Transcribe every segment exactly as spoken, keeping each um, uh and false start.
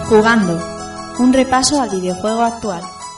Jugando, un repaso al videojuego actual.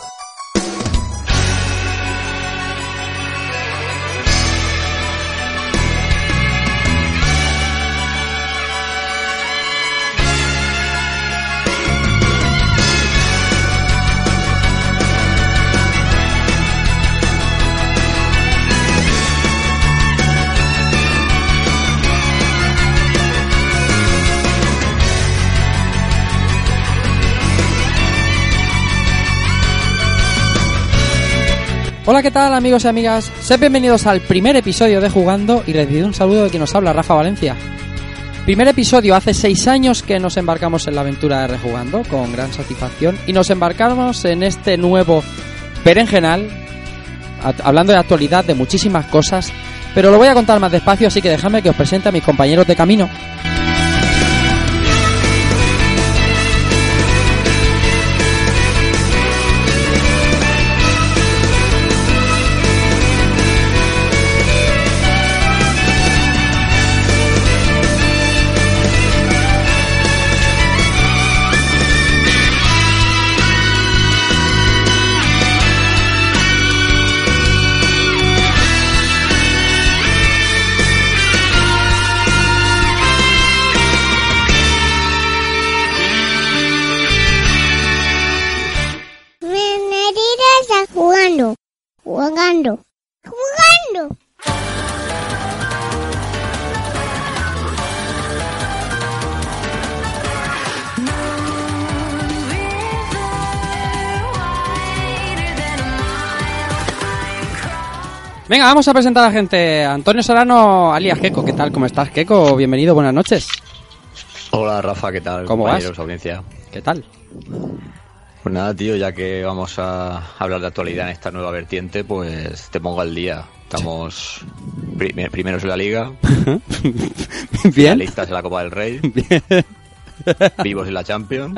Hola, ¿qué tal, amigos y amigas? Sed bienvenidos al primer episodio de Jugando y recibido un saludo de quien nos habla, Rafa Valencia. Primer episodio, hace seis años que nos embarcamos en la aventura de Rejugando con gran satisfacción y nos embarcamos en este nuevo berenjenal hablando de actualidad, de muchísimas cosas, pero lo voy a contar más despacio, así que dejadme que os presente a mis compañeros de camino. Jugando, jugando, jugando. Venga, vamos a presentar a la gente. Antonio Solano, alias Keko. ¿Qué tal? ¿Cómo estás, Keko? Bienvenido, buenas noches. Hola, Rafa, ¿qué tal? ¿Cómo vas? Audiencia. ¿Qué tal? Pues nada, tío, ya que vamos a hablar de actualidad en esta nueva vertiente, pues te pongo al día. Estamos prim- primeros en la Liga, bien, finalistas en la Copa del Rey, bien. Vivos en la Champions.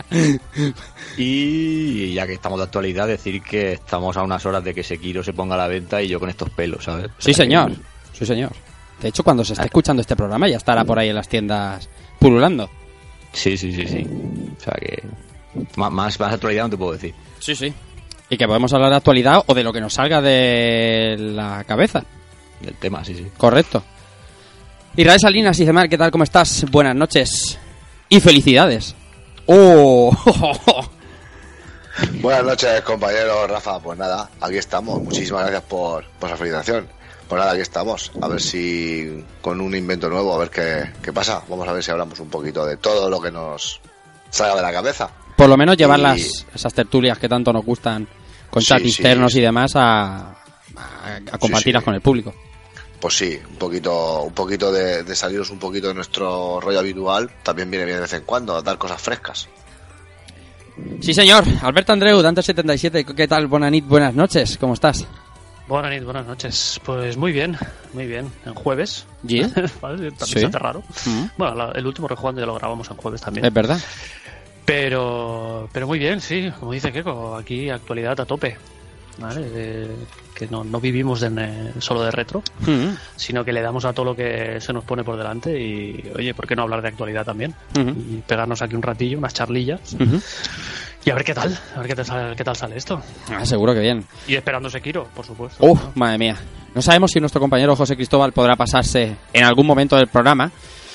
Y ya que estamos de actualidad, decir que estamos a unas horas de que Sekiro se ponga a la venta y yo con estos pelos, ¿sabes? Sí, señor, sí, señor. De hecho, cuando se esté escuchando este programa ya estará por ahí en las tiendas pululando. Sí, sí, sí, sí. O sea que... Más, más, más actualidad no te puedo decir. Sí, sí. Y que podemos hablar de actualidad o de lo que nos salga de la cabeza. Del tema, sí, sí. Correcto. Israel Salinas y Zemar, ¿qué tal? ¿Cómo estás? Buenas noches. Y felicidades. ¡Oh! Buenas noches, compañero Rafa. Pues nada, aquí estamos. Muchísimas gracias por, por esa felicitación. Pues nada, aquí estamos. A ver si con un invento nuevo, a ver qué, qué pasa. Vamos a ver si hablamos un poquito de todo lo que nos salga de la cabeza. Por lo menos llevar y... las, esas tertulias que tanto nos gustan con sí, chat externos sí. y demás a, a, a compartirlas sí, sí. con el público. Pues sí, un poquito un poquito de, de saliros un poquito de nuestro rollo habitual. También viene bien de vez en cuando a dar cosas frescas. Sí, señor. Alberto Andreu, Dante setenta y siete, ¿qué tal? Buenas nit, buenas noches, ¿cómo estás? Buenas noches, buenas noches. Pues muy bien, muy bien. En jueves. ¿Sí? ¿Vale? También sí. se hace raro. Uh-huh. Bueno, la, el último Rejugando ya lo grabamos en jueves también. Es verdad. Pero pero muy bien, sí. Como dice Keko, aquí actualidad a tope. ¿Vale? De, que no, no vivimos de, solo de retro, uh-huh. sino que le damos a todo lo que se nos pone por delante. Y oye, ¿por qué no hablar de actualidad también? Uh-huh. Y pegarnos aquí un ratillo, unas charlillas. Uh-huh. Y a ver qué tal, a ver qué tal, qué tal sale esto. Ah, seguro que bien. Y esperando Sekiro, por supuesto. Uf, ¿no? Madre mía. No sabemos si nuestro compañero José Cristóbal podrá pasarse en algún momento del programa.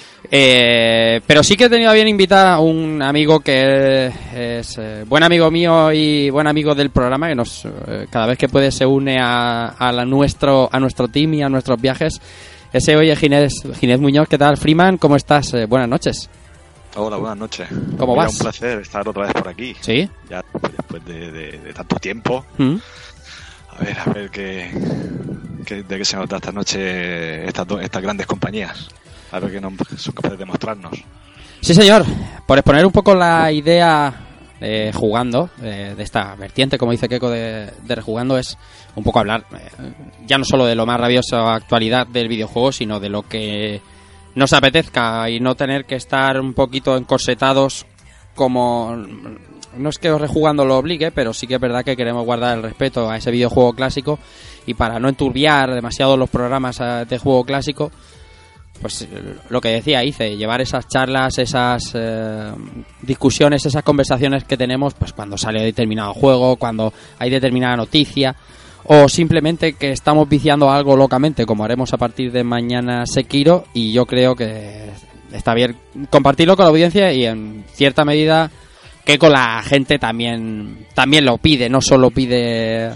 Eh, pero sí que he tenido a bien invitar a un amigo que es eh, buen amigo mío y buen amigo del programa, que nos eh, cada vez que puede se une a, a, la nuestro, a nuestro team y a nuestros viajes. Ese hoy es Ginés, Ginés Muñoz. ¿Qué tal, Freeman? ¿Cómo estás? Eh, buenas noches. Hola, buenas noches. ¿Cómo Mira, vas? Un placer estar otra vez por aquí. ¿Sí? Ya después de, de, de tanto tiempo. ¿Mm? A ver, a ver qué, qué, de qué se nos da esta noche estas, do, estas grandes compañías. A ver qué no son capaces de mostrarnos. Sí, señor. Por exponer un poco la idea eh, jugando, eh, de esta vertiente, como dice Keko, de, de Rejugando, es un poco hablar eh, ya no solo de lo más rabiosa actualidad del videojuego, sino de lo que nos apetezca y no tener que estar un poquito encorsetados como... No es que os Rejugando lo obligue, pero sí que es verdad que queremos guardar el respeto a ese videojuego clásico y para no enturbiar demasiado los programas de juego clásico, pues lo que decía Ice, llevar esas charlas, esas eh, discusiones, esas conversaciones que tenemos pues cuando sale determinado juego, cuando hay determinada noticia, o simplemente que estamos viciando algo locamente, como haremos a partir de mañana Sekiro, y yo creo que está bien compartirlo con la audiencia y en cierta medida que con la gente también también lo pide, no solo pide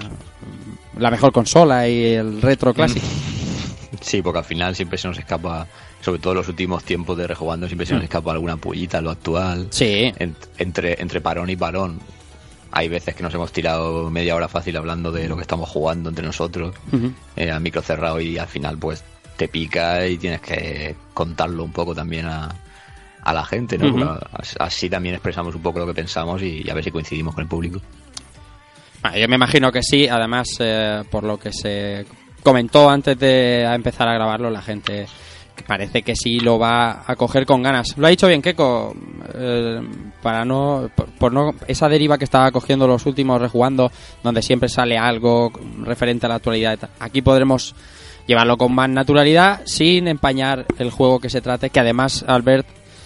la mejor consola y el retro clásico. Sí, porque al final siempre se nos escapa, sobre todo en los últimos tiempos de rejugando, siempre se nos escapa alguna pullita, lo actual. Sí. En, entre, entre parón y parón. Hay veces que nos hemos tirado media hora fácil hablando de lo que estamos jugando entre nosotros, uh-huh. eh, a micro cerrado, y al final pues te pica y tienes que contarlo un poco también a, a la gente, ¿no? Uh-huh. Así también expresamos un poco lo que pensamos y, y a ver si coincidimos con el público. Bueno, yo me imagino que sí, además eh, por lo que se comentó antes de empezar a grabarlo, la gente parece que sí lo va a coger con ganas. Lo ha dicho bien Keiko, eh, para no por, por no esa deriva que estaba cogiendo los últimos rejugando, donde siempre sale algo referente a la actualidad. Aquí podremos llevarlo con más naturalidad sin empañar el juego que se trate, que además, Albert,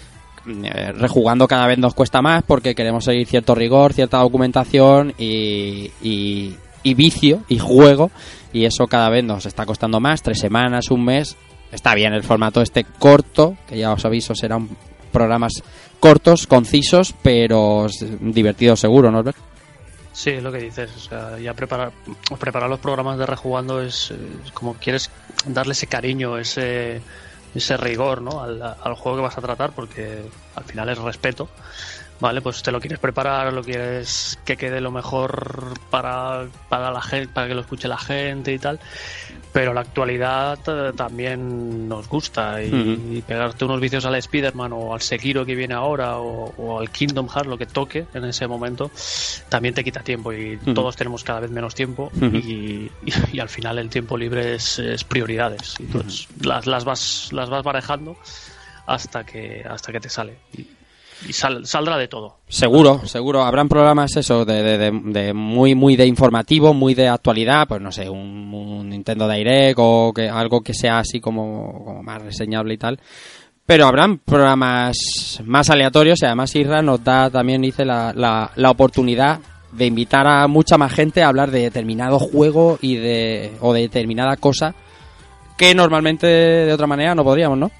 eh, rejugando cada vez nos cuesta más porque queremos seguir cierto rigor, cierta documentación y, y, y vicio y juego, y eso cada vez nos está costando más, tres semanas, un mes. Está bien el formato este corto, que ya os aviso, serán programas cortos, concisos, pero divertidos seguro, ¿no, Albert? Sí, es lo que dices. O sea, ya preparar preparar los programas de rejugando es, es como quieres darle ese cariño, ese ese rigor, ¿no? al, al juego que vas a tratar, porque al final es respeto. Vale, pues te lo quieres preparar, lo quieres que quede lo mejor para, para la gente, para que lo escuche la gente y tal. Pero la actualidad eh, también nos gusta y, uh-huh. y pegarte unos vicios al Spider-Man o al Sekiro que viene ahora o, o al Kingdom Hearts, lo que toque en ese momento, también te quita tiempo y uh-huh. todos tenemos cada vez menos tiempo uh-huh. y, y, y al final el tiempo libre es, es prioridades y pues uh-huh. las, las vas las vas barajando hasta que hasta que te sale. Y, Y sal, saldrá de todo. Seguro, seguro. Habrán programas eso de, de, de, de muy muy de informativo, muy de actualidad, pues no sé, un, un Nintendo Direct o que algo que sea así como, como más reseñable y tal. Pero habrán programas más aleatorios y además Isra nos da también, dice, la, la, la oportunidad de invitar a mucha más gente a hablar de determinado juego y de o de determinada cosa que normalmente de otra manera no podríamos, ¿no?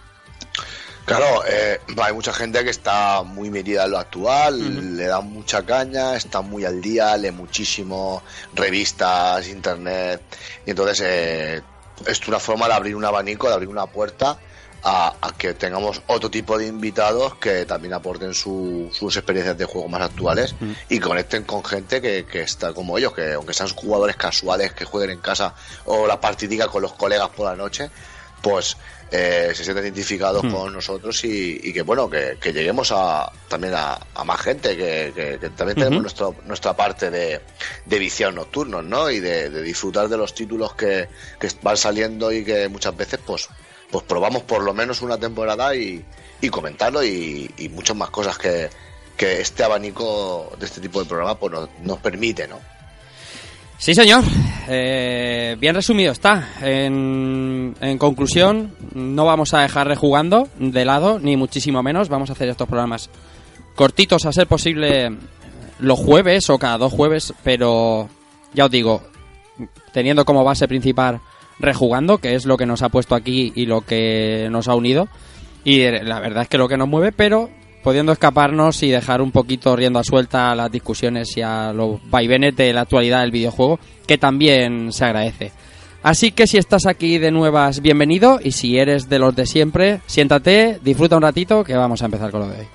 Claro, eh, hay mucha gente que está muy metida en lo actual, uh-huh. le da mucha caña, está muy al día, lee muchísimo, revistas, internet, y entonces eh, es una forma de abrir un abanico, de abrir una puerta a, a que tengamos otro tipo de invitados que también aporten su, sus experiencias de juego más actuales uh-huh. y conecten con gente que, que está como ellos, que aunque sean jugadores casuales que jueguen en casa o la partidica con los colegas por la noche, pues eh, se sienten identificados hmm. con nosotros y, y que bueno que, que lleguemos a también a, a más gente, que, que, que también tenemos uh-huh. nuestro, nuestra parte de, de viciados nocturnos, ¿no? Y de, de disfrutar de los títulos que, que van saliendo y que muchas veces pues pues probamos por lo menos una temporada y, y comentarlo y, y muchas más cosas que, que este abanico de este tipo de programa pues nos, nos permite, ¿no? Sí, señor. Eh, bien resumido está. En, en conclusión, no vamos a dejar rejugando de lado, ni muchísimo menos. Vamos a hacer estos programas cortitos, a ser posible, los jueves o cada dos jueves, pero ya os digo, teniendo como base principal rejugando, que es lo que nos ha puesto aquí y lo que nos ha unido. Y la verdad es que lo que nos mueve, pero pudiendo escaparnos y dejar un poquito rienda suelta a las discusiones y a los vaivenes de la actualidad del videojuego, que también se agradece. Así que si estás aquí de nuevas, bienvenido, y si eres de los de siempre, siéntate, disfruta un ratito, que vamos a empezar con lo de hoy.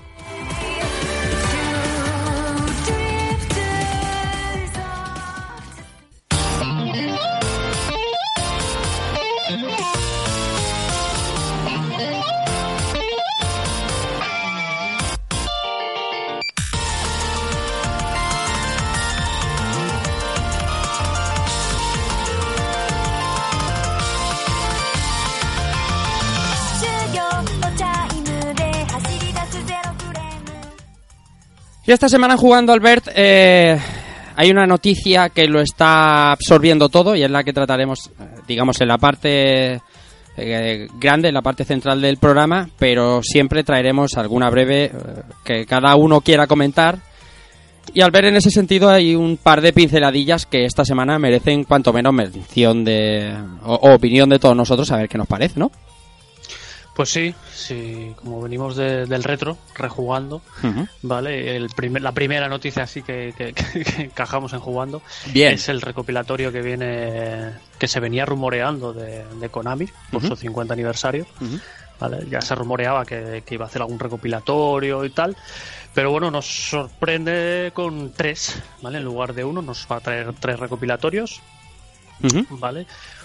Y esta semana jugando, Albert, eh, hay una noticia que lo está absorbiendo todo y es la que trataremos, digamos, en la parte eh, grande en la parte central del programa, pero siempre traeremos alguna breve eh, que cada uno quiera comentar. Y al ver en ese sentido hay un par de pinceladillas que esta semana merecen cuanto menos mención de o, o opinión de todos nosotros, a ver qué nos parece, ¿no? Pues sí, sí, como venimos de, del retro, rejugando, uh-huh. ¿vale? El primer, la primera noticia así que, que, que, que encajamos en jugando Bien. Es el recopilatorio que viene, que se venía rumoreando de, de Konami por uh-huh. su cincuenta aniversario, uh-huh. ¿vale? Ya se rumoreaba que, que iba a hacer algún recopilatorio y tal. Pero bueno, nos sorprende con tres, ¿vale? En lugar de uno, nos va a traer tres recopilatorios, uh-huh. ¿vale?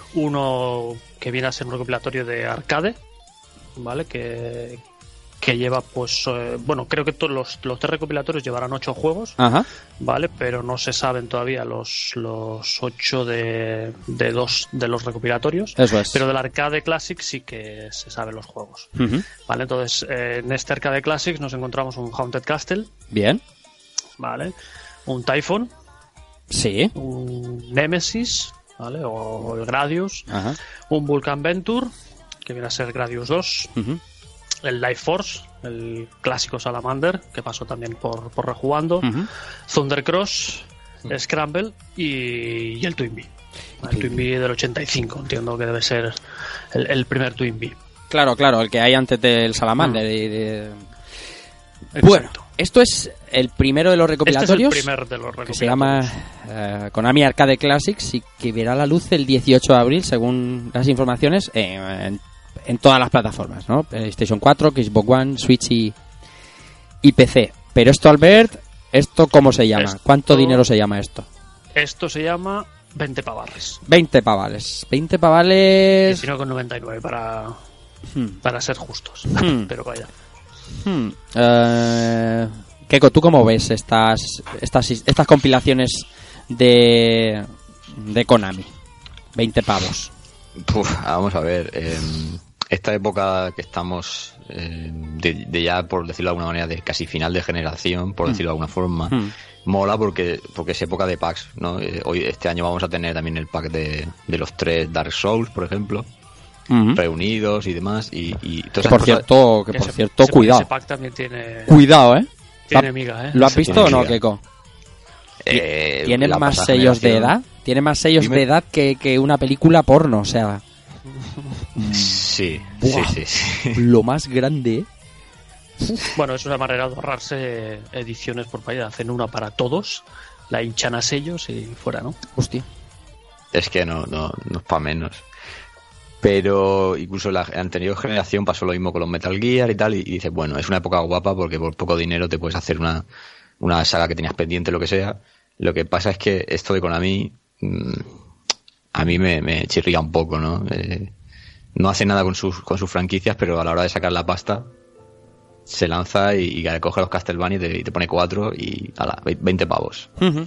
Uno que viene a ser un recopilatorio de arcade, ¿vale? Que, que lleva, pues, eh, bueno, creo que todos los, los tres recopilatorios llevarán ocho juegos, Ajá. ¿vale? Pero no se saben todavía los, los ocho de, de dos de los recopilatorios. Eso es. Pero del Arcade Classic sí que se saben los juegos, uh-huh. ¿vale? Entonces, eh, en este Arcade Classic nos encontramos un Haunted Castle. Bien. ¿Vale? Un Typhon. Sí. Un Nemesis, ¿vale? O el Gradius. Ajá. Un Vulcan Venture, que viene a ser Gradius dos. Uh-huh. El Life Force, el clásico Salamander, que pasó también por, por rejugando. Uh-huh. Thundercross, uh-huh. Scramble y, y el Twinbee. El Twinbee del ochenta y cinco, entiendo que debe ser el, el primer Twinbee. Claro, claro, el que hay antes del Salamander. Uh-huh. Y de... Bueno, esto es el primero de los recopilatorios. Este es el primer de los recopilatorios. Que se llama uh, Konami Arcade Classics y que verá la luz el dieciocho de abril, según las informaciones, eh, en en todas las plataformas, ¿no? PlayStation cuatro, Xbox One, Switch y, y P C. Pero esto, Albert, ¿esto cómo se llama? Esto, ¿cuánto dinero se llama esto? Esto se llama veinte pavales. veinte pavales. veinte pavales... diecinueve con noventa y nueve para, hmm. para ser justos. Hmm. Pero vaya. Hmm. Uh, Keiko, ¿tú cómo ves estas, estas, estas compilaciones de, de Konami? veinte pavos. Uf, vamos a ver, eh, esta época que estamos eh, de, de ya, por decirlo de alguna manera, de casi final de generación, por mm. decirlo de alguna forma, mm. mola porque porque es época de packs, ¿no? Eh, hoy este año vamos a tener también el pack de, de los tres Dark Souls, por ejemplo, mm-hmm. reunidos y demás, y, y todas que por cosas... cierto, que por ese, cierto, ese, cuidado. Ese pack también tiene... Cuidado, ¿eh? Tiene miga, ¿eh? ¿Lo has visto o no, Keiko? Eh, ¿Tiene más sellos de edad? Tiene más sellos Dime. de edad que, que una película porno, o sea... Sí, Buah, sí, sí, sí. Lo más grande, ¿eh? Bueno, es una manera de ahorrarse ediciones por país. Hacen una para todos, la hinchan a sellos y fuera, ¿no? Hostia. Es que no, no, no es para menos. Pero incluso la anterior generación pasó lo mismo con los Metal Gear y tal, y, y dices, bueno, es una época guapa porque por poco dinero te puedes hacer una, una saga que tenías pendiente, lo que sea. Lo que pasa es que esto de Konami mmm, a mí me, me chirría un poco, ¿no? Eh, no hace nada con sus, con sus franquicias, pero a la hora de sacar la pasta se lanza y, y coge los Castlevania y te, y te pone cuatro y ala, veinte pavos. Uh-huh.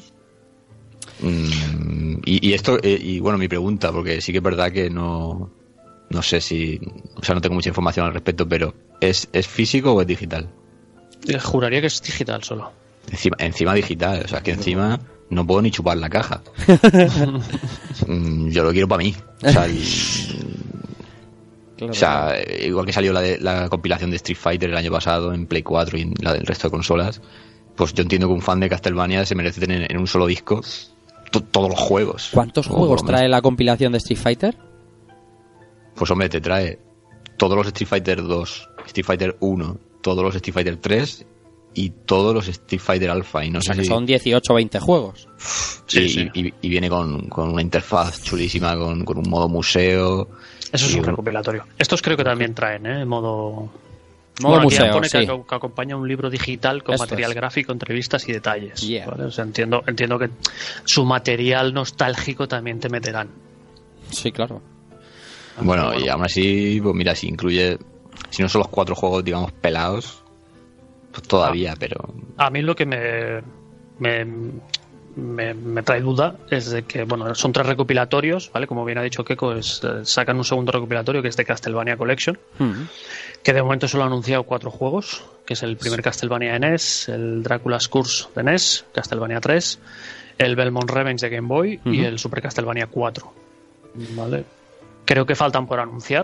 Mm, y, y esto, eh, y bueno, mi pregunta, porque sí que es verdad que no no sé si, o sea, no tengo mucha información al respecto, pero ¿es, es físico o es digital? Yo juraría que es digital solo. Encima, encima digital, o sea, que encima no puedo ni chupar la caja. mm, yo lo quiero para mí. O sea, el, claro, o sea, igual que salió la, de, la compilación de Street Fighter el año pasado en Play cuatro y en la del resto de consolas, pues yo entiendo que un fan de Castlevania se merece tener en un solo disco to- todos los juegos. ¿Cuántos juegos trae la compilación de Street Fighter? Pues hombre, te trae todos los Street Fighter dos, Street Fighter uno, todos los Street Fighter tres y todos los Street Fighter Alpha. Y no o sé sea que si... son dieciocho o veinte juegos. Sí, y, sí. Y, y viene con, con una interfaz chulísima, con, con un modo museo. Eso es un recopilatorio. Estos creo que también traen, ¿eh? Modo... Modo bueno, museo, pone sí. que, que acompaña un libro digital con Esto material es. gráfico, entrevistas y detalles. Yeah. ¿Vale? O sea, entiendo, entiendo que su material nostálgico también te meterán. Sí, claro. Bueno, bueno, y aún así, pues mira, si incluye, si no son los cuatro juegos, digamos, pelados, pues todavía, ah, pero... A mí lo que me, me, me, me trae duda es de que, bueno, son tres recopilatorios, ¿vale? Como bien ha dicho Keiko, es, eh, sacan un segundo recopilatorio que es de Castlevania Collection, Mm-hmm. que de momento solo ha anunciado cuatro juegos, que es el primer Castlevania de N E S, el Dracula's Curse de N E S, Castlevania tres, el Belmont Revenge de Game Boy, mm-hmm, y el Super Castlevania cuatro, ¿vale? Creo que faltan por anunciar,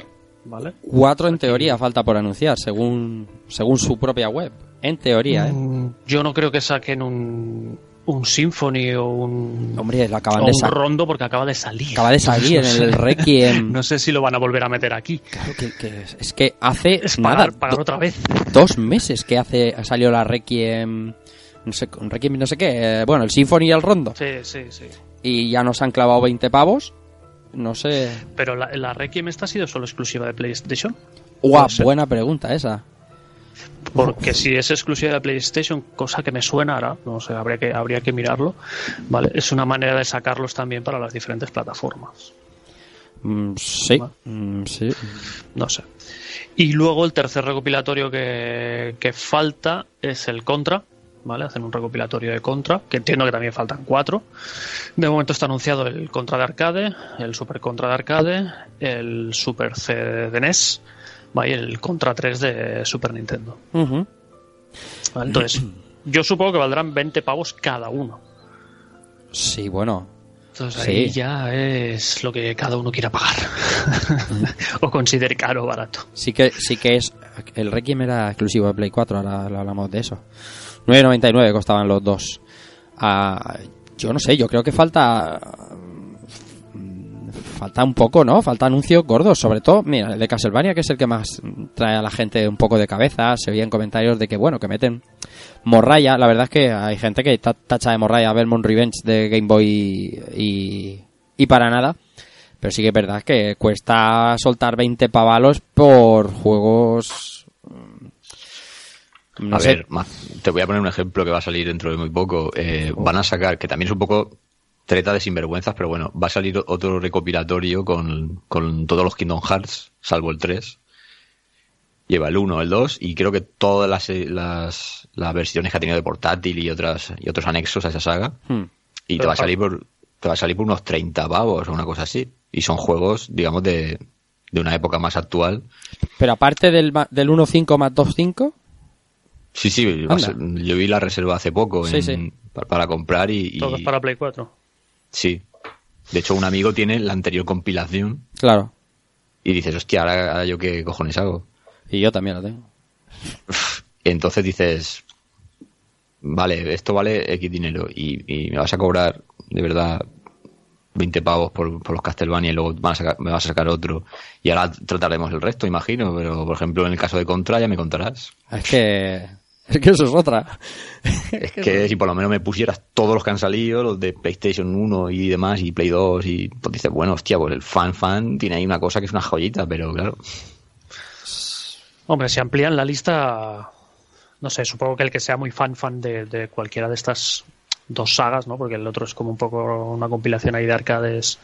¿vale? Cuatro en teoría falta por anunciar, según según su propia web. En teoría, ¿eh? Mm, yo no creo que saquen un, un Symphony o un, Hombre, lo acaban o de un sacar. Rondo porque acaba de salir. Acaba de salir en el Requiem. No sé si lo van a volver a meter aquí. Claro que, que es, es que hace Es nada, pagar, pagar do- otra vez. dos meses que hace salió la Requiem, no sé, un Requiem no sé qué, eh, bueno, el Symphony y el Rondo. Sí, sí, sí. Y ya nos han clavado veinte pavos. No sé. Pero la, la Requiem esta ha sido solo exclusiva de PlayStation. Guau, Puede ser. buena pregunta esa. Porque si es exclusiva de PlayStation, cosa que me suena ahora, no sé, habría que, habría que mirarlo, ¿vale? Es una manera de sacarlos también para las diferentes plataformas. Mm, sí, Vale. mm, sí. No sé. Y luego el tercer recopilatorio que, que falta es el Contra, ¿vale? Hacen un recopilatorio de Contra, que entiendo que también faltan cuatro. De momento está anunciado el Contra de arcade, el Super Contra de arcade, el Super C de N E S, ¿vale? Y el Contra tres de Super Nintendo. Ujú. ¿Vale? Entonces, yo supongo que valdrán veinte pavos cada uno. Sí, bueno. Entonces Sí. ahí ya es lo que cada uno quiera pagar. O considere caro o barato. Sí que, sí que es. El Requiem era exclusivo de Play cuatro, ahora lo hablamos de eso. nueve noventa y nueve costaban los dos. Ah, yo no sé, yo creo que falta. mm, Falta un poco, ¿no? Falta anuncios gordos, sobre todo, mira, el de Castlevania, que es el que más trae a la gente un poco de cabeza. Se veían comentarios de que, bueno, que meten morralla. La verdad es que hay gente que ta- tacha de morralla a Belmont Revenge de Game Boy y, y para nada. Pero sí que es verdad que cuesta soltar veinte pavalos por juegos. No a sé. ver, ma- te voy a poner un ejemplo que va a salir dentro de muy poco. Eh, van a sacar, que también es un poco treta de sinvergüenzas, pero bueno, va a salir otro recopilatorio con, con todos los Kingdom Hearts, salvo el tres. Lleva el uno, el dos y creo que todas las, las, las versiones que ha tenido de portátil y otras y otros anexos a esa saga. Hmm. Y te va a salir por te va a salir por unos treinta pavos o una cosa así. Y son juegos, digamos, de, de una época más actual. Pero aparte del, ma- del uno punto cinco más dos punto cinco. Sí, sí, va a Anda. ser- yo vi la reserva hace poco Sí, en- sí. pa- para comprar y, y- Todos para Play cuatro. sí. De hecho, un amigo tiene la anterior compilación Claro. y dices, hostia, ahora, ahora yo qué cojones hago. Y yo también lo tengo. Entonces dices, vale, esto vale X dinero y, y me vas a cobrar de verdad veinte pavos por, por los Castlevania y luego van a sacar- me vas a sacar otro y ahora trataremos el resto, imagino, pero por ejemplo en el caso de Contra ya me contarás. Es que. Es que eso es otra. Es que si por lo menos me pusieras todos los que han salido, los de PlayStation uno y demás, y Play dos, y pues dices, bueno, hostia, pues el fan fan tiene ahí una cosa que es una joyita, pero claro. Hombre, si amplían la lista, no sé, supongo que el que sea muy fan fan de, de cualquiera de estas dos sagas, ¿no? Porque el otro es como un poco una compilación ahí de arcades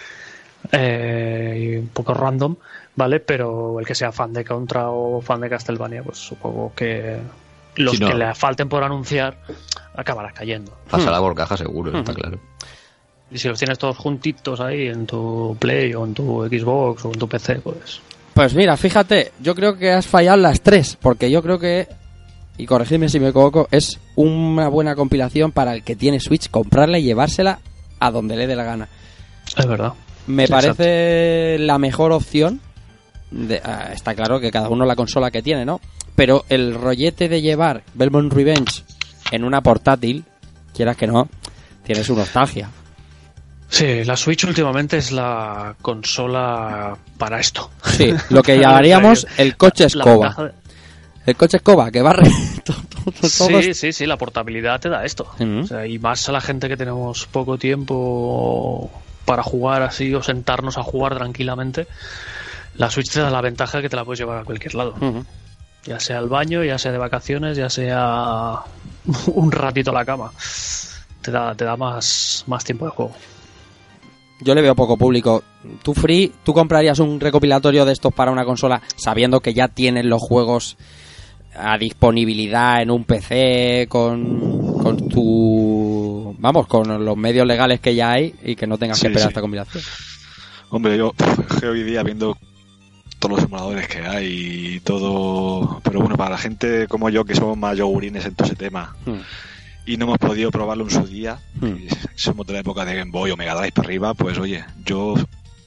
eh, y un poco random, ¿vale? Pero el que sea fan de Contra o fan de Castlevania, pues supongo que los Sí, no. que le falten por anunciar acabará cayendo. Pasará por caja seguro, está claro. Y si los tienes todos juntitos ahí en tu Play o en tu Xbox o en tu P C, pues... Pues mira, fíjate, yo creo que has fallado las tres, porque yo creo que, y corregidme si me equivoco, es una buena compilación para el que tiene Switch, comprarla y llevársela a donde le dé la gana. Es verdad. Me Sí, parece la mejor opción. De, ah, está claro que cada uno la consola que tiene, ¿no? Pero el rollete de llevar Belmont Revenge en una portátil, quieras que no, tiene su nostalgia. Sí, la Switch últimamente es la consola para esto. Sí, lo que llamaríamos el coche La escoba. ventaja de- El coche escoba que barre todo, todo- todo- Sí, sí, sí, la portabilidad te da esto. Ujú. O sea, y más a la gente que tenemos poco tiempo para jugar así o sentarnos a jugar tranquilamente, la Switch te da la ventaja de que te la puedes llevar a cualquier lado. Ujú. Ya sea al baño, ya sea de vacaciones, ya sea un ratito a la cama. Te da, te da más, más tiempo de juego. Yo le veo poco público. Tú, Free, ¿tú comprarías un recopilatorio de estos para una consola sabiendo que ya tienes los juegos a disponibilidad en un P C con, con tu... Vamos, con los medios legales que ya hay y que no tengas Sí, que esperar sí. esta compilación? Hombre, yo es que hoy día viendo todos los emuladores que hay y todo... Pero bueno, para la gente como yo que somos más yogurines en todo ese tema Hmm. y no hemos podido probarlo en su día, Hmm. y somos de la época de Game Boy o Mega Drive para arriba, pues oye, yo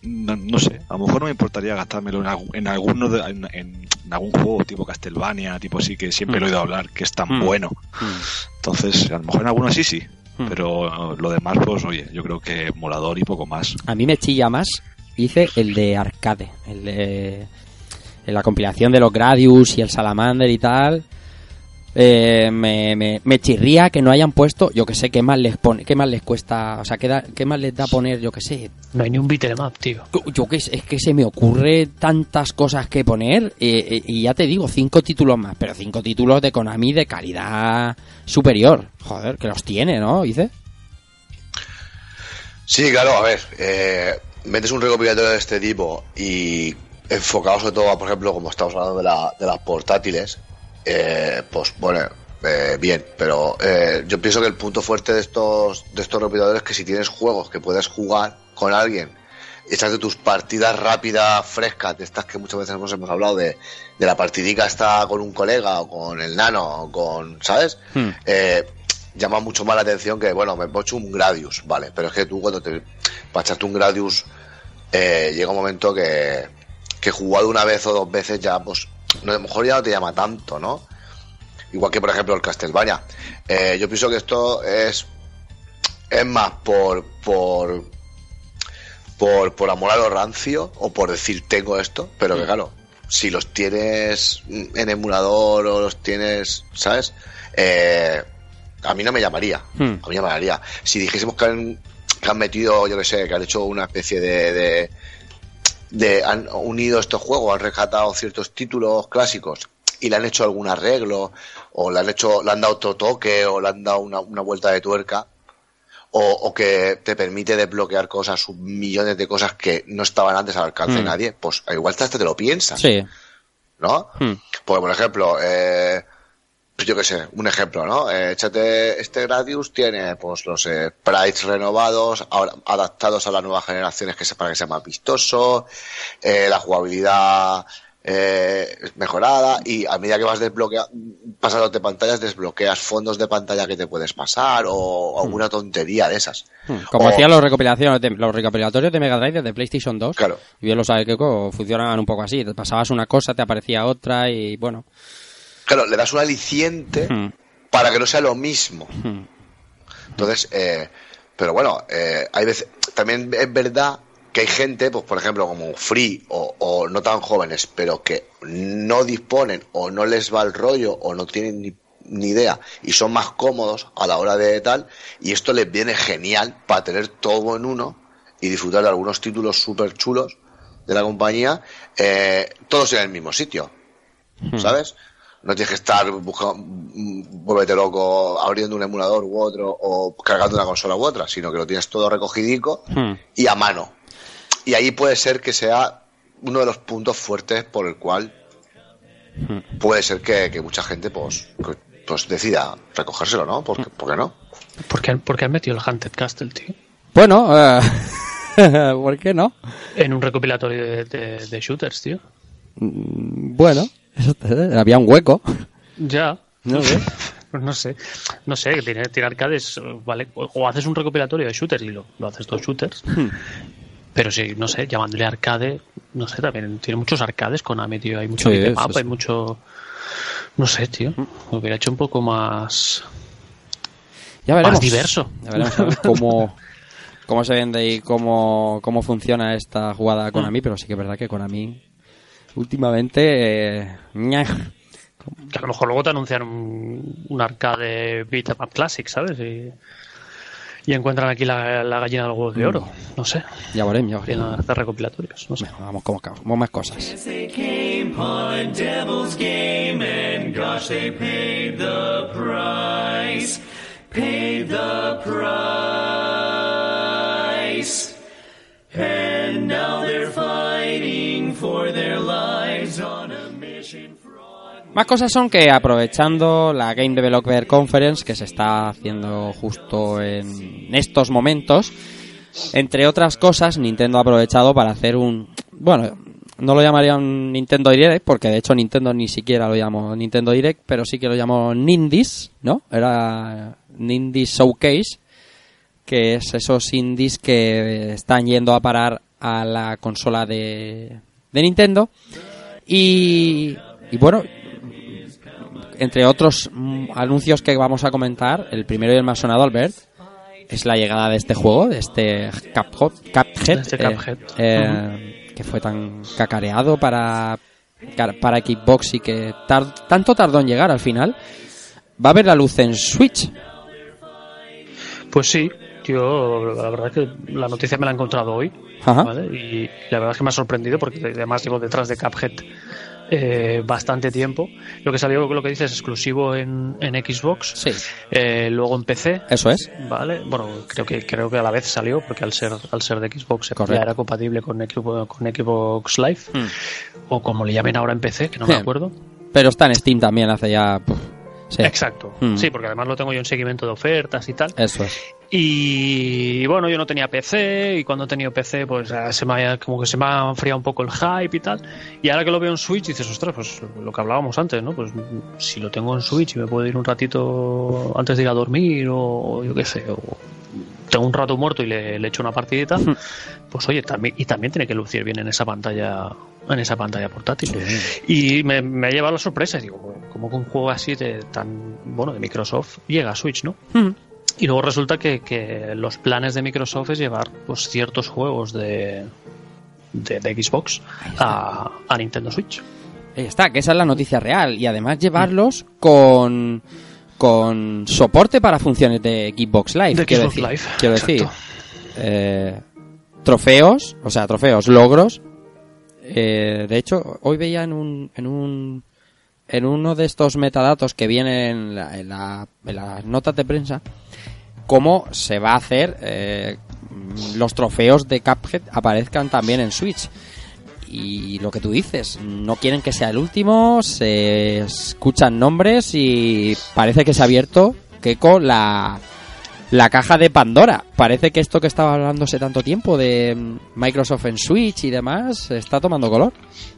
no, no sé, a lo mejor no me importaría gastármelo en, algún, en, alguno de, en, en, en algún juego tipo Castlevania, tipo así, que siempre mm. lo he oído hablar, que es tan mm. bueno. Mm. Entonces, a lo mejor en alguno así sí, mm. pero lo demás, pues oye, yo creo que emulador y poco más. A mí me chilla más, hice el de arcade, el de en la compilación de los Gradius y el Salamander y tal. Eh, me, me, me chirría que no hayan puesto, yo que sé, qué más les pone, qué más les cuesta, o sea, qué, da, qué más les da poner, yo que sé. No hay ni un beat'em up, tío. Yo que sé, es que se me ocurre tantas cosas que poner, eh, eh, y ya te digo, cinco títulos más, pero cinco títulos de Konami de calidad superior. Joder, que los tiene, ¿no? ¿Dice? Sí, claro, a ver, eh, metes un recopilatorio de este tipo y enfocado sobre todo, por ejemplo, como estamos hablando de, la, de las portátiles. Eh, pues bueno, eh, bien, pero eh, yo pienso que el punto fuerte de estos de estos repetidores es que si tienes juegos que puedes jugar con alguien, echarte tus partidas rápidas, frescas, de estas que muchas veces hemos, hemos hablado de, de la partidica está con un colega o con el nano o con, ¿sabes? Hmm. Eh, llama mucho más la atención que, bueno, me he hecho un Gradius, vale, pero es que tú cuando te para echarte un Gradius eh, llega un momento que que jugado una vez o dos veces ya pues no, a lo mejor ya no te llama tanto, ¿no? Igual que por ejemplo el Castlevania. Eh, yo pienso que esto es es más por por por por amor a lo rancio o por decir tengo esto, pero que claro, si los tienes en emulador o los tienes, ¿sabes? Eh, a mí no me llamaría, hmm. a mí me llamaría. Si dijésemos que han, que han metido, yo que sé, que han hecho una especie de, de de han unido estos juegos, han rescatado ciertos títulos clásicos y le han hecho algún arreglo o le han hecho, le han dado otro toque o le han dado una, una vuelta de tuerca o, o que te permite desbloquear cosas, millones de cosas que no estaban antes al alcance mm. de nadie, pues igual hasta te lo piensas, sí, ¿no? Mm. Porque por ejemplo, eh, pues yo qué sé, un ejemplo, ¿no? Eh, échate, este Gradius tiene pues los eh, sprites renovados, ahora, adaptados a las nuevas generaciones que se, para que sea más vistoso, eh, la jugabilidad eh, mejorada y a medida que vas desbloqueando, pasándote pantallas, desbloqueas fondos de pantalla que te puedes pasar o hmm. alguna tontería de esas. Hmm. Como hacían los recopilaciones de, los recopilatorios de Mega Drive de PlayStation dos, claro. Y bien lo sabe Keiko, funcionaban un poco así, te pasabas una cosa, te aparecía otra y bueno... Claro, le das un aliciente hmm. para que no sea lo mismo. Hmm. Entonces, eh, pero bueno, eh, hay veces, también es verdad que hay gente, pues por ejemplo, como Free o, o no tan jóvenes, pero que no disponen o no les va el rollo o no tienen ni, ni idea y son más cómodos a la hora de tal, y esto les viene genial para tener todo en uno y disfrutar de algunos títulos súper chulos de la compañía, eh, todos en el mismo sitio, hmm. ¿sabes? No tienes que estar buscando, vuélvete loco abriendo un emulador u otro o cargando una consola u otra, sino que lo tienes todo recogidico hmm. y a mano. Y ahí puede ser que sea uno de los puntos fuertes por el cual hmm. puede ser que, que mucha gente pues, pues decida recogérselo, ¿no? ¿Por qué, ¿por qué no? ¿Por qué, ¿Por qué han metido el Haunted Castle, tío? Bueno, uh, ¿por qué no? En un recopilatorio de, de, de shooters, tío. Bueno... Eso, ¿eh? Había un hueco. Ya. No sé. Pues no sé. No sé, tiene, tiene arcades, ¿vale? O haces un recopilatorio de shooters y lo, lo haces dos shooters. Hmm. Pero sí, no sé, llamándole arcade, no sé, también tiene muchos arcades con Ame, tío. Hay mucho beat'em up, hay mucho... No sé, tío. Lo hubiera hecho un poco más... Ya veremos. Más diverso. Ya veremos a ver cómo... cómo se vende y cómo, cómo funciona esta jugada con Konami, pero sí que es verdad que Konami últimamente eh, que a lo mejor luego te anuncian un, un arcade beat up classic, ¿sabes? Y, y encuentran aquí la, la gallina del huevo de oro, no sé. Ya veremos, ya veremos. Tienen hacer recopilatorios, no sé. Bueno, vamos con, con más cosas. Paid the price, and now they're fighting for their lives on a mission fraud. Más cosas son que aprovechando la Game Developer Conference que se está haciendo justo en estos momentos, entre otras cosas, Nintendo ha aprovechado para hacer un, bueno, no lo llamaría un Nintendo Direct, porque de hecho Nintendo ni siquiera lo llamó Nintendo Direct, pero sí que lo llamó Nindies, ¿no? Era Nindies Showcase, que es esos indies que están yendo a parar a la consola de, de Nintendo. Y, y bueno, entre otros mm, anuncios que vamos a comentar, el primero y el más sonado, Albert, es la llegada de este juego, de este Cuphead, Cuphead, este eh, Cuphead. Eh, uh-huh. que fue tan cacareado para, para Xbox y que tar, tanto tardó en llegar al final. ¿Va a ver la luz en Switch? Pues sí, yo la verdad es que la noticia me la he encontrado hoy, ¿vale? Y la verdad es que me ha sorprendido porque además llevo detrás de Cuphead eh, bastante tiempo. Lo que salió, lo que dices, es exclusivo en, en Xbox, sí. eh, luego en P C. Eso es. Vale, bueno, creo que creo que a la vez salió porque al ser al ser de Xbox Correcto. Ya era compatible con Xbox, con Xbox Live hmm. o como le llamen ahora en P C, que no me acuerdo. Pero está en Steam también hace ya. Puf. Sí. Exacto, mm. sí, porque además lo tengo yo en seguimiento de ofertas y tal. Eso es. Y, y bueno, yo no tenía P C y cuando he tenido P C pues se me ha, como que se me ha enfriado un poco el hype y tal. Y ahora que lo veo en Switch dices, ostras, pues lo que hablábamos antes, ¿no? Pues si lo tengo en Switch y me puedo ir un ratito antes de ir a dormir o, o yo qué sé, o tengo un rato muerto y le, le echo una partidita, mm. pues oye, también, y también tiene que lucir bien en esa pantalla en esa pantalla portátil. Sí. Y me, me ha llevado la sorpresa, digo, como que un juego así de tan bueno de Microsoft llega a Switch, ¿no? Mm. Y luego resulta que, que los planes de Microsoft es llevar pues ciertos juegos de, de, de Xbox a, a Nintendo Switch. Ahí está, que esa es la noticia real. Y además llevarlos mm. con con soporte para funciones de Xbox Live. De quiero Xbox decir, Live. Quiero decir, eh, trofeos, o sea, trofeos, logros. Eh, de hecho, hoy veía en un en un en uno de estos metadatos que vienen en, la, en, la, en las notas de prensa cómo se va a hacer eh, los trofeos de Cuphead aparezcan también en Switch. Y lo que tú dices, no quieren que sea el último, se escuchan nombres y parece que se ha abierto, Keiko, la la caja de Pandora. Parece que esto que estaba hablándose tanto tiempo de Microsoft en Switch y demás está tomando color.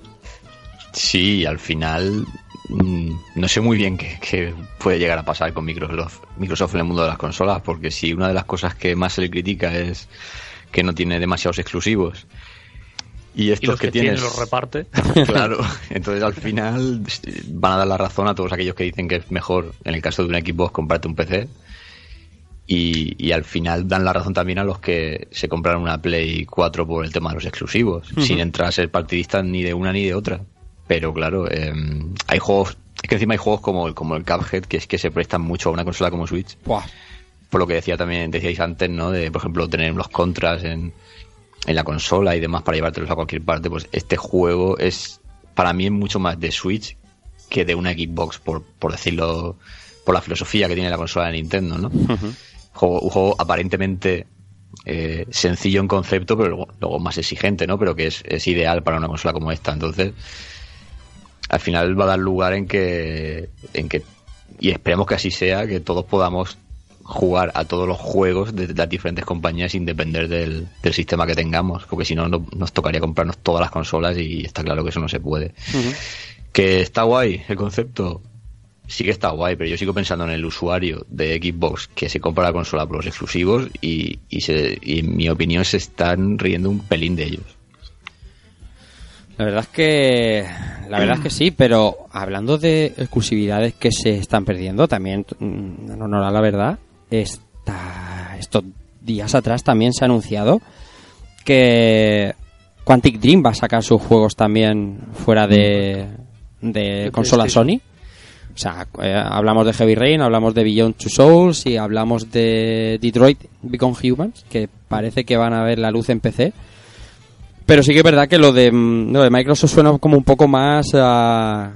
Sí, al final mmm, no sé muy bien qué, qué puede llegar a pasar con Microsoft, Microsoft en el mundo de las consolas, porque si una de las cosas que más se le critica es que no tiene demasiados exclusivos y estos y los que, que tienes tiene los reparte, claro, entonces al final van a dar la razón a todos aquellos que dicen que es mejor, en el caso de un Xbox, comprarte un P C. Y, y al final dan la razón también a los que se compraron una Play cuatro por el tema de los exclusivos, uh-huh. sin entrar a ser partidistas ni de una ni de otra. Pero claro, eh, hay juegos, es que encima hay juegos como, como el Cuphead, que es que se prestan mucho a una consola como Switch. Buah. Por lo que decía también, decíais antes, ¿no? De, por ejemplo, tener los contras en, en la consola y demás para llevártelos a cualquier parte. Pues este juego es, para mí, es mucho más de Switch que de una Xbox, por, por decirlo, por la filosofía que tiene la consola de Nintendo, ¿no? Uh-huh. Juego, un juego aparentemente eh, sencillo en concepto, pero luego, luego más exigente, ¿no? Pero que es, es ideal para una consola como esta. Entonces, al final va a dar lugar en que, en que, y esperemos que así sea, que todos podamos jugar a todos los juegos de las diferentes compañías sin depender del, del sistema que tengamos, porque si no, no nos tocaría comprarnos todas las consolas y está claro que eso no se puede. Uh-huh. Que está guay el concepto. Sí que está guay, pero yo sigo pensando en el usuario de Xbox que se compra la consola por los exclusivos y, y, se, y en mi opinión se están riendo un pelín de ellos. La verdad es que la verdad es que sí, pero hablando de exclusividades que se están perdiendo, también, en honor a la verdad, esta, estos días atrás también se ha anunciado que Quantic Dream va a sacar sus juegos también fuera de, de consola Sony. O sea, eh, hablamos de Heavy Rain, hablamos de Beyond Two Souls y hablamos de Detroit Become Humans, que parece que van a ver la luz en P C. Pero sí que es verdad que lo de, lo de Microsoft suena como un poco más a,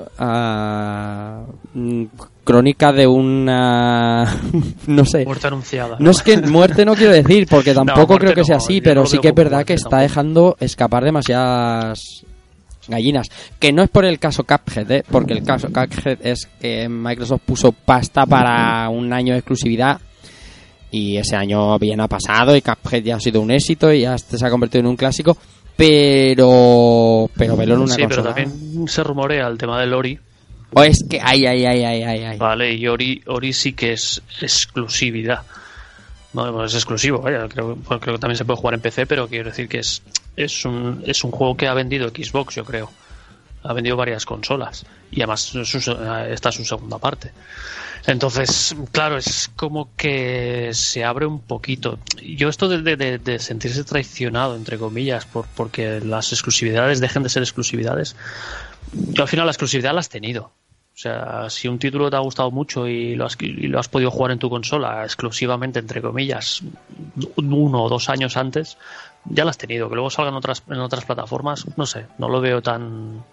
a crónica de una, no sé, muerte anunciada. No, no es que muerte no quiero decir, porque tampoco no, creo que no, sea así, pero sí que es verdad que está tampoco. dejando escapar demasiadas gallinas, que no es por el caso Cuphead, ¿eh? Porque el caso Cuphead es que Microsoft puso pasta para un año de exclusividad y ese año bien ha pasado y Cuphead ya ha sido un éxito y ya se ha convertido en un clásico, pero pero velo en una sí, consola. Pero también se rumorea el tema del Ori. O es que ay ay ay ay ay ay. Vale, y Ori Ori sí que es exclusividad. No, no es exclusivo, vaya, creo, creo que también se puede jugar en P C, pero quiero decir que es, es, un, es un juego que ha vendido Xbox, yo creo. Ha vendido varias consolas y además su, esta es su segunda parte. Entonces, claro, es como que se abre un poquito. Yo esto de, de, de sentirse traicionado, entre comillas, por porque las exclusividades dejen de ser exclusividades, yo al final la exclusividad la has tenido. O sea, si un título te ha gustado mucho y lo has, y lo has podido jugar en tu consola exclusivamente, entre comillas, uno o dos años antes, ya lo has tenido. Que luego salgan otras, en otras plataformas, no sé, no lo veo tan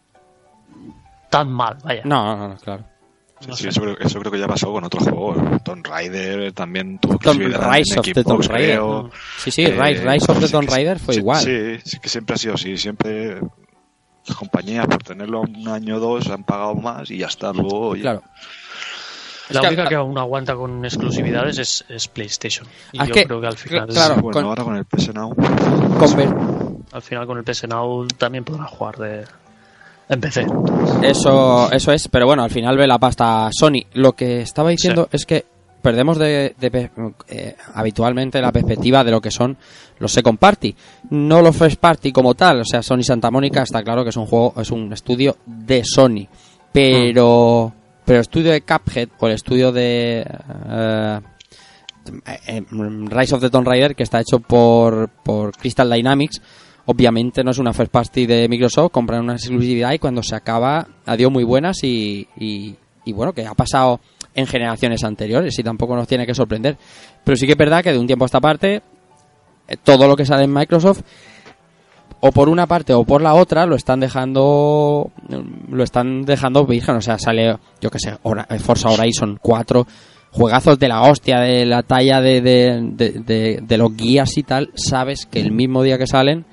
tan mal, vaya. No, no, no, claro. Sí, No sí, sé. eso, creo, eso creo que ya pasó con otros juegos. Tomb Raider también tuvo Tomb exclusividad Rise en of the Xbox, Tomb Raider. creo. Sí, sí, Eh, Rise, Rise of the sí Tomb que- Raider fue sí, igual. Sí, sí, que siempre ha sido así. Siempre las compañías, por tenerlo un año o dos, han pagado más y ya está. Luego, oye, Claro. La Es que- única que aún aguanta con exclusividades es, es PlayStation. Y Ah, yo que- creo que al final, claro. bueno, con- ahora con el P S Now. Conver- al final con el P S Now también podrán jugar de en P C. Eso, eso es, pero bueno, al final ve la pasta Sony. Lo que estaba diciendo es que perdemos de, de pe- eh, habitualmente la perspectiva de lo que son los second party, no los first party como tal. O sea, Sony Santa Mónica está claro que es un juego, es un estudio de Sony, pero pero el estudio de Cuphead o el estudio de eh, eh, Rise of the Tomb Raider, que está hecho por por Crystal Dynamics, obviamente no es una first party de Microsoft. Compran una exclusividad y cuando se acaba ha dio muy buenas y, y, y bueno, que ha pasado en generaciones anteriores y tampoco nos tiene que sorprender. Pero sí que es verdad que de un tiempo a esta parte eh, todo lo que sale en Microsoft, o por una parte o por la otra, lo están dejando lo están dejando virgen. O sea, sale, yo que sé, Hora- Forza Horizon cuatro, juegazos de la hostia, de la talla de, de, de, de, de los guías y tal. Sabes que el mismo día que salen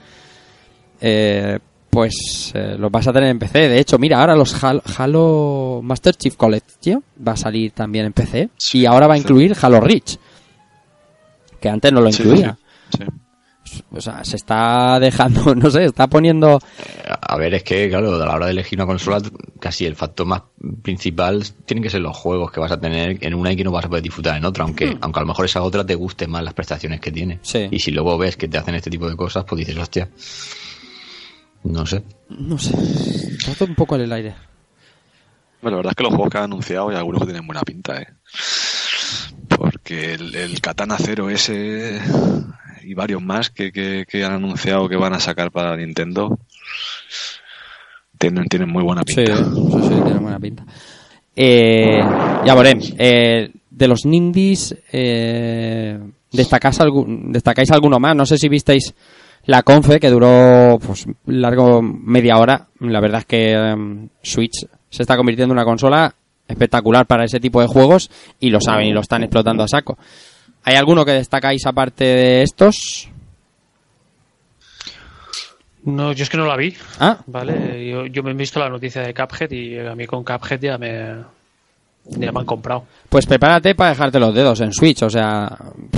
eh, pues eh, los vas a tener en P C. De hecho, mira, ahora los Halo, Halo Master Chief Collection va a salir también en P C, y ahora va a incluir Halo Reach, que antes no lo Sí, incluía. sí, sí. O sea, se está dejando, no sé, está poniendo... Eh, A ver, es que, claro, a la hora de elegir una consola, casi el factor más principal tienen que ser los juegos que vas a tener en una y que no vas a poder disfrutar en otra, aunque Hmm. aunque a lo mejor esa otra te guste más las prestaciones que tiene. Sí. Y si luego ves que te hacen este tipo de cosas, pues dices, hostia, no sé. No sé, está todo un poco en el aire. Bueno, la verdad es que los juegos que han anunciado hay algunos que tienen buena pinta, ¿eh? Porque el, el Katana Zero ese y varios más que, que, que han anunciado que van a sacar para Nintendo tienen, tienen muy buena Sí, pinta. eso sí, tiene buena pinta. Eh, ya veremos. Eh, de los Nindies, eh, destacáis, algún, destacáis alguno más. No sé si visteis la confe, que duró pues largo media hora. La verdad es que um, Switch se está convirtiendo en una consola espectacular para ese tipo de juegos, y lo saben y lo están explotando a saco. ¿Hay alguno que destacáis aparte de estos? No, yo es que no la vi. Ah, Vale, yo, yo me he visto la noticia de Cuphead y a mí con Cuphead ya me, ya me han comprado. pues prepárate para dejarte los dedos en Switch, o sea...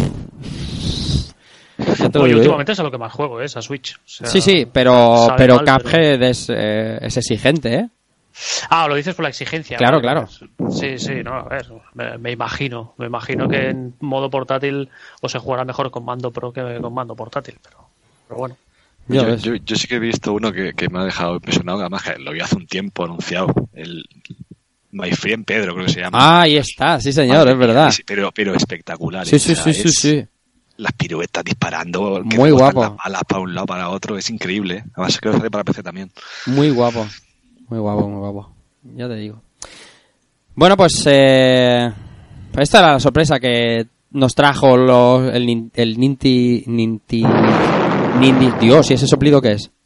Ya te lo Oye, digo yo. últimamente es a lo que más juego, es a Switch. O sea, Sí, sí, pero, sabe pero mal, Cuphead es, eh, es exigente, ¿eh? Ah, lo dices por la exigencia. Claro, ¿no? claro. Sí, sí, no, a ver, me, me imagino. Me imagino que en modo portátil o se jugará mejor con mando pro que con mando portátil, pero, pero bueno. Ya Yo, ves. yo, yo sí que he visto uno que, que me ha dejado impresionado, además que lo vi hace un tiempo anunciado, el My Friend Pedro, creo que se llama. Ah, ahí está, sí señor, Madre es mía, verdad. es- Pero, pero espectacular. Sí, ¿eh? sí, O sea, sí, sí, es sí. Las piruetas disparando, que Muy rebotan guapo. las balas para un lado, para otro, es increíble. ¿eh? Además creo que sale para P C también. Muy guapo, muy guapo, muy guapo. Ya te digo. Bueno, pues eh, esta era la sorpresa que nos trajo los, el, nin- el Ninti... Ninti... Ninti... Dios, ¿y ese soplido qué es?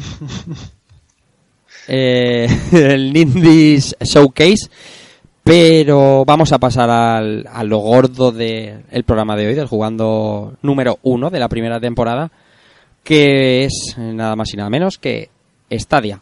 eh, el Nindies Showcase. Pero vamos a pasar al, a lo gordo del programa de hoy, del jugando número uno de la primera temporada, que es nada más y nada menos que Stadia.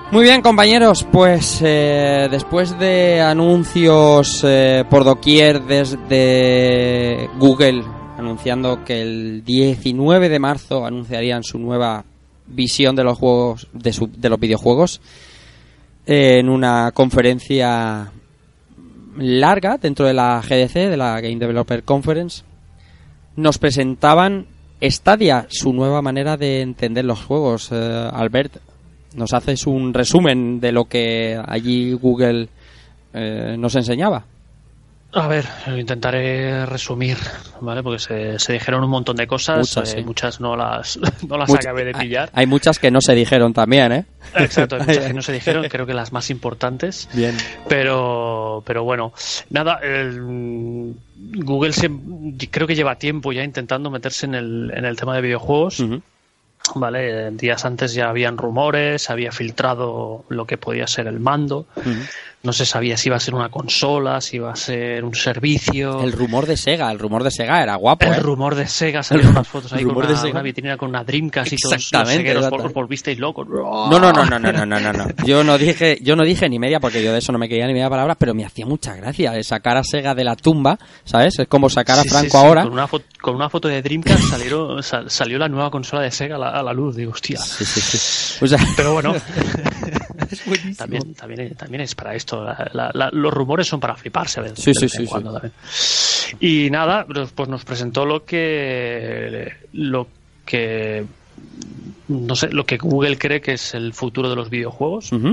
Muy bien, compañeros, pues eh, después de anuncios eh, por doquier desde Google anunciando que el diecinueve de marzo anunciarían su nueva visión de los juegos de, su, de los videojuegos eh, en una conferencia larga dentro de la G D C, de la Game Developer Conference, nos presentaban Stadia, su nueva manera de entender los juegos. eh, Albert, ¿nos haces un resumen de lo que allí Google eh, nos enseñaba? A ver, lo intentaré resumir, ¿vale? Porque se, se dijeron un montón de cosas, muchas, eh, sí. muchas no las no las Much- acabé de pillar. Hay, hay muchas que no se dijeron también, ¿eh? Exacto, hay muchas que no se dijeron, creo que las más importantes. Bien. Pero, pero bueno, nada, el, Google se, creo que lleva tiempo ya intentando meterse en el, en el tema de videojuegos. Uh-huh. Vale, días antes ya habían rumores, se había filtrado lo que podía ser el mando. Uh-huh. No se sabía si iba a ser una consola, si iba a ser un servicio. El rumor de Sega, el rumor de Sega era guapo, El ¿eh? rumor de Sega, salieron unas fotos ahí con rumor de una, Sega. una vitrina con una Dreamcast y todos los Exactamente, segueros exactamente. os volvisteis locos. No, no, no, no, no, no, no, no, no. Yo no dije, yo no dije ni media porque yo de eso no me quería ni media palabra, pero me hacía mucha gracia de sacar a Sega de la tumba, ¿sabes? Es como sacar a Sí, Franco sí, sí, ahora. Con una, foto, con una foto de Dreamcast salieron, sal, salió la nueva consola de Sega a la, a la luz. Digo, hostia. Sí, sí, sí. O sea, Pero bueno, es buenísimo. también, también, también es para esto. La, la, la, los rumores son para fliparse. De, Sí, de sí, vez sí, en cuando también. Y nada, pues, pues nos presentó lo que lo que no sé, lo que Google cree que es el futuro de los videojuegos, Uh-huh.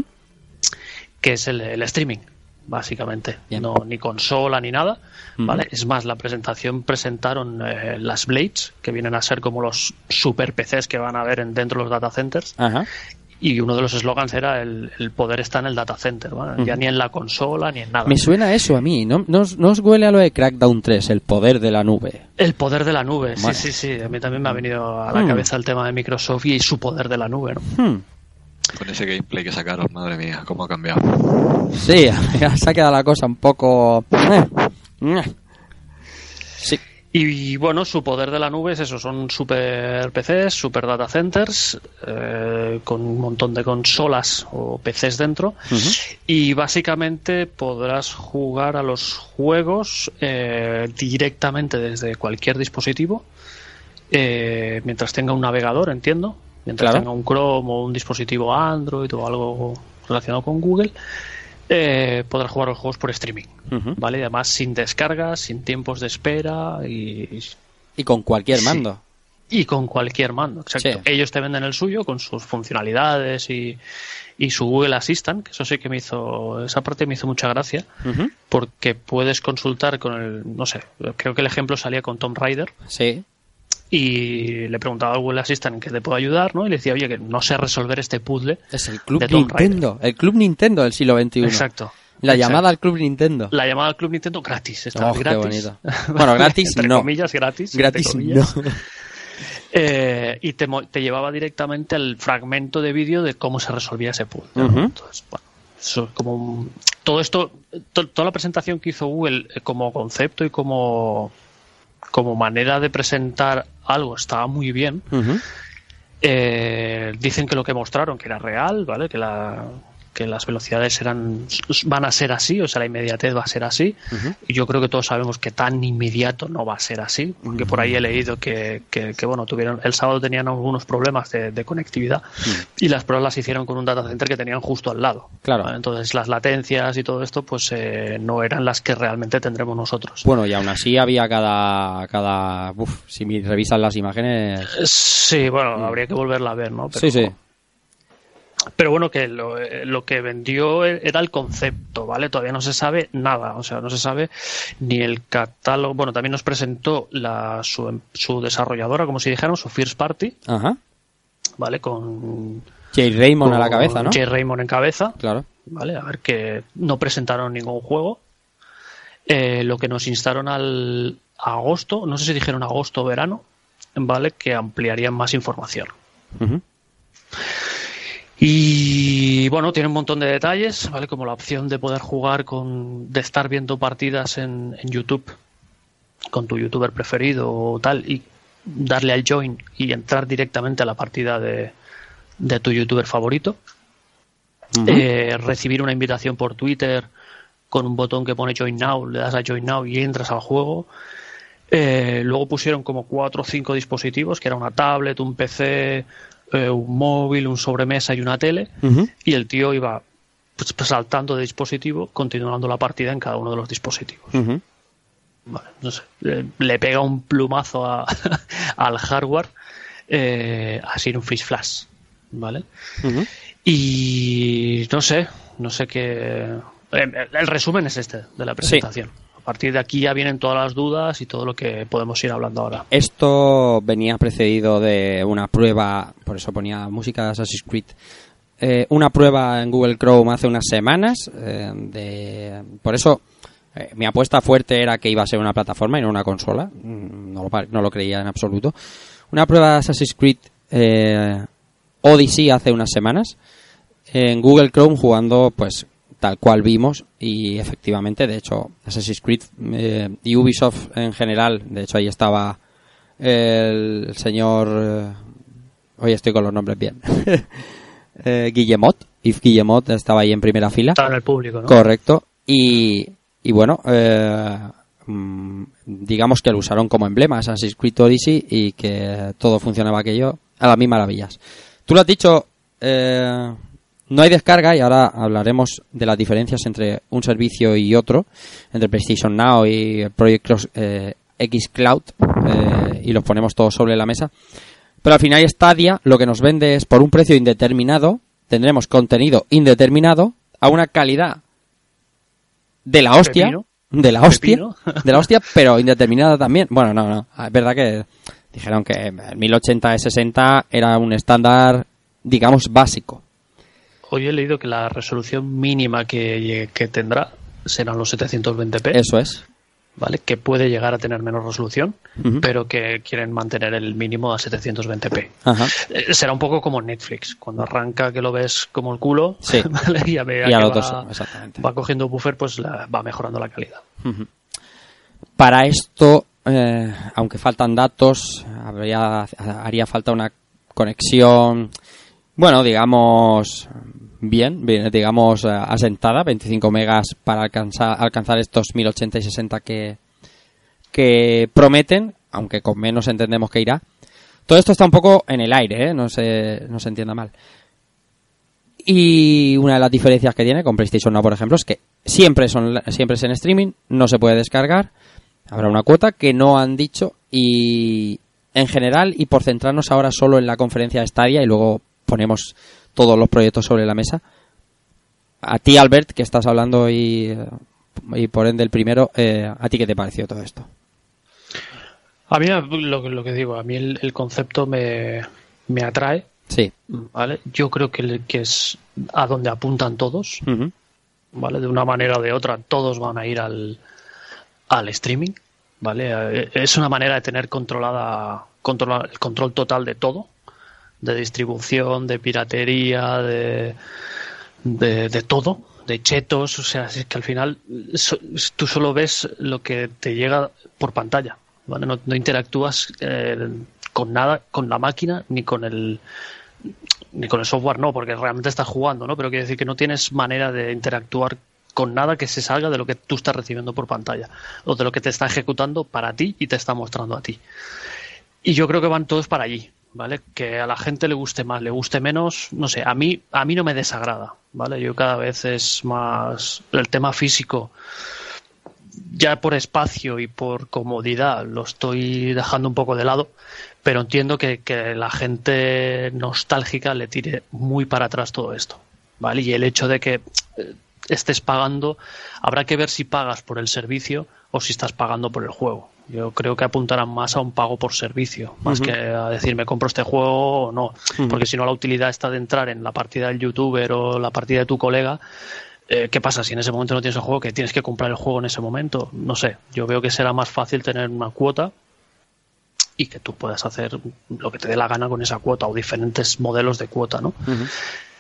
que es el, el streaming, básicamente. Bien. No ni consola ni nada, Uh-huh. ¿vale? Es más, la presentación presentaron eh, las Blades, que vienen a ser como los super P Cs que van a haber en, dentro de los data centers. Ajá. Y uno de los eslogans era el, el poder está en el data center, ¿vale? Uh-huh. Ya ni en la consola ni en nada. Me suena eso a mí, ¿no? ¿No, os- no os huele a lo de Crackdown tres, el poder de la nube? El poder de la nube, Vale. sí, sí, sí. A mí también me ha venido a la Hmm. cabeza el tema de Microsoft y su poder de la nube, ¿no? Hmm. Con ese gameplay que sacaron, madre mía, cómo ha cambiado. Sí, se ha quedado la cosa un poco... Sí. Y bueno, su poder de la nube es eso, son super P Cs, super data centers, eh, con un montón de consolas o P Cs dentro, Uh-huh. y básicamente podrás jugar a los juegos eh, directamente desde cualquier dispositivo, eh, mientras tenga un navegador, entiendo, mientras Claro. tenga un Chrome o un dispositivo Android o algo relacionado con Google. Eh, podrás jugar los juegos por streaming, Uh-huh. ¿vale? Y además sin descargas, sin tiempos de espera y, Y con cualquier Sí. mando. y con cualquier mando. Exacto. Sí. Ellos te venden el suyo con sus funcionalidades y, y su Google Assistant, que eso sí que me hizo, esa parte me hizo mucha gracia, Uh-huh. porque puedes consultar con el, no sé, creo que el ejemplo salía con Tomb Raider, Sí. y le preguntaba al Google Assistant en qué te puedo ayudar, ¿no? Y le decía, oye, que no sé resolver este puzzle. Es el Club de Tomb Nintendo. El Club Nintendo del siglo veintiuno. Exacto. La Exacto. llamada al Club Nintendo. La llamada al Club Nintendo gratis, esta Oh, vez qué gratis. bonito. Bueno, gratis Entre no. comillas, gratis. Gratis entre no. comillas. Eh, y te, mo- te llevaba directamente al fragmento de vídeo de cómo se resolvía ese puzzle, ¿no? Ujú. Entonces, bueno, eso es como un- todo esto, to- toda la presentación que hizo Google eh, como concepto y como, como manera de presentar algo estaba muy bien. Uh-huh. Eh, dicen que lo que mostraron que era real, ¿vale? Que la que las velocidades eran van a ser así, o sea, la inmediatez va a ser así. Uh-huh. Y yo creo que todos sabemos que tan inmediato no va a ser así, porque por ahí he leído que, que, que, bueno, tuvieron el sábado tenían algunos problemas de, de conectividad y las pruebas las hicieron con un data center que tenían justo al lado. Claro. ¿vale? Entonces las latencias y todo esto pues eh, no eran las que realmente tendremos nosotros. Bueno, y aún así había cada... cada uf, si me revisas las imágenes... Sí, bueno, habría que volverla a ver, ¿no? Pero, Sí, sí. Pero bueno, que lo, lo que vendió era el concepto, ¿vale? Todavía no se sabe nada, o sea, no se sabe ni el catálogo. Bueno, también nos presentó la, su, su desarrolladora, como si dijéramos, su first party, Ajá. ¿vale? Con Jay Raymond a la con cabeza, ¿no? Jay Raymond en cabeza, Claro. ¿vale? A ver, que no presentaron ningún juego. Eh, lo que nos instaron al agosto, no sé si dijeron agosto o verano, ¿vale? Que ampliarían más información. Uh-huh. Y bueno, tiene un montón de detalles, ¿vale? Como la opción de poder jugar con, de estar viendo partidas en, en YouTube con tu youtuber preferido o tal, y darle al join y entrar directamente a la partida de, de tu youtuber favorito. uh-huh. eh, recibir una invitación por Twitter con un botón que pone Join Now, le das a Join Now y entras al juego. Eh, luego pusieron como cuatro o cinco dispositivos, que era una tablet, un P C, eh, un móvil, un sobremesa y una tele, uh-huh. y el tío iba pues, saltando de dispositivo, continuando la partida en cada uno de los dispositivos. Uh-huh. Vale, no sé, le, le pega un plumazo a, al hardware, eh, así en un freeze flash, ¿vale? Uh-huh. Y no sé, no sé qué... El, el resumen es este de la presentación. Sí. A partir de aquí ya vienen todas las dudas y todo lo que podemos ir hablando ahora. Esto venía precedido de una prueba, por eso ponía música de Assassin's Creed, eh, una prueba en Google Chrome hace unas semanas, eh, de, por eso eh, mi apuesta fuerte era que iba a ser una plataforma y no una consola, no lo, no lo creía en absoluto. Una prueba de Assassin's Creed eh, Odyssey hace unas semanas en Google Chrome jugando pues tal cual vimos, y efectivamente, de hecho, Assassin's Creed eh, y Ubisoft en general, de hecho ahí estaba el señor, eh, hoy estoy con los nombres bien, eh, Guillemot, Yves Guillemot estaba ahí en primera fila. Estaba en el público, ¿no? Correcto, y, y bueno, eh, digamos que lo usaron como emblema Assassin's Creed Odyssey y que todo funcionaba aquello a las mil maravillas. Tú lo has dicho, eh, no hay descarga, y ahora hablaremos de las diferencias entre un servicio y otro, entre PlayStation Now y Project Cross, eh, X Cloud, eh, y los ponemos todos sobre la mesa. Pero al final Stadia lo que nos vende es por un precio indeterminado, tendremos contenido indeterminado a una calidad de la hostia, Pepino. de la hostia, Pepino. de la hostia, pero indeterminada también. Bueno, no, no, es verdad que dijeron que el mil ochenta a sesenta era un estándar, digamos, básico. Hoy he leído que la resolución mínima que, que tendrá serán los setecientos veinte p. Eso es. ¿Vale? Que puede llegar a tener menos resolución, uh-huh. pero que quieren mantener el mínimo a setecientos veinte p. Ajá. Eh, será un poco como Netflix, cuando arranca que lo ves como el culo, sí. ¿vale? y a medida y a que otros, va, exactamente. va cogiendo buffer, pues la, va mejorando la calidad. Uh-huh. Para esto, eh, aunque faltan datos, habría, haría falta una conexión, bueno, digamos... Bien, bien, digamos uh, asentada, veinticinco megas para alcanzar alcanzar estos mil ochenta y sesenta que, que prometen, aunque con menos entendemos que irá. Todo esto está un poco en el aire, ¿eh? no se, no se entienda mal. Y una de las diferencias que tiene con PlayStation Now, por ejemplo, es que siempre, son, siempre es en streaming, no se puede descargar, habrá una cuota que no han dicho, y en general, y por centrarnos ahora solo en la conferencia de Stadia y luego ponemos todos los proyectos sobre la mesa. A ti, Albert, que estás hablando y, y por ende el primero, eh, ¿a ti qué te pareció todo esto? A mí lo, lo que digo, a mí el, el concepto me, me atrae. Sí. ¿Vale? Yo creo que, que es a donde apuntan todos. Uh-huh. ¿Vale? De una manera o de otra, todos van a ir al, al streaming. ¿Vale? Es una manera de tener controlada controla, el control total de todo. De distribución, de piratería, de, de, de todo, de chetos, o sea, es que al final so, tú solo ves lo que te llega por pantalla, ¿vale? No, no interactúas eh, con nada, con la máquina, ni con el ni con el software, no, porque realmente estás jugando, ¿no? Pero quiere decir que no tienes manera de interactuar con nada que se salga de lo que tú estás recibiendo por pantalla, o de lo que te está ejecutando para ti y te está mostrando a ti. Y yo creo que van todos para allí. ¿Vale? Que a la gente le guste más, le guste menos, no sé, a mí a mí no me desagrada, ¿vale? Yo cada vez es más el tema físico, ya por espacio y por comodidad lo estoy dejando un poco de lado, pero entiendo que, que la gente nostálgica le tire muy para atrás todo esto, ¿vale? Y el hecho de que estés pagando, habrá que ver si pagas por el servicio o si estás pagando por el juego. Yo creo que apuntarán más a un pago por servicio, más uh-huh. que a decir me compro este juego o no, uh-huh. porque si no la utilidad está de entrar en la partida del youtuber o la partida de tu colega. Eh, ¿Qué pasa si en ese momento no tienes el juego, que tienes que comprar el juego en ese momento? No sé, yo veo que será más fácil tener una cuota y que tú puedas hacer lo que te dé la gana con esa cuota o diferentes modelos de cuota, ¿no? Uh-huh.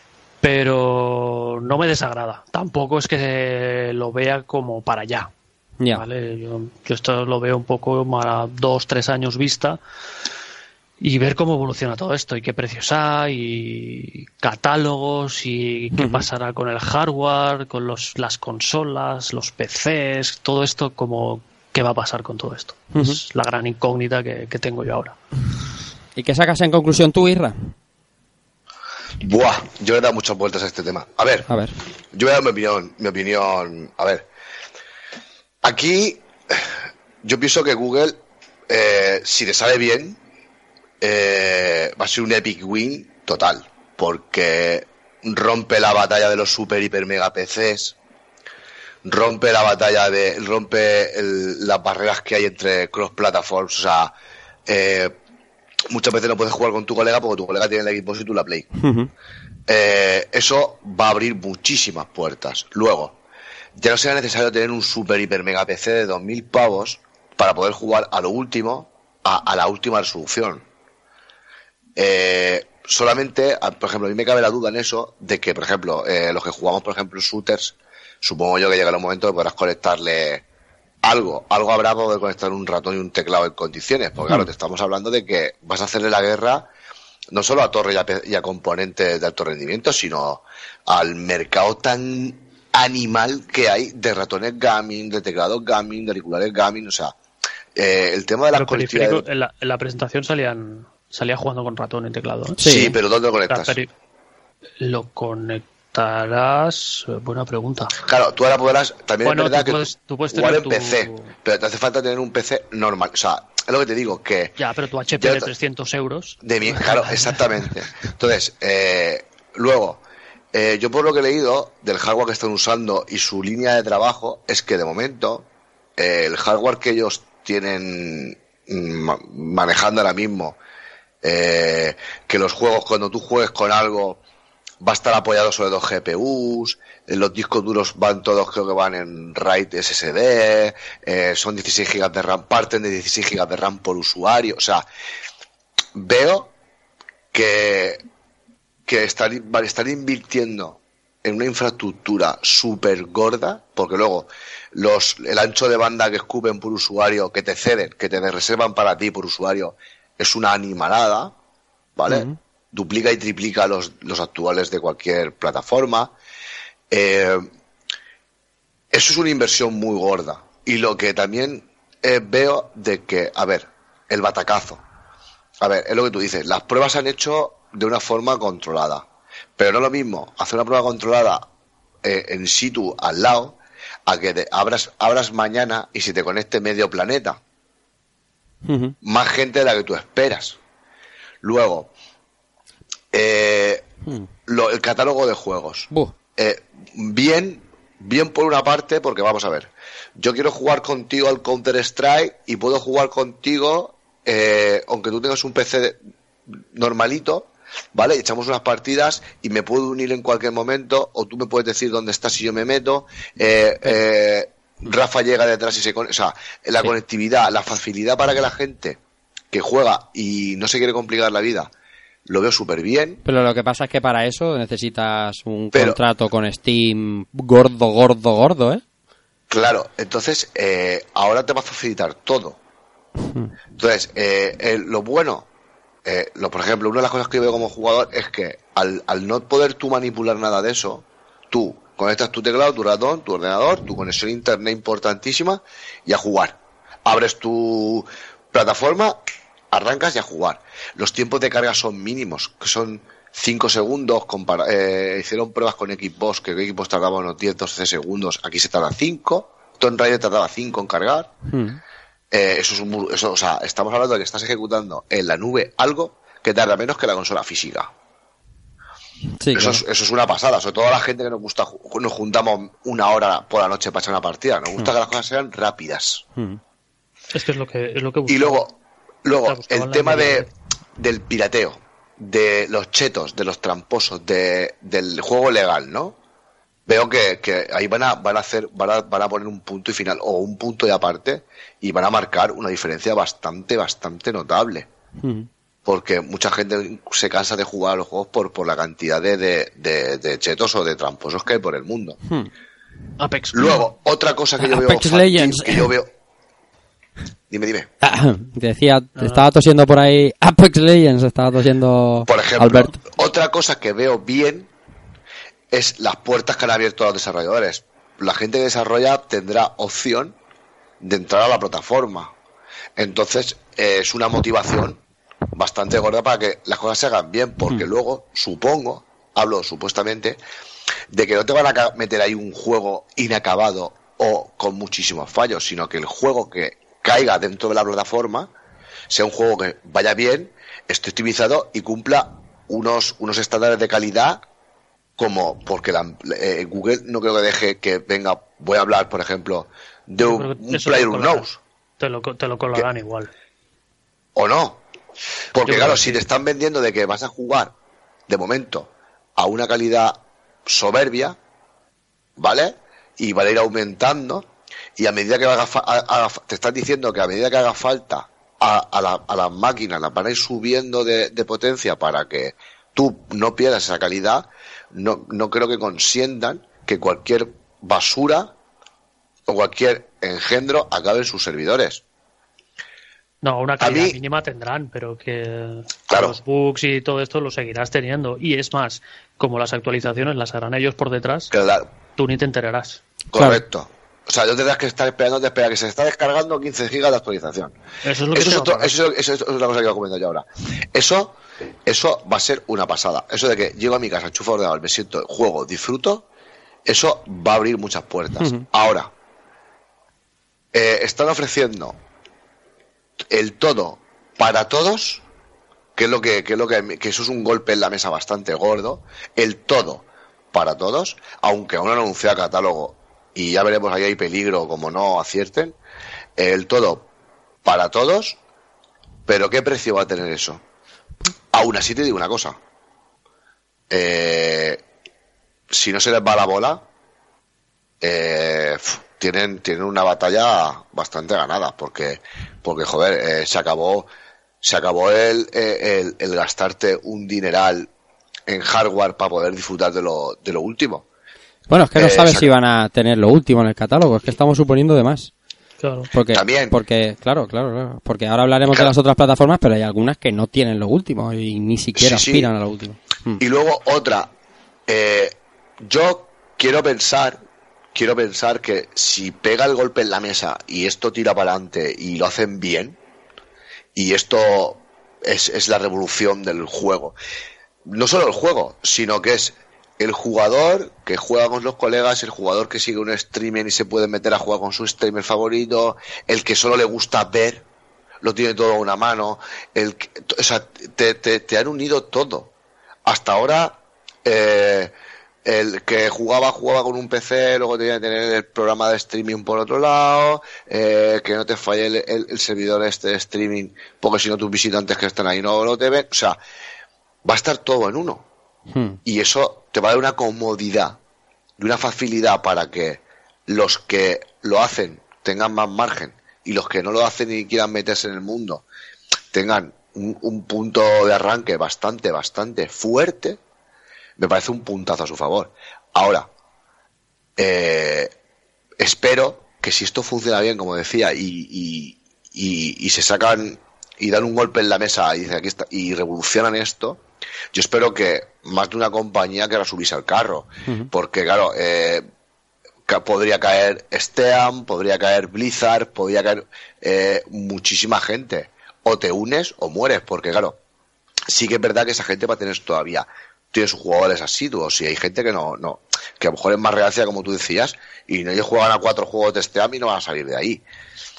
Pero no me desagrada, tampoco es que lo vea como para allá. Yeah. ¿Vale? Yo, yo esto lo veo un poco a dos, tres años vista y ver cómo evoluciona todo esto y qué precios hay y catálogos y qué uh-huh. pasará con el hardware, con los, las consolas, los P Cs, todo esto, como qué va a pasar con todo esto. Uh-huh. Es la gran incógnita que, que tengo yo ahora. ¿Y qué sacas en conclusión tú, Isra? Buah, yo le he dado muchas vueltas a este tema. A ver, a ver. yo voy a dar mi opinión, mi opinión. A ver, aquí yo pienso que Google, eh, si le sale bien, eh, va a ser un epic win total, porque rompe la batalla de los super hiper mega P Cs, rompe la batalla de, rompe el, las barreras que hay entre cross platforms, o sea, eh, muchas veces no puedes jugar con tu colega porque tu colega tiene la Xbox y tú la Play. Uh-huh. Eh, eso va a abrir muchísimas puertas. Luego, ya no será necesario tener un super hiper mega P C de dos mil pavos para poder jugar a lo último, a, a la última resolución. Eh, solamente, a, por ejemplo, a mí me cabe la duda en eso de que, por ejemplo, eh, los que jugamos, por ejemplo, shooters, supongo yo que llegará un momento que podrás conectarle algo, algo habrá para poder conectar un ratón y un teclado en condiciones, porque claro, te estamos hablando de que vas a hacerle la guerra no solo a torres y a, y a componentes de alto rendimiento, sino al mercado tan animal que hay de ratones gaming, de teclados gaming, de auriculares gaming, o sea, eh, el tema de las conectividades... En la, en la presentación salían salía jugando con ratón y teclado, ¿eh? Sí, sí, pero ¿dónde lo conectas? Peri... Lo conectarás... Buena pregunta. Claro, tú ahora podrás... También bueno, es verdad tú puedes, que tú puedes jugar tener en tu... P C, pero te hace falta tener un P C normal, o sea... Es lo que te digo, que... Ya, pero tu H P de trescientos euros... De mi, claro, exactamente. Entonces, eh, luego, eh, yo por lo que he leído del hardware que están usando y su línea de trabajo, es que de momento, eh, el hardware que ellos tienen ma- manejando ahora mismo, eh, que los juegos, cuando tú juegues con algo, va a estar apoyado sobre dos G P Us, los discos duros van todos, creo que van en RAID S S D, eh, son dieciséis gigas de RAM, parten de dieciséis gigas de RAM por usuario, o sea, veo que, que están, están invirtiendo en una infraestructura súper gorda, porque luego los, el ancho de banda que escupen por usuario, que te ceden, que te reservan para ti por usuario, es una animalada, ¿vale? Uh-huh. Duplica y triplica los, los actuales de cualquier plataforma. Eh, eso es una inversión muy gorda. Y lo que también eh, veo de que, a ver, el batacazo. A ver, es lo que tú dices, las pruebas se han hecho de una forma controlada. Pero no es lo mismo hacer una prueba controlada eh, en situ al lado a que te abras, abras mañana y se te conecte medio planeta. Uh-huh. Más gente de la que tú esperas. Luego, eh, uh. lo, el catálogo de juegos. Uh. Eh, bien, bien por una parte, porque vamos a ver, yo quiero jugar contigo al Counter-Strike y puedo jugar contigo, eh, aunque tú tengas un P C normalito, ¿vale? Echamos unas partidas y me puedo unir en cualquier momento, o tú me puedes decir dónde estás y yo me meto, eh, eh, Rafa llega detrás y se con... o sea, la sí. conectividad, la facilidad para que la gente que juega y no se quiere complicar la vida, lo veo súper bien. Pero lo que pasa es que para eso necesitas un Pero, contrato con Steam gordo, gordo, gordo, ¿eh? Claro, entonces eh, ahora te va a facilitar todo. Entonces, eh, eh, lo bueno, eh, lo, por ejemplo, una de las cosas que yo veo como jugador es que al, al no poder tú manipular nada de eso, tú conectas tu teclado, tu ratón, tu ordenador, tu conexión a internet importantísima y a jugar. Abres tu plataforma, arrancas y a jugar. Los tiempos de carga son mínimos, que son cinco segundos. Compara- eh, hicieron pruebas con Xbox, que Xbox tardaba unos diez, doce segundos. Aquí se tarda cinco. Tomb Raider tardaba cinco en cargar. Hmm. Eh, eso es un, eso, o sea, estamos hablando de que estás ejecutando en la nube algo que tarda menos que la consola física. Sí, eso, claro. es, eso es una pasada. Sobre todo a la gente que nos gusta, nos juntamos una hora por la noche para echar una partida. Nos gusta hmm. que las cosas sean rápidas. Hmm. Es que es lo que es lo que y luego Luego, el tema de, del pirateo, de los chetos, de los tramposos, de, del juego legal, ¿no? Veo que, que ahí van a, van a hacer, van a, van a poner un punto y final, o un punto y aparte, y van a marcar una diferencia bastante, bastante notable. Mm. Porque mucha gente se cansa de jugar a los juegos por, por la cantidad de, de, de, de chetos o de tramposos que hay por el mundo. Mm. Apex. Luego, otra cosa que yo Apex veo Legends. que yo veo Dime, dime. Te decía, te estaba tosiendo por ahí Apex Legends, estaba tosiendo Por ejemplo, Albert. Otra cosa que veo bien es las puertas que han abierto a los desarrolladores. La gente que desarrolla tendrá opción de entrar a la plataforma. Entonces, eh, es una motivación bastante gorda para que las cosas se hagan bien, porque mm. luego, supongo, hablo supuestamente, de que no te van a meter ahí un juego inacabado o con muchísimos fallos, sino que el juego que caiga dentro de la plataforma sea un juego que vaya bien, esté optimizado y cumpla unos unos estándares de calidad, como porque la, eh, Google no creo que deje que venga, voy a hablar por ejemplo de un, un PlayerUnknown's, te lo, te lo colarán que, igual o no, porque Yo claro, si sí. te están vendiendo de que vas a jugar de momento a una calidad soberbia, ¿vale? Y va a ir aumentando, y a medida que haga, fa- haga te están diciendo que a medida que haga falta a, a, la, a las máquinas las van a ir subiendo de, de potencia para que tú no pierdas esa calidad. No, no creo que consientan que cualquier basura o cualquier engendro acabe en sus servidores. No, una calidad mí, mínima tendrán, pero que claro. los bugs y todo esto lo seguirás teniendo. Y es más, como las actualizaciones las harán ellos por detrás, claro. tú ni te enterarás. Correcto. Claro. O sea, no tendrás que estar esperando, te espera que se está descargando quince gigas de actualización. Eso es lo que eso, es otro, eso, es, eso es otra cosa que iba a comentar yo ahora. Eso, eso va a ser una pasada. Eso de que llego a mi casa, enchufo el ordenador, me siento, juego, disfruto, eso va a abrir muchas puertas. Uh-huh. Ahora, eh, están ofreciendo el todo para todos, que es lo que, que es lo que, que eso es un golpe en la mesa bastante gordo. El todo para todos, aunque aún no han anunciado catálogo. Y ya veremos, ahí hay peligro como no acierten. El todo para todos, pero ¿qué precio va a tener eso? Aún así te digo una cosa. Eh, si no se les va la bola, eh, tienen, tienen una batalla bastante ganada, porque, porque joder, eh, se acabó, se acabó el, el, el gastarte un dineral en hardware para poder disfrutar de lo, de lo último. Bueno, es que no eh, sabes si van a tener lo último en el catálogo, es que estamos suponiendo de más. Claro. Porque, También. Porque, claro, claro, claro. Porque ahora hablaremos claro. de las otras plataformas, pero hay algunas que no tienen lo último y ni siquiera sí, aspiran sí. a lo último. Hmm. Y luego otra. Eh, yo quiero pensar, quiero pensar que si pega el golpe en la mesa y esto tira para adelante y lo hacen bien, y esto es, es la revolución del juego. No solo el juego, sino que es el jugador que juega con los colegas, el jugador que sigue un streamer y se puede meter a jugar con su streamer favorito, el que solo le gusta ver, lo tiene todo a una mano, el que, o sea, te, te, te han unido todo. Hasta ahora, eh, el que jugaba, jugaba con un P C, luego tenía que tener el programa de streaming por otro lado, eh, que no te falle el, el, el servidor este de streaming, porque si no tus visitantes que están ahí no lo te ven, o sea, va a estar todo en uno. Hmm. Y eso te va a dar una comodidad y una facilidad para que los que lo hacen tengan más margen y los que no lo hacen y quieran meterse en el mundo tengan un, un punto de arranque bastante, bastante fuerte. Me parece un puntazo a su favor. Ahora, eh, espero que si esto funciona bien, como decía, y, y, y, y se sacan y dan un golpe en la mesa y, dice, aquí está, y revolucionan esto, yo espero que más de una compañía quiera subirse al carro. Uh-huh. Porque, claro, eh, podría caer Steam, podría caer Blizzard, podría caer eh, muchísima gente. O te unes o mueres, porque, claro, sí que es verdad que esa gente va a tener todavía, tiene sus jugadores asiduos, y hay gente que no, no, que a lo mejor es más reacia, como tú decías, y no ellos juegan a cuatro juegos de Steam y no van a salir de ahí.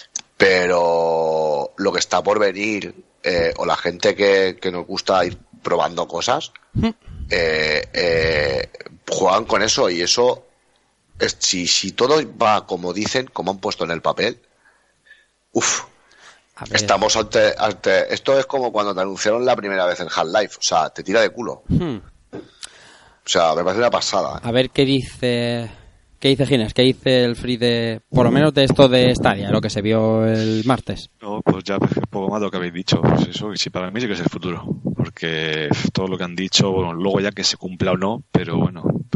Pero lo que está por venir, eh, o la gente que, que nos gusta ir probando cosas, eh, eh, juegan con eso, y eso es, si, si todo va como dicen, como han puesto en el papel, uff, estamos ante, ante esto es como cuando te anunciaron la primera vez en Half-Life, o sea, te tira de culo. Hmm. O sea, me parece una pasada. A ver qué dice qué dice Gines, qué dice el free de, por lo menos de esto de Stadia, lo que se vio el martes. No, pues ya un poco más de lo que habéis dicho, pues eso, sí, para mí sí que es el futuro, porque todo lo que han dicho, bueno, luego ya que se cumpla o no, pero bueno,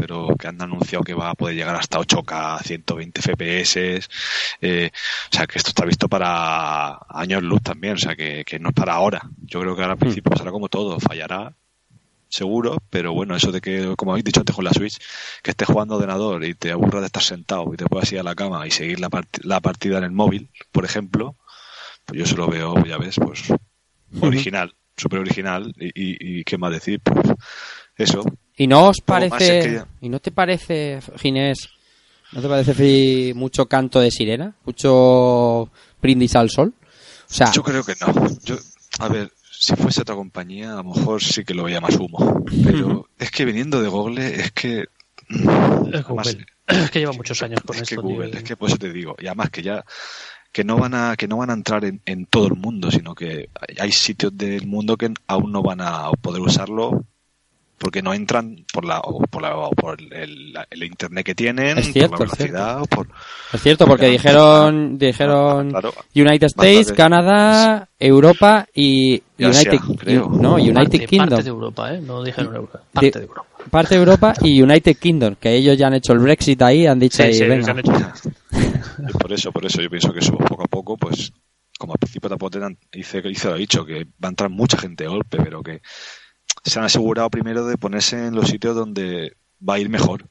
pero que han anunciado que va a poder llegar hasta ocho K, ciento veinte F P S, eh, o sea, que esto está visto para años luz también, o sea, que, que no es para ahora. Yo creo que ahora al principio pasará como todo, fallará seguro, pero bueno, eso de que, como habéis dicho antes con la Switch, que estés jugando ordenador y te aburras de estar sentado y te puedas ir a la cama y seguir la, part- la partida en el móvil, por ejemplo, pues yo se lo veo, ya ves, pues original, súper original, y, y, y qué más decir, pues eso. ¿Y no os Poco más, parece, es que ya- y no te parece, Ginés, no te parece Fi, mucho canto de sirena? Mucho brindis al sol. O sea, Yo creo que no. Yo, a ver, si fuese otra compañía, a lo mejor sí que lo veía más humo. Pero Ujú. es que viniendo de Google, es que... Es además, Google. Es que lleva muchos años con es esto. que Google, tío. es que por eso te digo. Y además que ya... que no van a que no van a entrar en, en todo el mundo, sino que hay sitios del mundo que aún no van a poder usarlo porque no entran por la o por, la, o por el, la- el internet que tienen, Es cierto, por la es cierto. velocidad, o por es cierto, porque porque dijeron, dijeron claro, United States, bastante. Canadá, Europa y Y Asia, United, creo. no, United parte, Kingdom. parte de Europa, ¿eh? No dijeron Europa. Parte de Europa. Parte de Europa y United Kingdom, que ellos ya han hecho el Brexit ahí, han dicho Sí, ahí, sí, venga. se han hecho ya. y por eso, por eso yo pienso que eso poco a poco, pues como al principio tampoco tenían, hice, hice lo dicho, que va a entrar mucha gente de golpe, pero que se han asegurado primero de ponerse en los sitios donde va a ir mejor.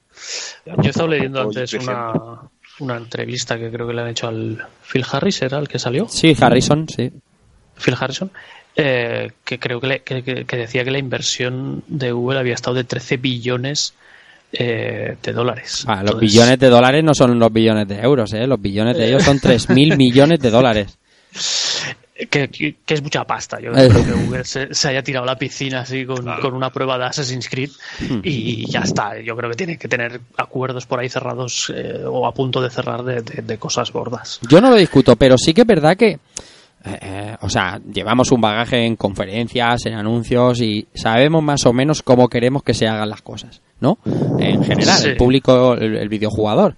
Yo he estado Poco a leyendo poco ir antes una, creciendo. una entrevista que creo que le han hecho al Phil Harris, ¿era el que salió? Sí, Harrison, sí. Phil Harrison, eh, que creo que, le- que, que- que decía que la inversión de Google había estado de trece billones eh, de dólares. Ah, los Entonces, billones de dólares no son los billones de euros, ¿eh? Los billones de ellos son tres mil millones de dólares. Que, que- que es mucha pasta. Yo Eh. creo que Google se, se haya tirado a la piscina así con, Claro. con una prueba de Assassin's Creed Hmm. y ya está. Yo creo que tiene que tener acuerdos por ahí cerrados eh, o a punto de cerrar de, de- de cosas gordas. Yo no lo discuto, pero sí que es verdad que, eh, eh, o sea, llevamos un bagaje en conferencias, en anuncios y sabemos más o menos cómo queremos que se hagan las cosas, ¿no? En general, Sí. el público, el, el videojugador.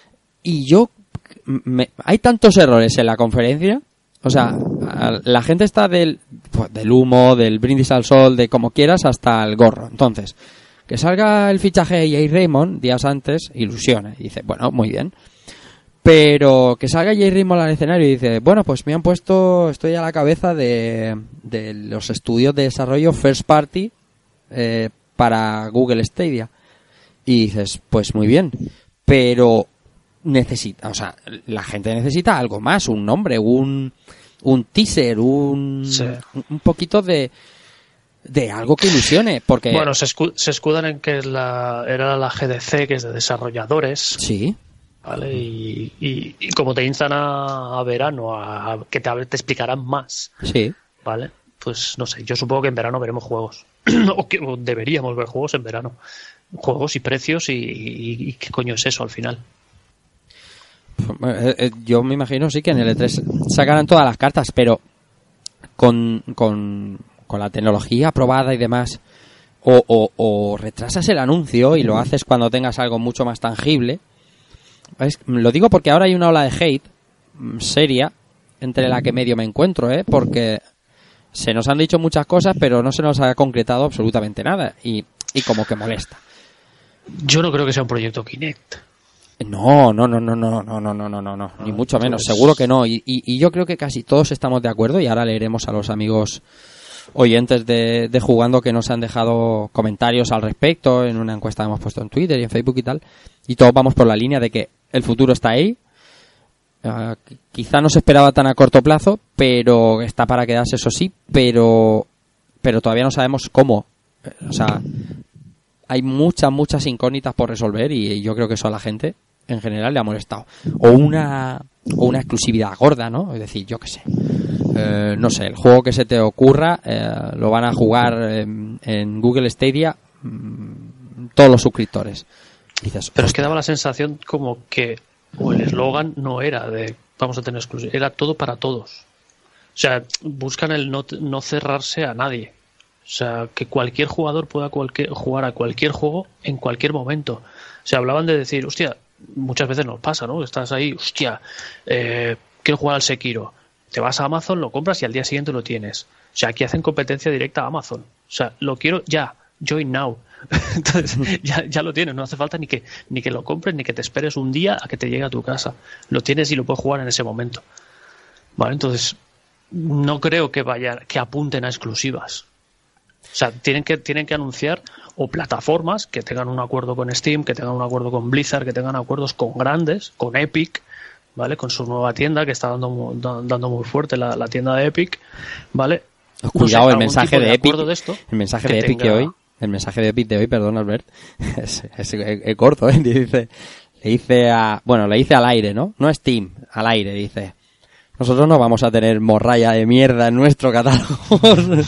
Y yo, me- hay tantos errores en la conferencia, o sea, a- la gente está del, pues, del humo, del brindis al sol, de como quieras, hasta el gorro. Entonces, que salga el fichaje de Jay Raymond días antes, ilusiona. Y dice, bueno, muy bien. Pero que salga Jay Raymond al escenario y dice, bueno, pues me han puesto, estoy a la cabeza de, de los estudios de desarrollo first party eh, para Google Stadia. Y dices, pues muy bien, pero necesita, o sea, la gente necesita algo más, un nombre, un, un teaser, un, Sí. un poquito de, de algo que ilusione, porque... Bueno, se, escu- se escudan en que es la, era la G D C, que es de desarrolladores, sí, ¿vale? Y, y- y como te instan a, a verano, a, a que te, te explicarán más, sí. ¿vale? Pues no sé, yo supongo que en verano veremos juegos. o que o deberíamos ver juegos en verano. Juegos y precios y, y- y qué coño es eso al final. Eh, eh, Yo me imagino, sí, que en el E tres sacarán todas las cartas, pero con, con, con la tecnología aprobada y demás, o, o, o retrasas el anuncio y lo haces cuando tengas algo mucho más tangible. Es- lo digo porque ahora hay una ola de hate mm, seria entre la que medio me encuentro, ¿eh? Porque se nos han dicho muchas cosas, pero no se nos ha concretado absolutamente nada y, y como que molesta. Yo no creo que sea un proyecto Kinect. No, no, no, no, no, no, no, no, no, no, no, ni mucho menos, entonces- seguro que no. Y, y, y yo creo que casi todos estamos de acuerdo y ahora leeremos a los amigos oyentes de, de Jugando que nos han dejado comentarios al respecto en una encuesta que hemos puesto en Twitter y en Facebook y tal. Y todos vamos por la línea de que el futuro está ahí. Uh, quizá no se esperaba tan a corto plazo, pero está para quedarse, eso sí, pero, pero todavía no sabemos cómo. O sea, hay muchas, muchas incógnitas por resolver y yo creo que eso a la gente en general le ha molestado. O una o una exclusividad gorda, ¿no? Es decir, yo qué sé. Eh, no sé, el juego que se te ocurra eh, lo van a jugar en, en Google Stadia mmm, todos los suscriptores. Y dices, Pero es que daba la sensación como que o el eslogan no era de vamos a tener exclusividad, era todo para todos. O sea, buscan el no, no cerrarse a nadie. O sea, que cualquier jugador pueda cualquier, jugar a cualquier juego en cualquier momento. O sea, hablaban de decir, hostia, muchas veces nos pasa, ¿no? Estás ahí, hostia, eh, quiero jugar al Sekiro. Te vas a Amazon, lo compras y al día siguiente lo tienes. O sea, aquí hacen competencia directa a Amazon. O sea, lo quiero ya, join now. Entonces ya, ya lo tienes, no hace falta ni que ni que lo compres ni que te esperes un día a que te llegue a tu casa. Lo tienes y lo puedes jugar en ese momento. Vale, entonces no creo que vayan, que apunten a exclusivas. O sea, tienen que tienen que anunciar o plataformas que tengan un acuerdo con Steam, que tengan un acuerdo con Blizzard, que tengan acuerdos con grandes, con Epic, ¿vale? Con su nueva tienda que está dando dando muy fuerte la, la tienda de Epic, ¿vale? Cuidado, no sé, el mensaje de, de Epic, de esto, el mensaje de Epic tenga... de hoy, el mensaje de Epic de hoy, perdón, Albert, es, es, es, es corto, ¿eh? Dice, le dice a, bueno, le dice al aire, ¿no? No Steam, al aire, dice. Nosotros no vamos a tener morralla de mierda en nuestro catálogo.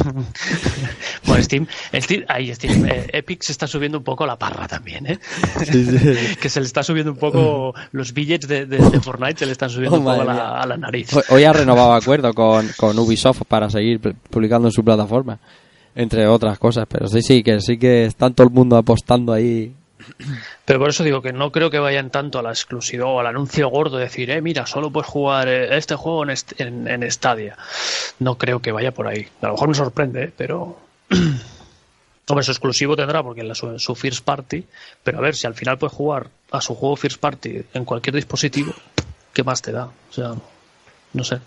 Bueno, Steam, Steam, ahí Steam, eh, Epic se está subiendo un poco la parra también, ¿eh? Sí, sí. Que se le está subiendo un poco los billets de, de, de Fortnite, se le están subiendo oh, un poco a la, a la nariz. Hoy ha renovado acuerdo con, con Ubisoft para seguir publicando en su plataforma, entre otras cosas, pero sí, sí, que sí que está todo el mundo apostando ahí. Pero por eso digo que no creo que vayan tanto a la exclusividad o al anuncio gordo de decir, eh, mira, solo puedes jugar este juego en, est- en, en Stadia. No creo que vaya por ahí. A lo mejor me sorprende, ¿eh? Pero... Hombre, su exclusivo tendrá porque es su, su first party, pero a ver, si al final puedes jugar a su juego first party en cualquier dispositivo, ¿qué más te da? O sea, no sé.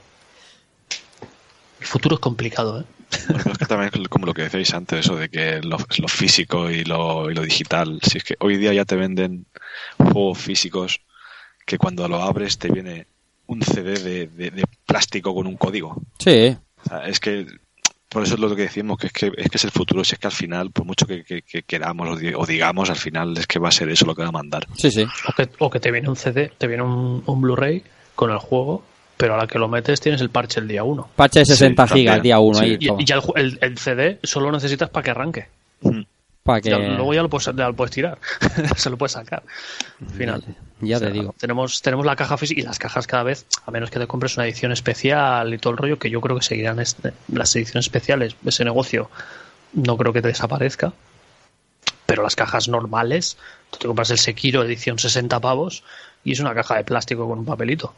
El futuro es complicado, ¿eh? Bueno, es que también es como lo que decíais antes, eso de que lo, lo físico y lo, y lo digital. Si es que hoy día ya te venden juegos físicos que cuando lo abres te viene un C D de, de, de plástico con un código. Sí. O sea, es que por eso es lo que decimos, que es que es que es el futuro. Si es que al final, por mucho que, que, que queramos o digamos, al final es que va a ser eso lo que va a mandar. Sí, sí. O que, o que te viene un C D, te viene un, un Blu-ray con el juego, pero a la que lo metes tienes el parche el día uno. Parche de sesenta sí, gigas el día uno. Sí. Ahí, y, y ya el, el, el C D solo lo necesitas para que arranque. Mm. Para que... Ya, luego ya lo puedes, ya lo puedes tirar. Se lo puedes sacar. Al final. Ya o sea, te digo. Tenemos, tenemos la caja física y las cajas cada vez, a menos que te compres una edición especial y todo el rollo, que yo creo que seguirán este, las ediciones especiales. Ese negocio no creo que te desaparezca. Pero las cajas normales, tú te compras el Sekiro edición sesenta pavos y es una caja de plástico con un papelito.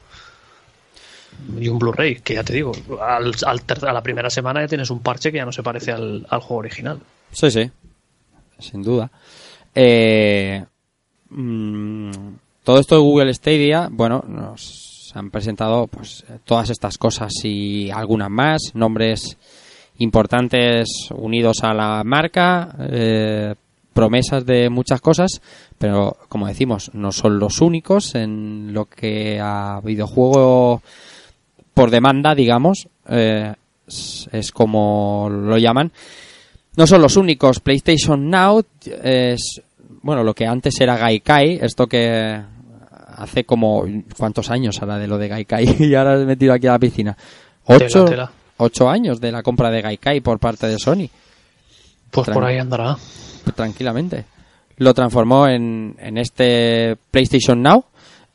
Y un Blu-ray, que ya te digo, al, al ter- a la primera semana ya tienes un parche que ya no se parece al, al juego original. Sí, sí. Sin duda. Eh, mmm, todo esto de Google Stadia, bueno, nos han presentado pues todas estas cosas y algunas más, nombres importantes unidos a la marca, eh, promesas de muchas cosas, pero como decimos, no son los únicos en lo que a videojuego por demanda, digamos, eh, es, es como lo llaman. No son los únicos. PlayStation Now es, bueno, lo que antes era Gaikai, esto que hace como, ¿cuántos años ahora de lo de Gaikai? Y ahora he metido aquí a la piscina. Ocho, Tela, tela. ocho años de la compra de Gaikai por parte de Sony. Pues Tran- por ahí andará. Tranquilamente. Lo transformó en, en este PlayStation Now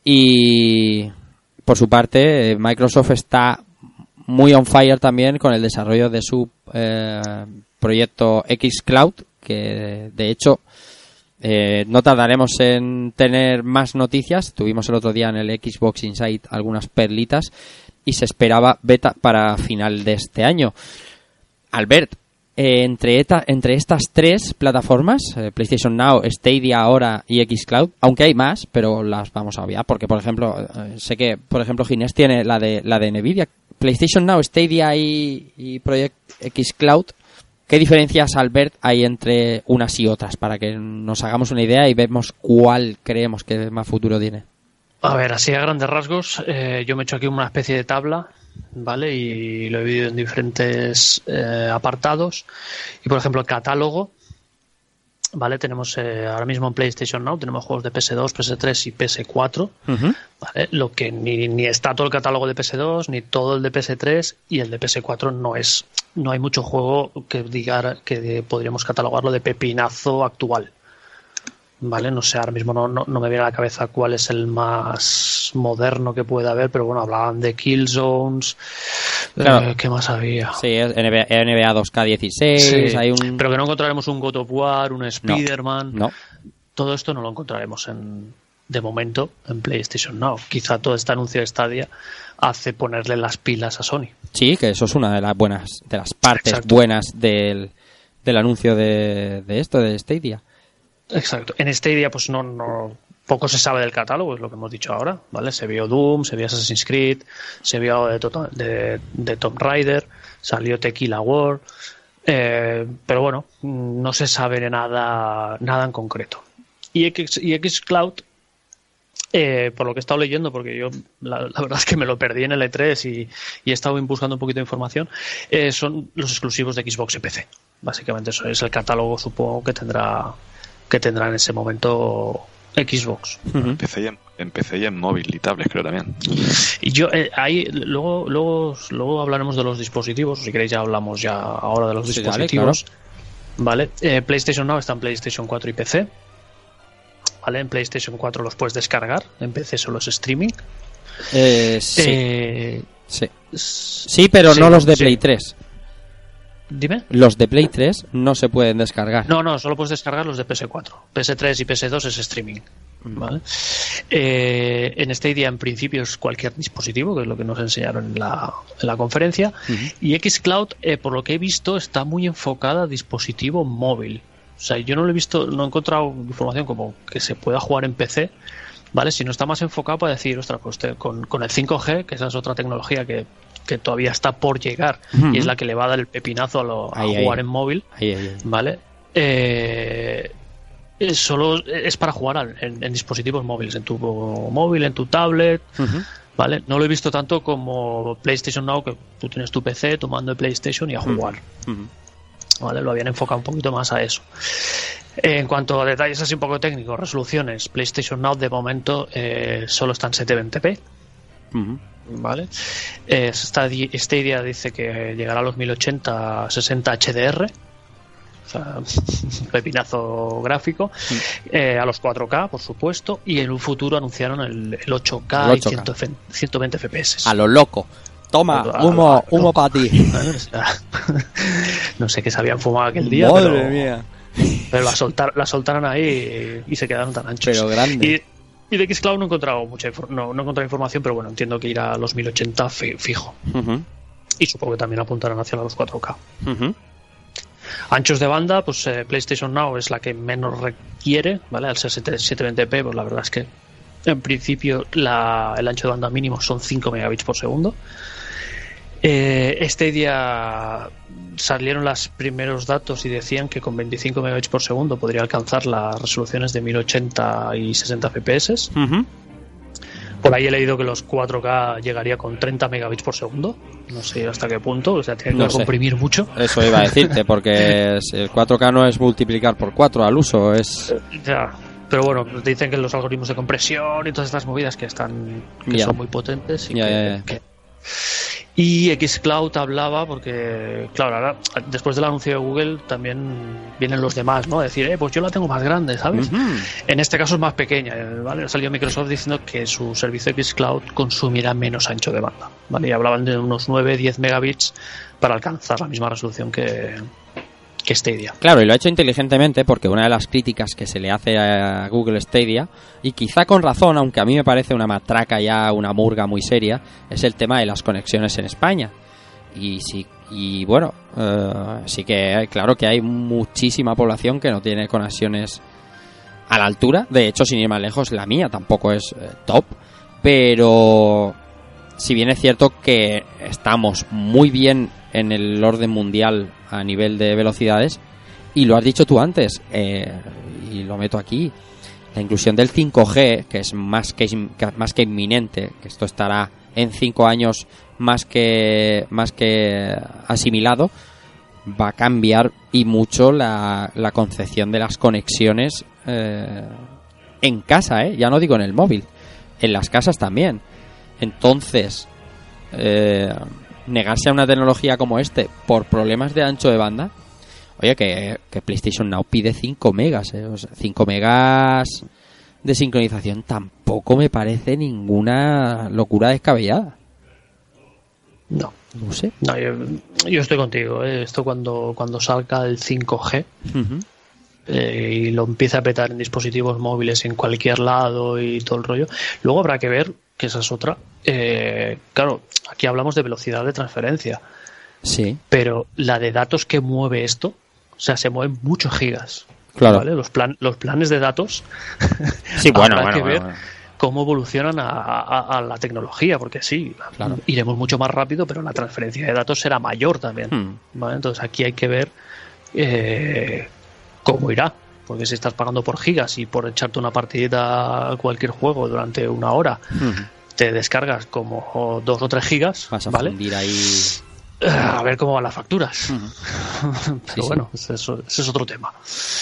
y por su parte Microsoft está muy on fire también con el desarrollo de su eh, proyecto xCloud, que de hecho eh, no tardaremos en tener más noticias. Tuvimos el otro día en el Xbox Insight algunas perlitas y se esperaba beta para final de este año. Albert, eh, entre, eta, entre estas tres plataformas, eh, PlayStation Now, Stadia ahora y xCloud, aunque hay más, pero las vamos a obviar porque, por ejemplo, eh, sé que, por ejemplo, Ginés tiene la de la de Nvidia. PlayStation Now, Stadia y, y Project xCloud, ¿qué diferencias, Albert, hay entre unas y otras? Para que nos hagamos una idea y vemos cuál creemos que más futuro tiene. A ver, así a grandes rasgos, eh, yo me he hecho aquí una especie de tabla, ¿vale? Y lo he dividido en diferentes eh, apartados. Y, por ejemplo, el catálogo, ¿vale? Tenemos eh, ahora mismo en PlayStation Now, tenemos juegos de P S dos, P S tres y P S cuatro, Uh-huh. ¿vale? Lo que ni, ni está todo el catálogo de P S dos, ni todo el de P S tres, y el de P S cuatro no es, no hay mucho juego que diga que podríamos catalogarlo de pepinazo actual. Vale, no sé, ahora mismo no, no, no me viene a la cabeza cuál es el más moderno que puede haber, pero bueno, hablaban de Killzones, Claro. eh, ¿qué más había? Sí, es N B A, N B A dos K dieciséis, Sí, hay un... pero que no encontraremos un God of War, un Spider-Man, No, todo esto no lo encontraremos en, de momento en PlayStation Now. Quizá todo este anuncio de Stadia hace ponerle las pilas a Sony. sí, que eso es una de las buenas, de las partes Exacto. buenas del, del anuncio de, de esto, de Stadia. Exacto. En Stadia, pues no, no, poco se sabe del catálogo, es lo que hemos dicho ahora, ¿vale? Se vio Doom, se vio Assassin's Creed, se vio de, de, de Tomb Raider, salió Tequila War, eh, pero bueno, no se sabe nada, nada en concreto. Y X, y Xcloud, eh, por lo que he estado leyendo, porque yo la, la verdad es que me lo perdí en el E tres y, y he estado buscando un poquito de información, eh, son los exclusivos de Xbox y P C. Básicamente eso es el catálogo, supongo que tendrá que tendrá en ese momento Xbox. Uh-huh. En P C y en, en P C y en móvil y tablets, creo también. Y yo eh, ahí luego luego luego hablaremos de los dispositivos, si queréis ya hablamos ya ahora de los sí, dispositivos. Dale, claro. Vale, eh, PlayStation Now está en PlayStation cuatro y P C. Vale, en PlayStation cuatro los puedes descargar, en P C solo es streaming. Eh, sí. Eh, sí. Sí, pero sí, no los de Play sí. tres. Dime. Los de Play tres no se pueden descargar. No, no, solo puedes descargar los de P S cuatro. P S tres y P S dos es streaming. ¿Vale? Eh, en Stadia en principio es cualquier dispositivo, que es lo que nos enseñaron en la, en la conferencia. Uh-huh. Y Xcloud, eh, por lo que he visto, está muy enfocada a dispositivo móvil. O sea, yo no lo he visto, no he encontrado información como que se pueda jugar en P C, ¿vale? Sino está más enfocado para decir, ostras, pues te, con, con el cinco G, que esa es otra tecnología que que todavía está por llegar uh-huh. y es la que le va a dar el pepinazo a, lo, a ahí, jugar ahí. en móvil, ahí, ahí, ahí. ¿vale? Eh, solo es para jugar en, en dispositivos móviles, en tu móvil, en tu tablet, uh-huh. ¿vale? No lo he visto tanto como PlayStation Now, que tú tienes tu P C, tu mando de PlayStation y a jugar, uh-huh. ¿vale? Lo habían enfocado un poquito más a eso. En cuanto a detalles así un poco técnicos, resoluciones, PlayStation Now de momento eh, solo está en setecientos veinte p. Uh-huh. Vale. Eh, Stadia dice que llegará a los mil ochenta a sesenta H D R, o sea, un pepinazo gráfico, sí. eh, a los cuatro K, por supuesto, y en un futuro anunciaron el, el ocho K, el ocho K. Y ciento veinte F P S. A lo loco. Toma, a, humo, a humo para ti. O sea, no sé qué se habían fumado aquel día. Madre pero, mía. Pero la, soltar, la soltaron ahí y, y se quedaron tan anchos. Pero grande. Y, Y de Xcloud no he encontrado mucha no, no he encontrado información, pero bueno, entiendo que irá a los mil ochenta fijo. Uh-huh. Y supongo que también apuntarán hacia los cuatro K. Uh-huh. Anchos de banda, pues eh, PlayStation Now es la que menos requiere, ¿vale? Al ser setecientos veinte p, pues la verdad es que en principio la, el ancho de banda mínimo son cinco megabits por segundo. Eh, este día salieron los primeros datos y decían que con veinticinco megabits por segundo podría alcanzar las resoluciones de mil ochenta y sesenta F P S. Uh-huh. Por ahí he leído que los cuatro K llegaría con treinta megabits por segundo. No sé hasta qué punto, o sea, tiene que no comprimir sé. mucho. Eso iba a decirte, porque es, el cuatro K no es multiplicar por cuatro al uso, es... Ya, pero bueno, dicen que los algoritmos de compresión y todas estas movidas que están que yeah. son muy potentes y yeah, que, yeah, yeah. que Y Xcloud hablaba porque, claro, ahora después del anuncio de Google también vienen los demás, ¿no? Decir, eh, pues yo la tengo más grande, ¿sabes? Uh-huh. En este caso es más pequeña, ¿vale? Salió Microsoft diciendo que su servicio Xcloud consumirá menos ancho de banda, ¿vale? Y hablaban de unos nueve a diez megabits para alcanzar la misma resolución que, que Stadia. Claro, y lo ha hecho inteligentemente porque una de las críticas que se le hace a Google Stadia, y quizá con razón, aunque a mí me parece una matraca ya, una murga muy seria, es el tema de las conexiones en España. Y sí, y bueno, uh, sí que claro que hay muchísima población que no tiene conexiones a la altura. De hecho, sin ir más lejos, la mía tampoco es eh, top, pero si bien es cierto que estamos muy bien en el orden mundial a nivel de velocidades, y lo has dicho tú antes, eh, y lo meto aquí, la inclusión del cinco G, que es más que más que inminente, que esto estará en cinco años más que más que asimilado, va a cambiar y mucho la, la concepción de las conexiones eh, en casa, eh, ya no digo en el móvil, en las casas también. Entonces, eh, negarse a una tecnología como este por problemas de ancho de banda, oye, que, que PlayStation Now pide cinco megas, eh, o sea, cinco megas de sincronización tampoco me parece ninguna locura descabellada. No, no sé. No, yo, yo estoy contigo, ¿eh? Esto cuando, cuando salga el cinco G uh-huh. eh, y lo empiece a petar en dispositivos móviles en cualquier lado y todo el rollo, luego habrá que ver, que esa es otra. Eh, claro, aquí hablamos de velocidad de transferencia. Sí. Pero la de datos que mueve esto, o sea, se mueven muchos gigas. Claro. ¿vale? Los, plan, los planes de datos. Sí, bueno, habrá bueno, que bueno, ver bueno. cómo evolucionan a, a, a la tecnología, porque sí, Claro. iremos mucho más rápido, pero la transferencia de datos será mayor también. Hmm. ¿Vale? Entonces aquí hay que ver eh, cómo irá. Porque si estás pagando por gigas y por echarte una partidita a cualquier juego durante una hora, Hmm. te descargas como dos o tres gigas, Vas a ¿vale? fundir ahí. A ver cómo van las facturas. Hmm. Pero Sí, sí. bueno, ese es, ese es otro tema.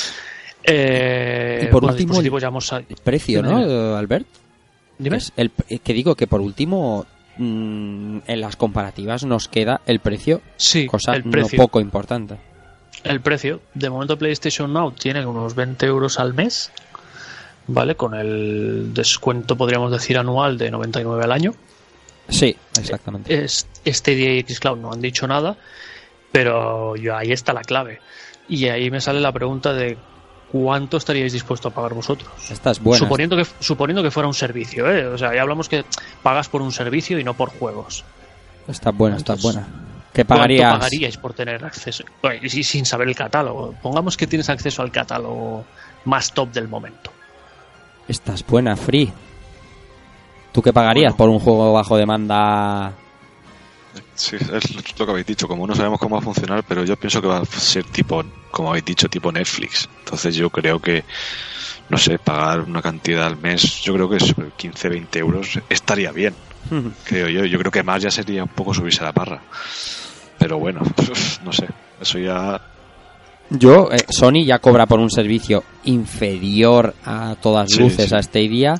Eh, Y por bueno, último, dispositivos ya hemos... El precio, Dime, ¿no, dime. Albert? Dime. Es el, que digo que por último, mmm, en las comparativas nos queda el precio, Sí, cosa el no precio. poco importante. El precio, de momento PlayStation Now tiene unos veinte euros al mes, ¿vale? Con el descuento, podríamos decir, anual de noventa y nueve al año. Sí, exactamente. Es, Stadia y Xcloud no han dicho nada, pero yo, ahí está la clave. Y ahí me sale la pregunta de ¿cuánto estaríais dispuestos a pagar vosotros? Esta es buena. Suponiendo que, suponiendo que fuera un servicio, ¿eh? O sea, ya hablamos que pagas por un servicio y no por juegos. Está buena, está Entonces, buena. ¿Qué pagarías? ¿Cuánto pagaríais por tener acceso? Oye, y sin saber el catálogo. Pongamos que tienes acceso al catálogo más top del momento. Esta es buena, Free. ¿Tú qué pagarías Bueno. por un juego bajo demanda? Sí, es lo que habéis dicho, como no sabemos cómo va a funcionar, pero yo pienso que va a ser tipo, como habéis dicho, tipo Netflix. Entonces yo creo que, no sé, pagar una cantidad al mes, yo creo que es quince, veinte euros estaría bien, creo yo. Yo creo que más ya sería un poco subirse a la parra. Pero bueno, no sé, eso ya... Yo, eh, Sony ya cobra por un servicio inferior a todas Sí, luces sí. a Stadia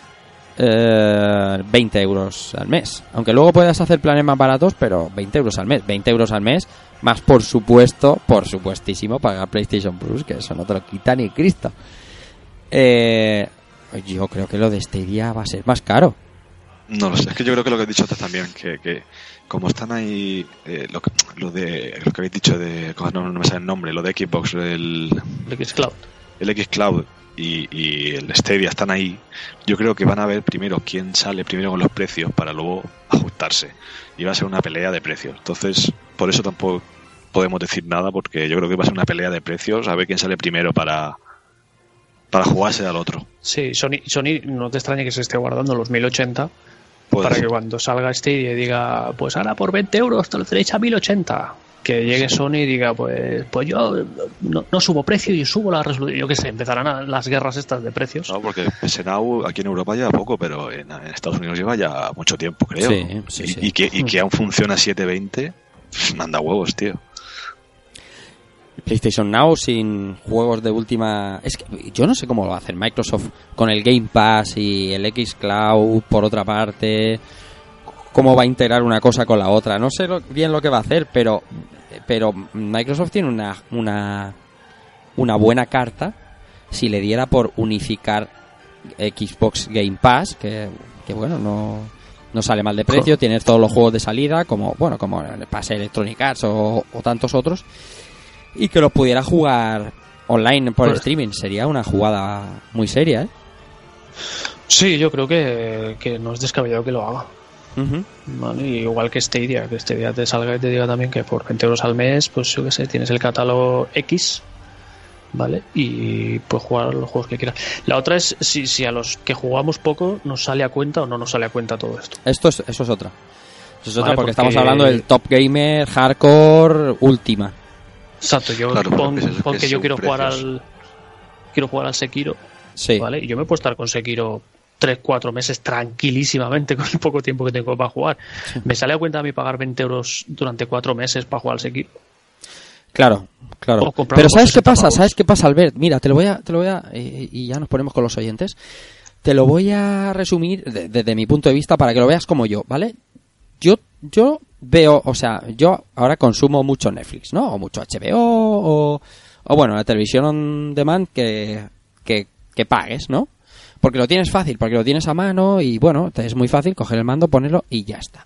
eh, veinte euros al mes. Aunque luego puedas hacer planes más baratos, pero veinte euros al mes. veinte euros al mes, más por supuesto, por supuestísimo, pagar PlayStation Plus, que eso no te lo quita ni Cristo. Eh, yo creo que lo de Stadia va a ser más caro. No lo sé, es que yo creo que lo que he dicho antes también, que, que como están ahí, eh, lo, que, lo de lo que habéis dicho de, no, no me sale el nombre, lo de Xbox, el, El Xcloud. el Xcloud y, y el Stadia están ahí, yo creo que van a ver primero quién sale primero con los precios para luego ajustarse. Y va a ser una pelea de precios. Entonces, por eso tampoco podemos decir nada, porque yo creo que va a ser una pelea de precios, a ver quién sale primero para, para jugarse al otro. Sí, Sony, Sony no te extrañe que se esté guardando los mil ochenta Puede para ser. que cuando salga Stadia y diga, pues ahora por veinte euros te lo tenéis a mil ochenta. Que llegue Sony y diga, pues pues yo no, no subo precio y subo la resolución. Yo qué sé, empezarán a- las guerras estas de precios. No, porque P S Now aquí en Europa lleva poco, pero en, en Estados Unidos lleva ya mucho tiempo, creo. Sí, sí, y, sí. y que, y que aún funciona setecientos veinte, manda huevos, tío. PlayStation Now sin juegos de última... Es que yo no sé cómo lo va a hacer Microsoft con el Game Pass y el Xcloud por otra parte. Cómo va a integrar una cosa con la otra. No sé lo- bien lo que va a hacer, pero pero Microsoft tiene una una una buena carta si le diera por unificar Xbox Game Pass, que, que bueno, no no sale mal de precio, tienes todos los juegos de salida, como bueno, como el pase Electronic Arts o, o tantos otros, y que los pudiera jugar online por Pues- streaming. Sería una jugada muy seria, ¿eh? Sí, yo creo que, que no es descabellado que lo haga. Ujú. Vale, y igual que Stadia, que Stadia te salga y te diga también que por veinte euros al mes, pues yo qué sé, tienes el catálogo X, ¿vale? Y puedes jugar los juegos que quieras. La otra es si, si a los que jugamos poco nos sale a cuenta o no nos sale a cuenta todo esto. Esto es, eso es otra. Eso es otra Vale, porque, porque- estamos hablando del top gamer, hardcore, última. Exacto, yo Claro, pon, porque es- pon es que yo un quiero jugar precios. al quiero jugar al Sekiro, Sí. ¿vale? Y yo me puedo estar con Sekiro tres, cuatro meses tranquilísimamente con el poco tiempo que tengo para jugar. ¿Me sale a cuenta a mí pagar veinte euros durante cuatro meses para jugar al Sekiro? Claro, claro. O comprarlo Pero por ¿sabes qué sesenta pasa? pavos. ¿Sabes qué pasa, Albert? Mira, te lo voy a... Te lo voy a y, y ya nos ponemos con los oyentes. Te lo voy a resumir de- desde mi punto de vista para que lo veas como yo, ¿vale? Yo yo veo, o sea, yo ahora consumo mucho Netflix, ¿no? O mucho H B O o, o bueno, la televisión on demand que, que, que pagues, ¿no? Porque lo tienes fácil, porque lo tienes a mano y bueno, te es muy fácil coger el mando, ponerlo y ya está.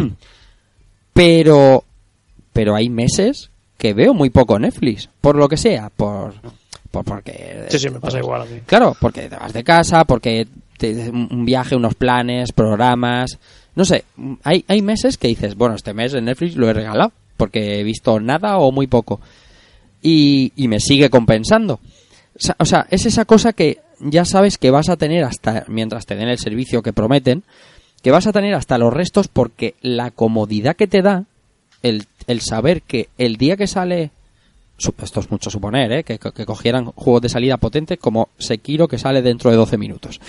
pero pero hay meses que veo muy poco Netflix, por lo que sea, por, por porque Sí, sí, me pasa igual a mí. Claro, porque te vas de casa, porque te, un viaje, unos planes, programas, no sé, hay hay meses que dices, bueno, este mes en Netflix lo he regalado porque he visto nada o muy poco y, y me sigue compensando. O sea, es esa cosa que ya sabes que vas a tener hasta, mientras te den el servicio que prometen, que vas a tener hasta los restos, porque la comodidad que te da el, el saber que el día que sale, esto es mucho suponer, ¿eh? que, que cogieran juegos de salida potentes como Sekiro, que sale dentro de doce minutos.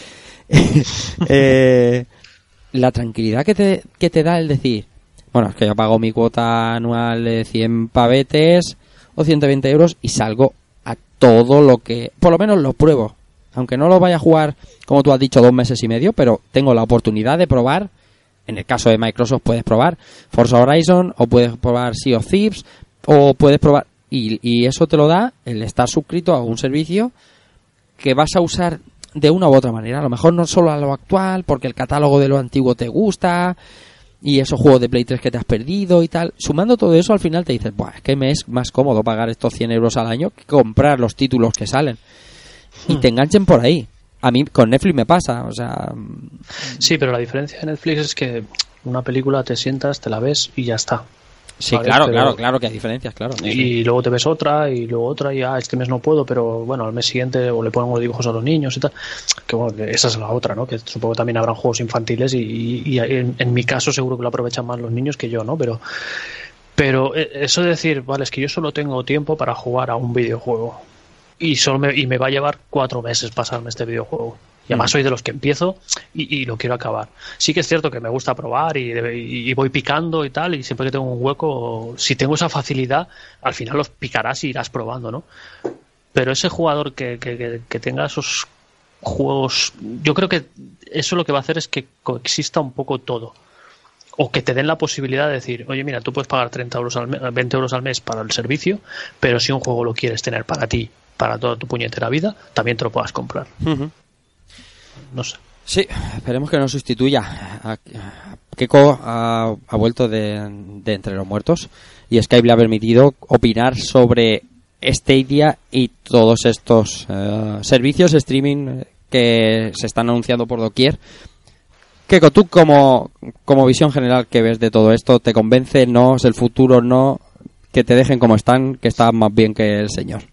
eh, la tranquilidad que te, que te da el decir, bueno, es que yo pago mi cuota anual de cien pavetes o ciento veinte euros y salgo a todo lo que, por lo menos lo pruebo, aunque no lo vaya a jugar, como tú has dicho, dos meses y medio, pero tengo la oportunidad de probar. En el caso de Microsoft puedes probar Forza Horizon, o puedes probar Sea of Thieves, o puedes probar, y, y eso te lo da el estar suscrito a un servicio que vas a usar de una u otra manera. A lo mejor no solo a lo actual, porque el catálogo de lo antiguo te gusta, y esos juegos de Play tres que te has perdido y tal. Sumando todo eso, al final te dices, buah, es que me es más cómodo pagar estos cien euros al año que comprar los títulos que salen. Y te enganchen por ahí. A mí con Netflix me pasa, o sea... Sí, pero la diferencia de Netflix es que una película te sientas, te la ves y ya está. Sí, ¿sabes? claro, Pero... claro, claro que hay diferencias, claro. Y sí. luego te ves otra, y luego otra, y ah, este mes no puedo, pero bueno, al mes siguiente o le ponemos dibujos a los niños y tal. Que bueno, que esa es la otra, ¿no? Que supongo que también habrán juegos infantiles y, y, y en, en mi caso seguro que lo aprovechan más los niños que yo, ¿no? Pero, pero eso de decir, vale, es que yo solo tengo tiempo para jugar a un videojuego. Y solo me, y me va a llevar cuatro meses pasarme este videojuego. Y además soy de los que empiezo y, y lo quiero acabar. Sí que es cierto que me gusta probar y, y voy picando y tal, y siempre que tengo un hueco, si tengo esa facilidad, al final los picarás y irás probando, ¿no? Pero ese jugador que, que, que, que tenga esos juegos, yo creo que eso lo que va a hacer es que coexista un poco todo. O que te den la posibilidad de decir, oye, mira, tú puedes pagar treinta euros al mes, veinte euros al mes para el servicio, pero si un juego lo quieres tener para ti, para toda tu puñetera vida, también te lo puedas comprar. Uh-huh. No sé. Sí, esperemos que no sustituya. Keiko ha, ha vuelto de, de entre los muertos y Skype le ha permitido opinar sobre Stadia y todos estos uh, servicios streaming que se están anunciando por doquier. Keiko, tú como, como visión general que ves de todo esto, ¿te convence? ¿No? ¿Es el futuro? ¿No? Que te dejen como están, que está más bien que el señor.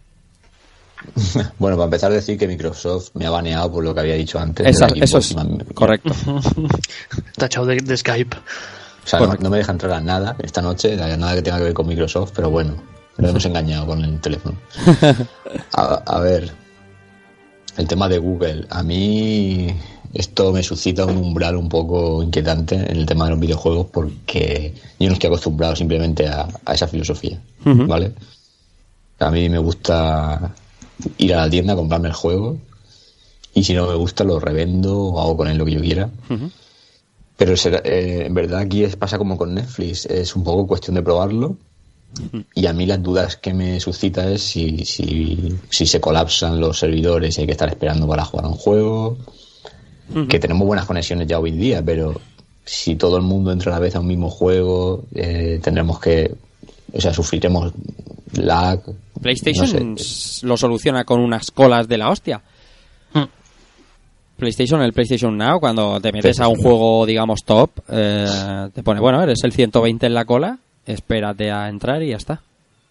Bueno, para empezar a decir que Microsoft me ha baneado por lo que había dicho antes. Esa, eso es correcto. Tachado de, de Skype. O sea, no, no me deja entrar a nada esta noche, nada que tenga que ver con Microsoft, pero bueno, lo hemos engañado con el teléfono. A, a ver, el tema de Google. A mí esto me suscita un umbral un poco inquietante en el tema de los videojuegos, porque yo no estoy acostumbrado simplemente a, a esa filosofía, uh-huh. ¿vale? A mí me gusta ir a la tienda a comprarme el juego, y si no me gusta lo revendo o hago con él lo que yo quiera. Uh-huh. Pero será, eh, en verdad aquí es, pasa como con Netflix, es un poco cuestión de probarlo. Uh-huh. Y a mí las dudas que me suscita es si, si, si se colapsan los servidores y hay que estar esperando para jugar a un juego. Uh-huh. Que tenemos buenas conexiones ya hoy en día, pero si todo el mundo entra a la vez a un mismo juego, eh, tendremos que, o sea, sufriremos lag. PlayStation no sé. Lo soluciona con unas colas de la hostia. Hmm. PlayStation, el PlayStation Now, cuando te metes a un juego, digamos, top, eh, te pone, bueno, eres el ciento veinte en la cola, espérate a entrar y ya está.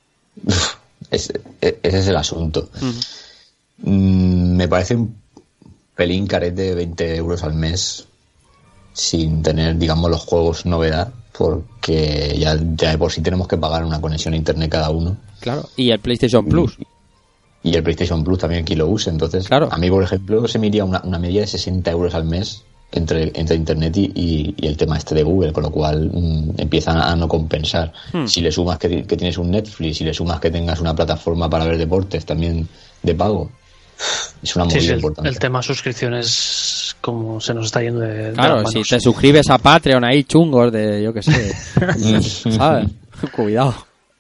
Es, ese es el asunto. Uh-huh. Mm, me parece un pelín carete de veinte euros al mes sin tener, digamos, los juegos novedad, porque ya, ya de por sí tenemos que pagar una conexión a internet cada uno. Claro, y el PlayStation Plus. Y, y el PlayStation Plus también aquí lo usa, entonces claro. A mí, por ejemplo, se me iría una, una media de sesenta euros al mes entre, entre internet y, y, y el tema este de Google, con lo cual mmm, empiezan a no compensar. Hmm. Si le sumas que, que tienes un Netflix, si le sumas que tengas una plataforma para ver deportes también de pago, es una movida sí, sí, importante. El, el tema suscripciones, como se nos está yendo de... Claro, de si te suscribes a Patreon ahí chungos de, yo qué sé, ¿sabes? Cuidado.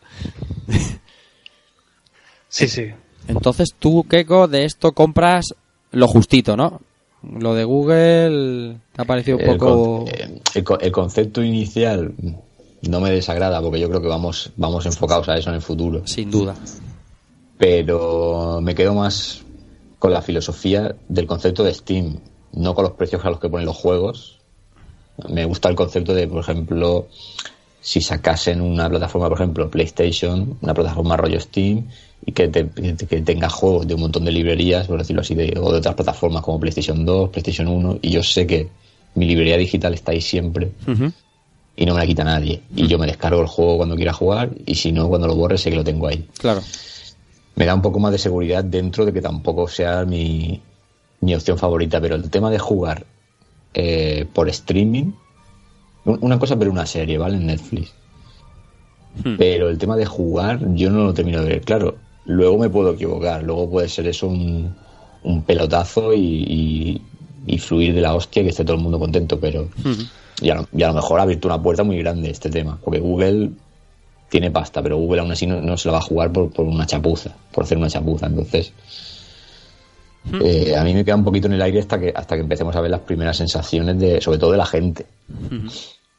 Sí, sí. Entonces tú, Keiko, de esto compras lo justito, ¿no? Lo de Google te ha parecido un el poco... Con, el, el concepto inicial no me desagrada, porque yo creo que vamos, vamos enfocados a eso en el futuro. Sin duda. Pero me quedo más con la filosofía del concepto de Steam, no con los precios a los que ponen los juegos. Me gusta el concepto de, por ejemplo, si sacasen una plataforma, por ejemplo, PlayStation, una plataforma rollo Steam, y que, te, que tenga juegos de un montón de librerías, por decirlo así, de, o de otras plataformas como PlayStation dos, PlayStation uno, y yo sé que mi librería digital está ahí siempre uh-huh. y no me la quita nadie. Y yo me descargo el juego cuando quiera jugar, y si no, cuando lo borre sé que lo tengo ahí. Claro. Me da un poco más de seguridad dentro de que tampoco sea mi, mi opción favorita, pero el tema de jugar eh, por streaming, una cosa pero una serie, ¿vale? En Netflix. Hmm. Pero el tema de jugar yo no lo termino de ver. Claro, luego me puedo equivocar, luego puede ser eso un, un pelotazo y, y, y fluir de la hostia, que esté todo el mundo contento, pero hmm. y, a, y a lo mejor ha abierto una puerta muy grande este tema, porque Google tiene pasta, pero Google aún así no, no se la va a jugar por, por una chapuza, por hacer una chapuza. Entonces hmm. eh, a mí me queda un poquito en el aire hasta que hasta que empecemos a ver las primeras sensaciones, de sobre todo de la gente. Hmm.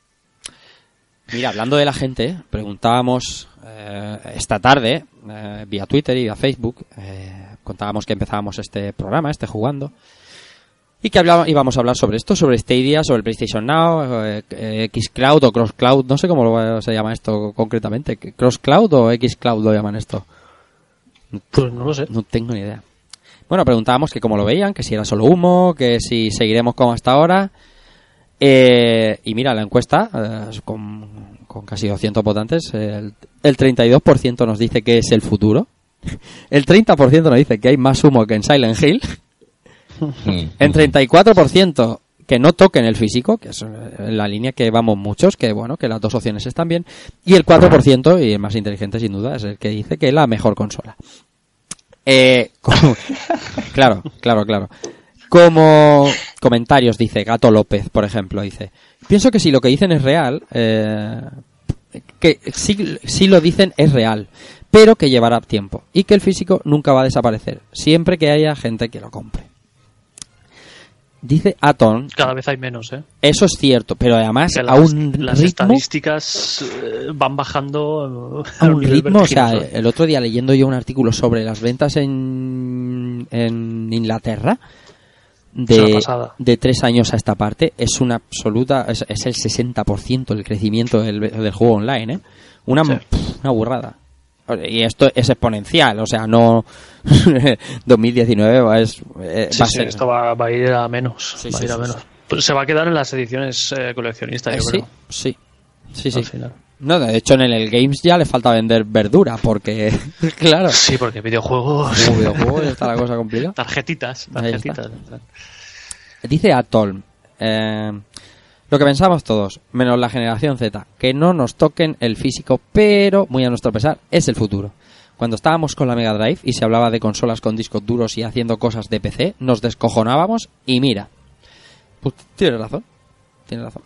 Mira, hablando de la gente, preguntábamos eh, esta tarde, eh, vía Twitter y vía Facebook, eh, contábamos que empezábamos este programa, este Jugando, y que hablaba, íbamos a hablar sobre esto, sobre Stadia, sobre el PlayStation Now, eh, eh, Xcloud o Crosscloud, no sé cómo lo, se llama esto concretamente, ¿Crosscloud o Xcloud lo llaman esto? Pues no lo sé. No tengo ni idea. Bueno, preguntábamos que cómo lo veían, que si era solo humo, que si seguiremos como hasta ahora. Eh, y mira, la encuesta, eh, con, con casi doscientos votantes, el, el treinta y dos por ciento nos dice que es el futuro, el treinta por ciento nos dice que hay más humo que en Silent Hill, el treinta y cuatro por ciento que no toquen el físico, que es la línea que vamos muchos, que bueno, que las dos opciones están bien, y el cuatro por ciento, y el más inteligente sin duda, es el que dice que es la mejor consola. Eh, como, claro, claro, claro. Como comentarios, dice Gato López, por ejemplo, dice: pienso que si lo que dicen es real, eh, que si, si lo dicen es real, pero que llevará tiempo y que el físico nunca va a desaparecer, siempre que haya gente que lo compre. Dice Aton. Cada vez hay menos, ¿eh? Eso es cierto, pero además las, a un las ritmo... estadísticas van bajando a un ritmo, o sea, el otro día leyendo yo un artículo sobre las ventas en, en Inglaterra, de, de tres años a esta parte, es una absoluta, es, es el sesenta por ciento el crecimiento del, del juego online, ¿eh? Una, sí. pff, una burrada. Y esto es exponencial, o sea, no dos mil diecinueve va, es, eh, sí, va a sí, ser... esto va, va a ir a menos, sí, va sí, a ir a sí, menos. Sí. Pues se va a quedar en las ediciones eh, coleccionistas, eh, yo sí, creo. Sí, sí, sí, Al sí. final. No, de hecho en el Games ya le falta vender verdura, porque, claro. Sí, porque videojuegos... Como videojuegos está la cosa complicada. Tarjetitas, tarjetitas. Dice Atol, eh, lo que pensamos todos, menos la generación Z, que no nos toquen el físico, pero muy a nuestro pesar, es el futuro. Cuando estábamos con la Mega Drive y se hablaba de consolas con discos duros y haciendo cosas de P C, nos descojonábamos y mira. Pues tiene razón, tiene razón.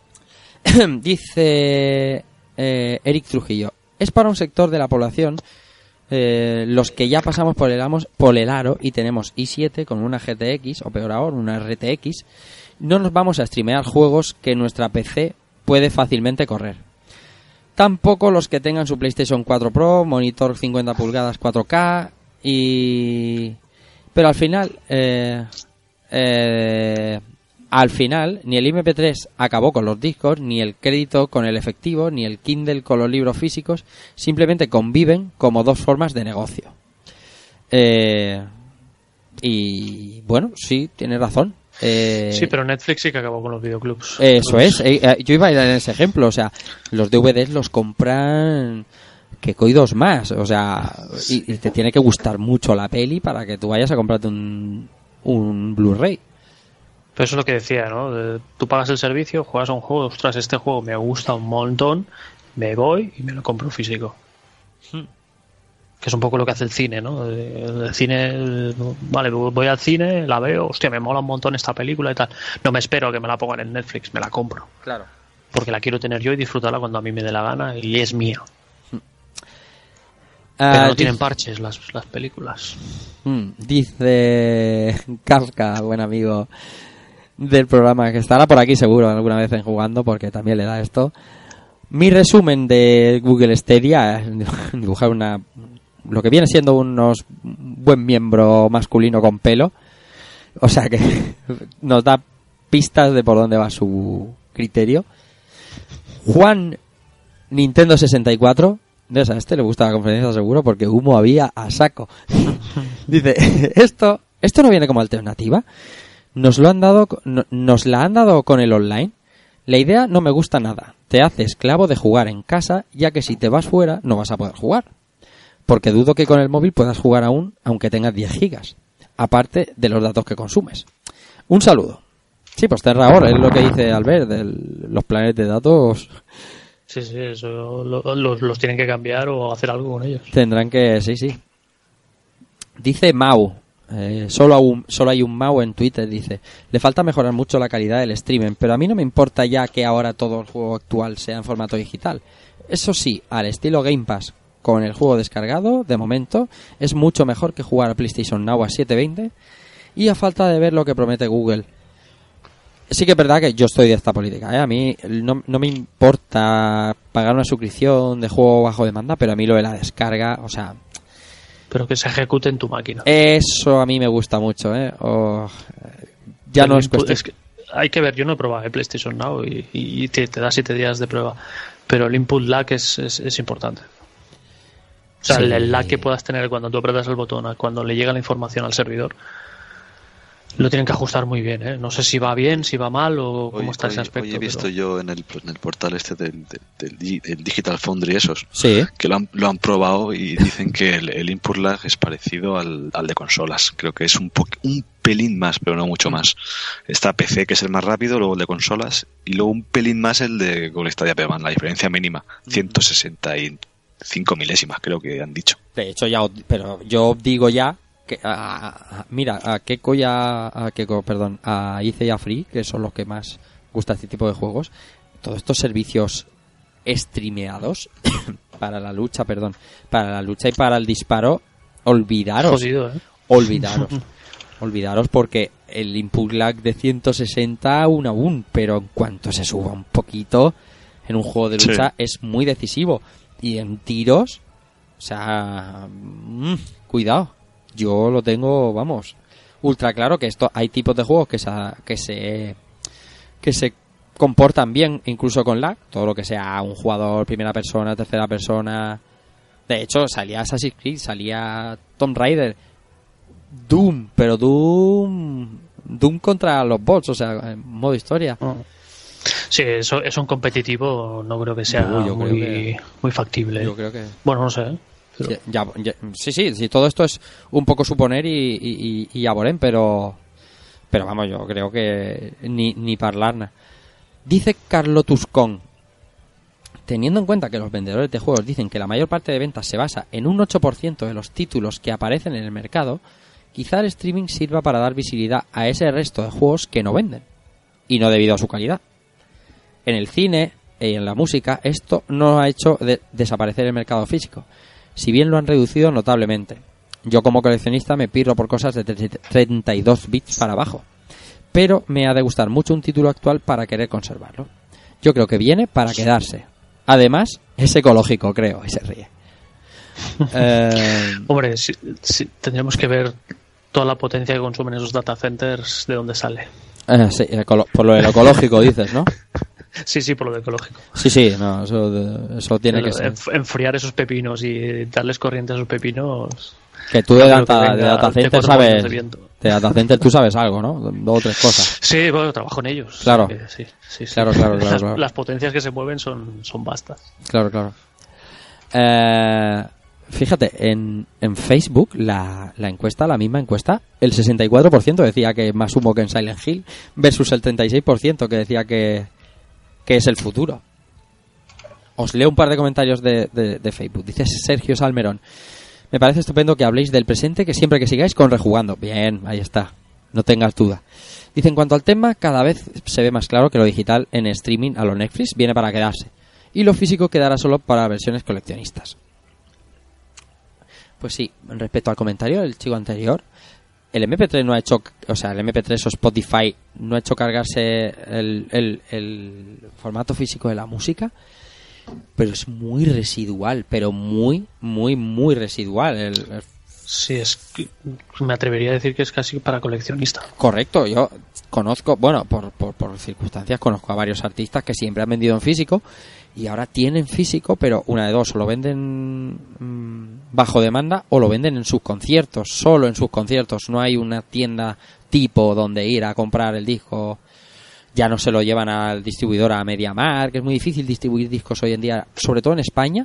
Dice eh, Eric Trujillo, es para un sector de la población, eh, los que ya pasamos por el, amos, por el aro y tenemos i siete con una G T X, o peor aún, una R T X, no nos vamos a streamear juegos que nuestra P C puede fácilmente correr. Tampoco los que tengan su PlayStation cuatro Pro, monitor cincuenta pulgadas cuatro K y... Pero al final, eh, eh, al final, ni el eme pe tres acabó con los discos, ni el crédito con el efectivo, ni el Kindle con los libros físicos, simplemente conviven como dos formas de negocio. Eh, y bueno, sí, tiene razón. Eh, sí, pero Netflix sí que acabó con los videoclubs. Eso los... es, eh, eh, yo iba a ir en ese ejemplo, o sea, los D V Ds los compran que coidos más, o sea, y, y te tiene que gustar mucho la peli para que tú vayas a comprarte un, un Blu-ray. Pero eso es lo que decía, ¿no? De, tú pagas el servicio, juegas a un juego, ostras, este juego me gusta un montón, me voy y me lo compro físico. Hmm. Que es un poco lo que hace el cine, ¿no? El cine, vale, voy al cine, la veo, hostia, me mola un montón esta película y tal. No me espero que me la pongan en Netflix, me la compro. Claro. Porque la quiero tener yo y disfrutarla cuando a mí me dé la gana y es mía. Uh, Pero no tienen parches las, las películas. Dice Kafka, buen amigo del programa, que estará por aquí seguro alguna vez en Jugando, porque también le da esto. Mi resumen de Google Stadia es dibujar una... lo que viene siendo unos buen miembro masculino con pelo, o sea que nos da pistas de por dónde va su criterio. Juan Nintendo sesenta y cuatro, ¿Ves? A este le gusta la conferencia seguro porque humo había a saco. Dice, esto, esto no viene como alternativa. Nos lo han dado, no, nos la han dado con el online. La idea no me gusta nada. Te hace esclavo de jugar en casa, ya que si te vas fuera no vas a poder jugar. Porque dudo que con el móvil puedas jugar aún, aunque tengas diez gigas. Aparte de los datos que consumes. Un saludo. Sí, pues Terra ahora es lo que dice Albert, de los planes de datos. Sí, sí, eso lo, los, los tienen que cambiar o hacer algo con ellos. Tendrán que, sí, sí. Dice Mau, eh, solo, aún, solo hay un Mau en Twitter, dice, le falta mejorar mucho la calidad del streaming, pero a mí no me importa ya que ahora todo el juego actual sea en formato digital. Eso sí, al estilo Game Pass, con el juego descargado, de momento, es mucho mejor que jugar a PlayStation Now a setecientos veinte, y a falta de ver lo que promete Google. Sí que es verdad que yo estoy de esta política, ¿eh? A mí no, no me importa pagar una suscripción de juego bajo demanda, pero a mí lo de la descarga, o sea... Pero que se ejecute en tu máquina. Eso a mí me gusta mucho, ¿eh? O, ya pero no es cuestión... Es que hay que ver, yo no he probado el PlayStation Now y, y te, te da siete días de prueba, pero el input lag es, es, es importante. O sea, sí. el, el lag que puedas tener cuando tú apretas el botón, cuando le llega la información al servidor, lo tienen que ajustar muy bien, ¿eh? No sé si va bien, si va mal o cómo hoy, está hoy, ese aspecto. Hoy he visto pero... yo en el, en el portal este del, del, del, del Digital Foundry esos, sí, que lo han, lo han probado y dicen que el, el input lag es parecido al, al de consolas. Creo que es un, po, un pelín más, pero no mucho más. Está P C, que es el más rápido, luego el de consolas, y luego un pelín más el de Google Stadia, pero la diferencia mínima, ciento sesenta y cinco milésimas, creo que han dicho. De hecho, ya, pero yo digo ya que a, a, mira, a Keiko y a, a Keiko, perdón, a Ice y a Free, que son los que más gusta este tipo de juegos, todos estos servicios streameados para la lucha, perdón, para la lucha y para el disparo, olvidaros, Jodido, ¿eh? olvidaros, olvidaros porque el input lag de ciento sesenta aún aún, pero en cuanto se suba un poquito en un juego de lucha sí. es muy decisivo, y en tiros, o sea, mmm, cuidado. Yo lo tengo, vamos, ultra claro que esto hay tipos de juegos que se que se que se comportan bien incluso con lag, todo lo que sea un jugador primera persona, tercera persona. De hecho, salía Assassin's Creed, salía Tomb Raider, Doom, pero Doom Doom contra los bots, o sea, en modo historia. Oh. Sí, eso es un competitivo, no creo que sea no, yo muy, creo que, muy factible. Yo creo que bueno, no sé, ¿eh? Pero... Ya, ya, sí, sí, sí, todo esto es un poco suponer y, y, y aboren, pero pero vamos, yo creo que ni, ni parlarna. Dice Carlo Tuscón, teniendo en cuenta que los vendedores de juegos dicen que la mayor parte de ventas se basa en un ocho por ciento de los títulos que aparecen en el mercado, quizá el streaming sirva para dar visibilidad a ese resto de juegos que no venden, y no debido a su calidad. En el cine y en la música esto no ha hecho de- desaparecer el mercado físico, si bien lo han reducido notablemente. Yo como coleccionista me pirro por cosas de treinta y dos bits para abajo, pero me ha de gustar mucho un título actual para querer conservarlo. Yo creo que viene para quedarse. Además, es ecológico, creo, y se ríe. eh... Hombre, si, si, tendríamos que ver toda la potencia que consumen esos data centers, de dónde sale. Eh, sí, por lo del ecológico dices, ¿no? Sí, sí, por lo de ecológico. Sí, sí, no, eso, eso tiene que ser. Enfriar esos pepinos y darles corriente a esos pepinos. Que tú de data, venga, de data center sabes. De, de data center tú sabes algo, ¿no? Dos o tres cosas. Sí, bueno, trabajo en ellos. Claro. Sí, sí, sí. Claro, claro, claro, las, claro. Las potencias que se mueven son, son vastas. Claro, claro. Eh, fíjate, en, en Facebook, la, la encuesta, la misma encuesta, el sesenta y cuatro por ciento decía que más humo que en Silent Hill, versus el treinta y seis por ciento que decía que. que es el futuro. Os leo un par de comentarios de, de, de Facebook. Dice Sergio Salmerón: me parece estupendo que habléis del presente, que siempre que sigáis con Rejugando. Bien, ahí está, no tengas duda. Dice: en cuanto al tema, cada vez se ve más claro que lo digital en streaming a lo Netflix viene para quedarse, y lo físico quedará solo para versiones coleccionistas. Pues sí, respecto al comentario del chico anterior, el eme pe tres no ha hecho, o sea, el eme pe tres o Spotify no ha hecho cargarse el, el, el formato físico de la música, pero es muy residual, pero muy, muy, muy residual. El, el Sí, es me atrevería a decir que es casi para coleccionista. Correcto, yo conozco, bueno, por, por, por circunstancias conozco a varios artistas que siempre han vendido en físico y ahora tienen físico, pero una de dos, o lo venden mmm, bajo demanda o lo venden en sus conciertos, solo en sus conciertos. No hay una tienda tipo donde ir a comprar el disco. Ya no se lo llevan al distribuidor, a MediaMarkt, que es muy difícil distribuir discos hoy en día, sobre todo en España.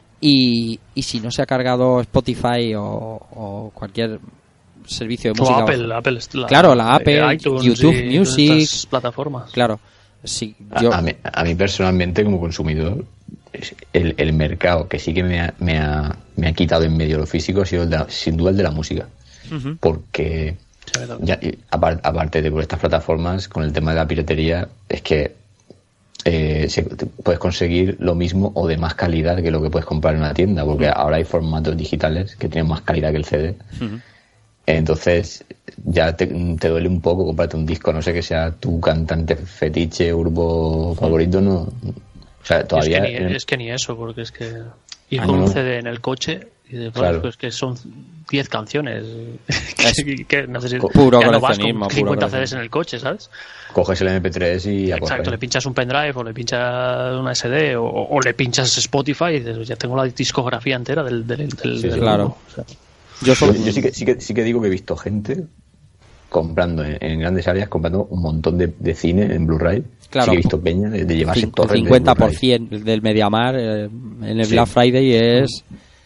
Y, y si no se ha cargado Spotify o, o cualquier servicio de música, o Apple, Apple la, claro, la Apple, iTunes YouTube Music, plataformas. Claro, sí. Yo... A, a, mí, a mí personalmente como consumidor, el, el mercado que sí que me ha, me ha, me ha quitado en medio lo físico ha sido el de, sin duda el de la música, uh-huh. porque ya, aparte, aparte de por estas plataformas, con el tema de la piratería, es que Eh, se, puedes conseguir lo mismo o de más calidad que lo que puedes comprar en una tienda, porque uh-huh. ahora hay formatos digitales que tienen más calidad que el C D. Uh-huh. Entonces ya te, te duele un poco comprarte un disco, no sé, que sea tu cantante fetiche, urbo favorito, no. O sea, todavía es que ni, en... es que ni eso, porque es que ir ah, con no. un C D en el coche y de pronto claro. pues que son diez canciones que, que necesitas, puro ya no vas coleccionismo, con cincuenta C Ds en el coche, ¿sabes? Coges el eme pe tres y exacto, coger. Le pinchas un pendrive o le pinchas una ese de o, o le pinchas Spotify y dices, ya tengo la discografía entera del, del, del, sí, del claro. o sea, yo, solo, yo sí, que, sí, que, sí que digo que he visto gente comprando en, en grandes áreas, comprando un montón de, de cine en Blu-ray. Claro, sí que he visto peña de, de llevarse cinc- torres cincuenta por de ciento del MediaMarkt eh, en el sí. Black Friday es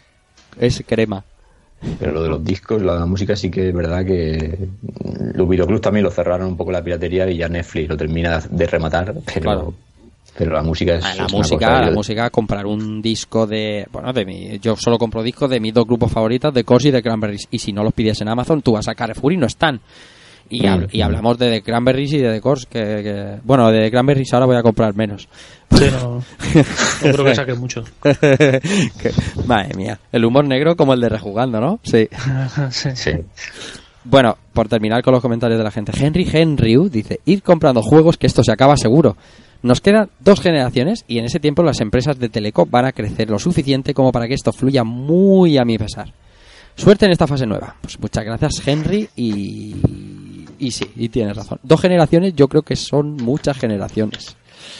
es crema. Pero lo de los discos, la, la música sí que es verdad que los videoclubs también lo cerraron un poco la piratería y ya Netflix lo termina de rematar, pero claro. pero la música es, ah, la es música una cosa la de... música comprar un disco de bueno de mi yo solo compro discos de mis dos grupos favoritos, de Corrs y de Cranberries, y si no los pides en Amazon tú vas a Carrefour y no están. Y, mm, hab- y hablamos de The Cranberries y de The Corrs, que, que... Bueno, de The Cranberries ahora voy a comprar menos. Sí, no, no creo que saque mucho. que, madre mía. El humor negro como el de Rejugando, ¿no? Sí. sí. sí. Bueno, por terminar con los comentarios de la gente. Henry Henryu dice, ir comprando juegos que esto se acaba seguro. Nos quedan dos generaciones y en ese tiempo las empresas de Telecom van a crecer lo suficiente como para que esto fluya muy a mi pesar. Suerte en esta fase nueva. Pues muchas gracias, Henry, y... Y sí, y tienes razón. Dos generaciones yo creo que son muchas generaciones.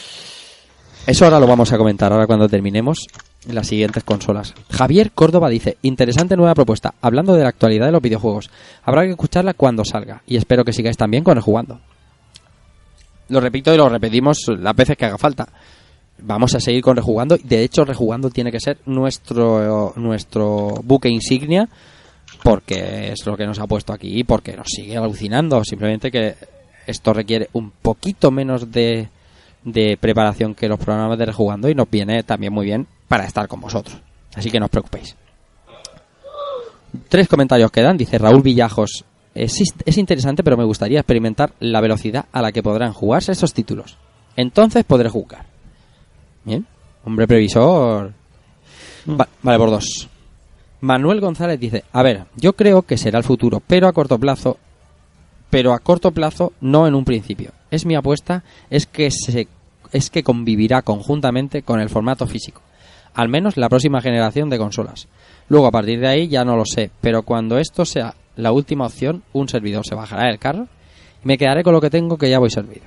Eso ahora lo vamos a comentar, ahora cuando terminemos en las siguientes consolas. Javier Córdoba dice, interesante nueva propuesta, hablando de la actualidad de los videojuegos. Habrá que escucharla cuando salga, y espero que sigáis también con el jugando. Lo repito y lo repetimos las veces que haga falta. Vamos a seguir con Rejugando. De hecho, Rejugando tiene que ser nuestro, nuestro buque insignia, porque es lo que nos ha puesto aquí y porque nos sigue alucinando. Simplemente que esto requiere un poquito menos de, de preparación que los programas de Rejugando y nos viene también muy bien para estar con vosotros. Así que no os preocupéis. Tres comentarios quedan. Dice Raúl Villajos, es, es interesante, pero me gustaría experimentar la velocidad a la que podrán jugarse estos títulos. Entonces podré jugar. Bien, hombre previsor. Va, vale, por dos. Manuel González dice, a ver, yo creo que será el futuro, pero a corto plazo, pero a corto plazo no en un principio. Es mi apuesta, es que se, es que convivirá conjuntamente con el formato físico, al menos la próxima generación de consolas. Luego a partir de ahí ya no lo sé, pero cuando esto sea la última opción, un servidor se bajará del carro y me quedaré con lo que tengo, que ya voy servido.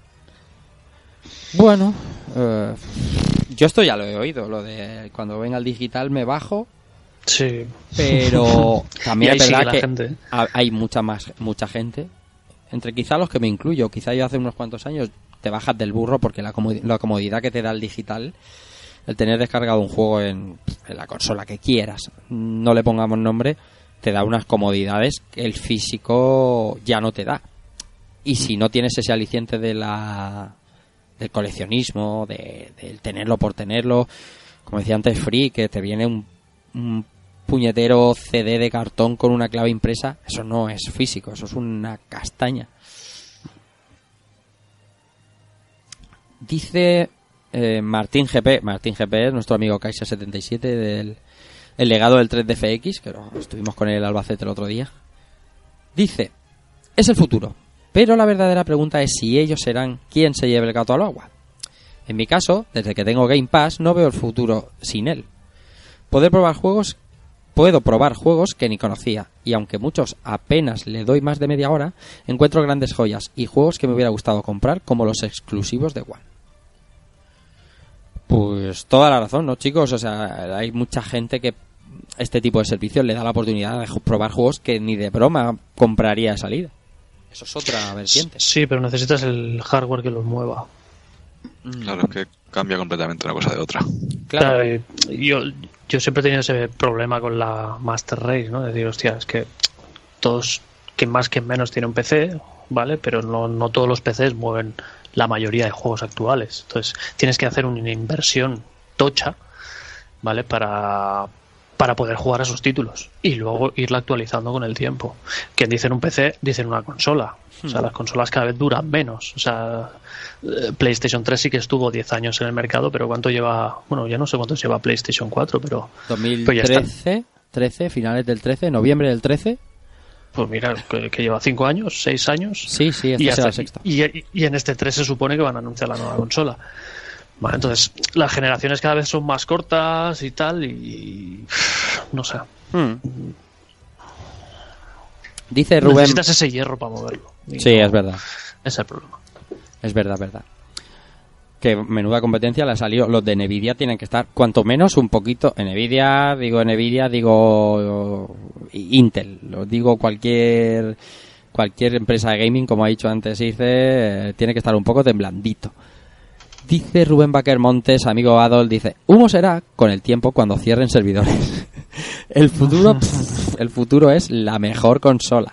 Bueno, eh, yo esto ya lo he oído, lo de cuando venga el digital me bajo. Sí. Pero también es verdad que gente. hay mucha más mucha gente, entre quizá los que me incluyo. Quizá yo hace unos cuantos años te bajas del burro porque la, comod- la comodidad que te da el digital, el tener descargado un juego en, en la consola que quieras, no le pongamos nombre, te da unas comodidades que el físico ya no te da. Y si no tienes ese aliciente de la del coleccionismo, de, del tenerlo por tenerlo, como decía antes Free, que te viene un, un puñetero C D de cartón con una clave impresa, eso no es físico, eso es una castaña. Dice eh, Martín G P, Martín G P es nuestro amigo Kaisa setenta y siete del el legado del tres D F X, que lo, estuvimos con el Albacete el otro día. Dice, es el futuro, pero la verdadera pregunta es si ellos serán quien se lleve el gato al agua. En mi caso, desde que tengo Game Pass, no veo el futuro sin él. Poder probar juegos puedo probar juegos que ni conocía, y aunque muchos apenas le doy más de media hora, encuentro grandes joyas y juegos que me hubiera gustado comprar, como los exclusivos de One. Pues toda la razón, ¿no, chicos? O sea, hay mucha gente que este tipo de servicios le da la oportunidad de probar juegos que ni de broma compraría de salida. Eso es otra vertiente. Sí, pero necesitas el hardware que los mueva. Claro, es que cambia completamente una cosa de otra. Claro. Claro, yo, yo siempre he tenido ese problema con la Master Race, ¿no? De decir, hostia, es que todos, que más que menos, tienen un P C, ¿vale? Pero no, no todos los P Cs mueven la mayoría de juegos actuales. Entonces, tienes que hacer una inversión tocha, ¿vale? Para, para poder jugar a esos títulos y luego irla actualizando con el tiempo. Quien dice en un P C, dice en una consola. O sea, las consolas cada vez duran menos. O sea, PlayStation tres sí que estuvo diez años en el mercado, pero ¿cuánto lleva? Bueno, ya no sé cuánto lleva PlayStation cuatro, pero... dos mil trece, trece, finales del trece, noviembre del trece. Pues mira, que, que lleva cinco años, seis años. Sí, sí, esta y, será hasta, la sexta. Y, y, y en este tres se supone que van a anunciar la nueva consola. Vale, entonces, las generaciones cada vez son más cortas y tal, y... no sé. Hmm. Dice Rubén... Necesitas ese hierro para moverlo. Sí, no, es verdad. Ese es el problema. Es verdad, es verdad. Que menuda competencia le ha salido. Los de Nvidia tienen que estar, cuanto menos, un poquito. Nvidia, digo Nvidia, digo Intel. Lo digo cualquier cualquier empresa de gaming, como ha dicho antes Ice, eh, tiene que estar un poco temblandito. Dice Rubén Baquer Montes, amigo Adol, dice: humo será con el tiempo cuando cierren servidores. El futuro, pff, el futuro es la mejor consola.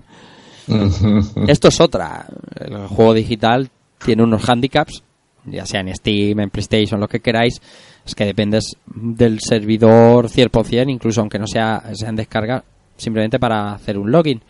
Esto es otra. El juego digital tiene unos handicaps, ya sea en Steam, en PlayStation, lo que queráis. Es que dependes del servidor cien por ciento, incluso aunque no sea, sea en descarga, simplemente para hacer un login.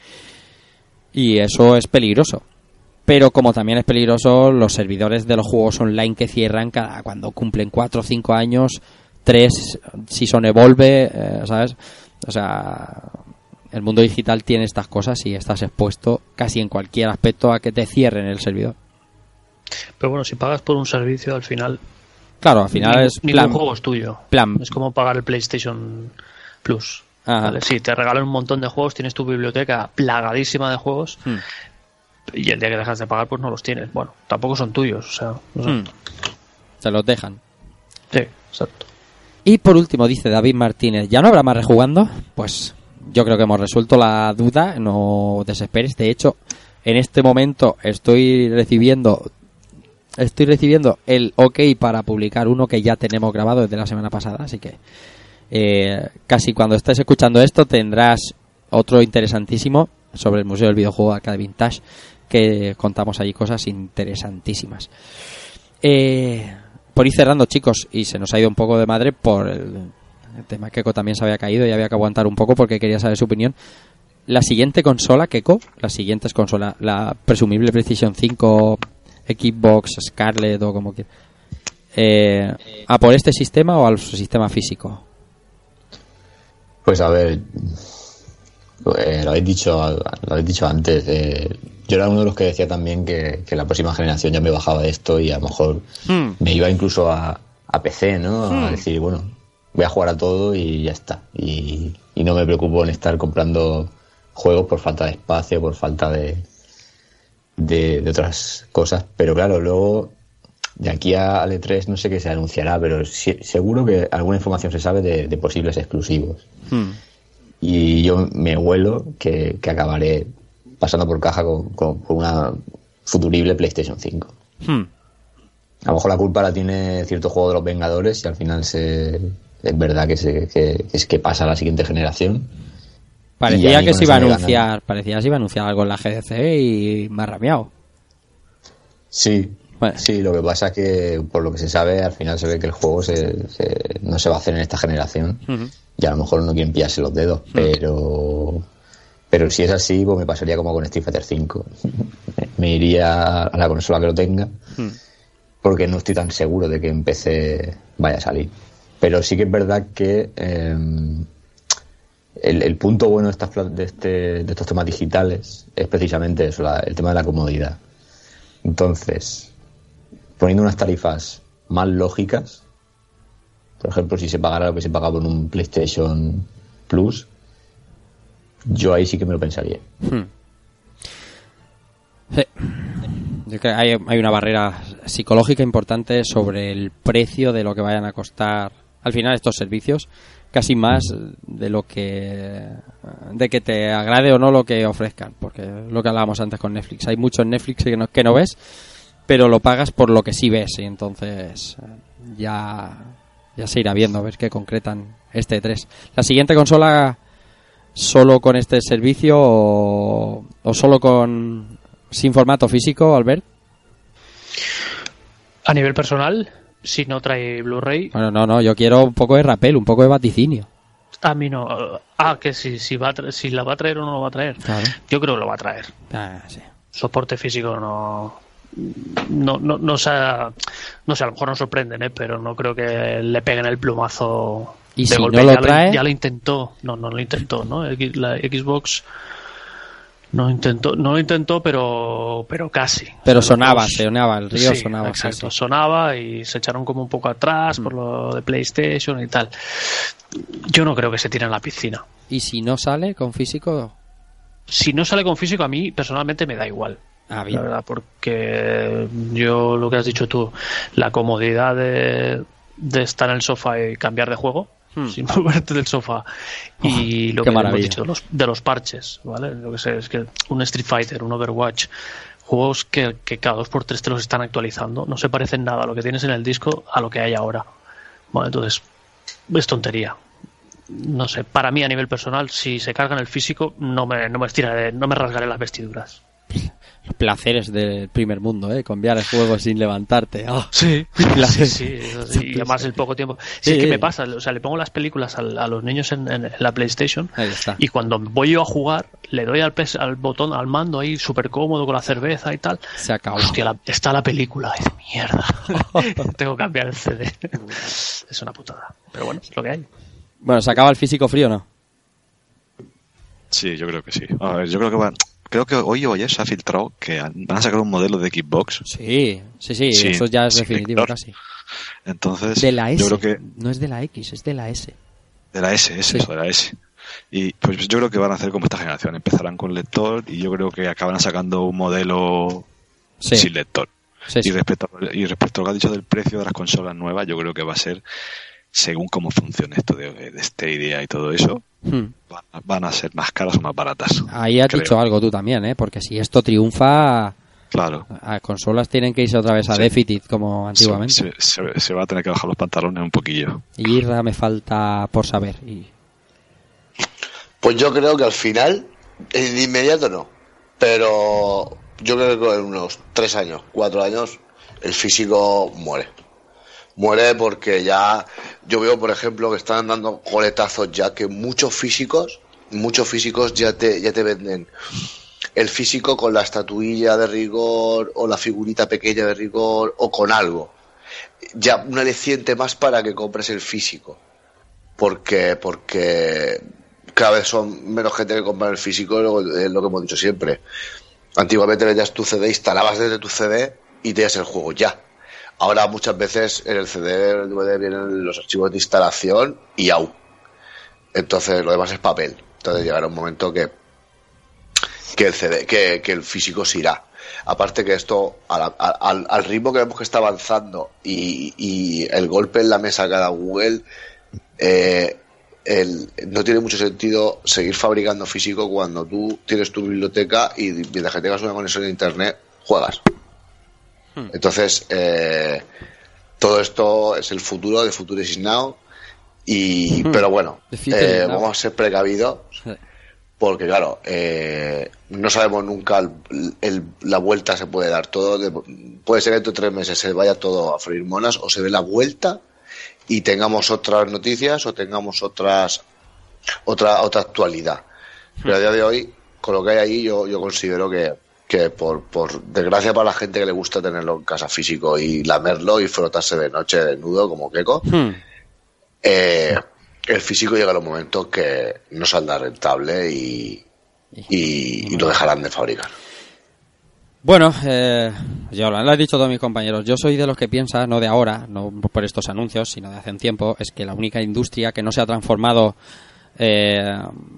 Y eso es peligroso. Pero como también es peligroso los servidores de los juegos online que cierran cada cuando cumplen cuatro o cinco años, tres si son Evolve, eh, ¿sabes? O sea, el mundo digital tiene estas cosas y estás expuesto casi en cualquier aspecto a que te cierren el servidor. Pero bueno, si pagas por un servicio, al final... Claro, al final ningún, es plan... Ningún juego es tuyo. Plan. Es como pagar el PlayStation Plus. Ajá. ¿Vale? Sí, te regalan un montón de juegos, tienes tu biblioteca plagadísima de juegos... Hmm. Y el día que dejas de pagar, pues no los tienes. Bueno, tampoco son tuyos, o sea... No sé. Hmm. Se los dejan. Sí, exacto. Y por último, dice David Martínez, ¿ya no habrá más rejugando? Pues yo creo que hemos resuelto la duda, no desesperes. De hecho, en este momento estoy recibiendo estoy recibiendo el ok para publicar uno que ya tenemos grabado desde la semana pasada, así que eh, casi cuando estés escuchando esto tendrás otro interesantísimo sobre el Museo del Videojuego Arcade Vintage, que contamos allí cosas interesantísimas. Eh... Por ir cerrando, chicos, y se nos ha ido un poco de madre por el, el tema. Keiko también se había caído y había que aguantar un poco porque quería saber su opinión. La siguiente consola, Keiko, la siguiente es consola, la presumible PlayStation cinco, Xbox, Scarlett o como quieras. Eh, ¿A por este sistema o al sistema físico? Pues a ver, eh, lo habéis dicho, lo habéis dicho antes. Eh, Yo era uno de los que decía también que, que la próxima generación ya me bajaba de esto y a lo mejor hmm. me iba incluso a, a P C, ¿no? A hmm. decir, bueno, voy a jugar a todo y ya está. Y, y no me preocupo en estar comprando juegos por falta de espacio, por falta de, de, de otras cosas. Pero claro, luego de aquí al E tres no sé qué se anunciará, pero si, seguro que alguna información se sabe de, de posibles exclusivos. Hmm. Y yo me huelo que, que acabaré pasando por caja con, con, con una futurible PlayStation cinco. Hmm. A lo mejor la culpa la tiene cierto juego de los Vengadores y al final se, es verdad que, se, que, que es que pasa a la siguiente generación. Parecía que se iba a anunciar, ganan. parecía que se iba a anunciar algo en la G D C y me ha rameado. Sí, bueno. sí, lo que pasa es que por lo que se sabe al final se ve que el juego se, se, no se va a hacer en esta generación uh-huh. y a lo mejor no quieren pillarse los dedos, uh-huh. pero... Pero si es así, pues me pasaría como con Street Fighter cinco. Me iría a la consola que lo tenga, hmm. porque no estoy tan seguro de que en P C vaya a salir. Pero sí que es verdad que eh, el, el punto bueno de, estas, de, este, de estos temas digitales es precisamente eso, la, el tema de la comodidad. Entonces, poniendo unas tarifas más lógicas, por ejemplo, si se pagara lo que se pagaba en un PlayStation Plus, yo ahí sí que me lo pensaría. Hmm. Sí. Yo creo que hay, hay una barrera psicológica importante sobre el precio de lo que vayan a costar al final estos servicios, casi más de lo que de que te agrade o no lo que ofrezcan, porque es lo que hablábamos antes con Netflix. Hay mucho en Netflix que no, que no ves, pero lo pagas por lo que sí ves, y entonces ya ya se irá viendo a ver qué concretan este E tres. La siguiente consola solo con este servicio o, o solo con sin formato físico, Albert. A nivel personal, si no trae Blu-ray. Bueno, no, no, yo quiero un poco de rapel, un poco de vaticinio. A mí no. Ah, que si, si, va a tra- si la va a traer o no lo va a traer. Claro. Yo creo que lo va a traer. Ah, sí. Soporte físico no. No, no, no sé, no sé, a lo mejor nos sorprenden, ¿eh? Pero no creo que le peguen el plumazo. Y de si golpe. no lo ya trae, lo, ya lo intentó. No, no lo intentó, ¿no? X- La Xbox no intentó, no lo intentó, pero, pero casi. pero O sea, sonaba, los- sonaba, el río sí, sonaba. exacto, Sí, sí. sonaba y se echaron como un poco atrás Mm. por lo de PlayStation y tal. Yo no creo que se tiren a la piscina. Y si no sale con físico, Si no sale con físico, a mí personalmente me da igual. ah, bien. La verdad, porque yo, lo que has dicho tú, la comodidad de, de estar en el sofá y cambiar de juego, Hmm. sin moverte del sofá, y Oh, lo qué que hemos maravilla. dicho de los, de los parches, ¿vale? Lo que sé es que un Street Fighter, un Overwatch, juegos que, que cada dos por tres te los están actualizando, no se parecen nada a lo que tienes en el disco a lo que hay ahora. Bueno, entonces, es tontería. No sé, para mí a nivel personal, si se carga en el físico, no me, no me estiraré, no me rasgaré las vestiduras. Los placeres del primer mundo, ¿eh? Cambiar el juego sin levantarte. Oh, Sí, placer. sí, sí, sí, y además el poco tiempo. Sí, Sí. es que me pasa, o sea, le pongo las películas al- a, los niños en, en la PlayStation Ahí está. y cuando voy yo a jugar, le doy al, pes- al botón, al mando ahí súper cómodo con la cerveza y tal. Se acabó. Hostia, la- está la película, es mierda. Tengo que cambiar el C D. Es una putada. Pero bueno, es lo que hay. Bueno, ¿se acaba el físico frío o no? Sí, yo creo que sí. A ver, yo creo que van. Creo que hoy o ayer se ha filtrado que han- van a sacar un modelo de Xbox. Sí, sí, sí, Sí, eso ya es sí, definitivo claro. casi. Entonces, De la S, yo creo que no es de la X, es de la S. de la S, es Sí. eso, de la S. Y pues yo creo que van a hacer como esta generación. Empezarán con lector y yo creo que acaban sacando un modelo Sí. sin lector. Sí, sí. Y respecto y respecto a lo que ha dicho del precio de las consolas nuevas, yo creo que va a ser, según cómo funcione esto de, de Stadia y todo eso, Hmm. van a, van a ser más caras o más baratas. Ahí has creo. dicho algo tú también, ¿eh? Porque si esto triunfa, Claro. a consolas tienen que irse otra vez a Sí. déficit como antiguamente. Se, se- se va a tener que bajar los pantalones un poquillo. Y Irra me falta por saber. Y... Pues yo creo que al final, eh, de inmediato no, pero yo creo que en unos tres años, cuatro años, el físico muere. Muere porque ya, yo veo por ejemplo que están dando coletazos ya, que muchos físicos, muchos físicos ya te, ya te venden el físico con la estatuilla de rigor o la figurita pequeña de rigor o con algo. Ya un aliciente más para que compres el físico. Porque, porque cada vez son menos gente que compra el físico, lo- es lo que hemos dicho siempre. Antiguamente veías tu C D, instalabas desde tu C D y tenías el juego ya. Ahora muchas veces en el C D, el D V D vienen los archivos de instalación y au. Entonces lo demás es papel. Entonces llegará un momento que que el C D, que, que el físico se irá. Aparte que esto, al, al, al ritmo que vemos que está avanzando y, y el golpe en la mesa que ha dado Google, eh, el, no tiene mucho sentido seguir fabricando físico cuando tú tienes tu biblioteca y mientras que tengas una conexión a internet, juegas. Hmm. Entonces, eh, todo esto es el futuro de Future is Now. Y, hmm. Pero bueno, eh, vamos a ser precavidos. Porque claro, eh, no sabemos nunca el, el, la vuelta se puede dar todo. De, puede ser que dentro de tres meses se vaya todo a freír monas o se dé la vuelta y tengamos otras noticias o tengamos otras otra otra actualidad. Pero a día de hoy, con lo que hay ahí, yo, yo considero que, que por, por desgracia para la gente que le gusta tenerlo en casa físico y lamerlo y frotarse de noche desnudo como Keiko, hmm. eh, el físico llega a los momentos que no saldrá rentable y, y, y lo dejarán de fabricar. Bueno, eh, yo lo han dicho todos mis compañeros. Yo soy de los que piensa, no de ahora, no por estos anuncios, sino de hace un tiempo, es que la única industria que no se ha transformado Eh,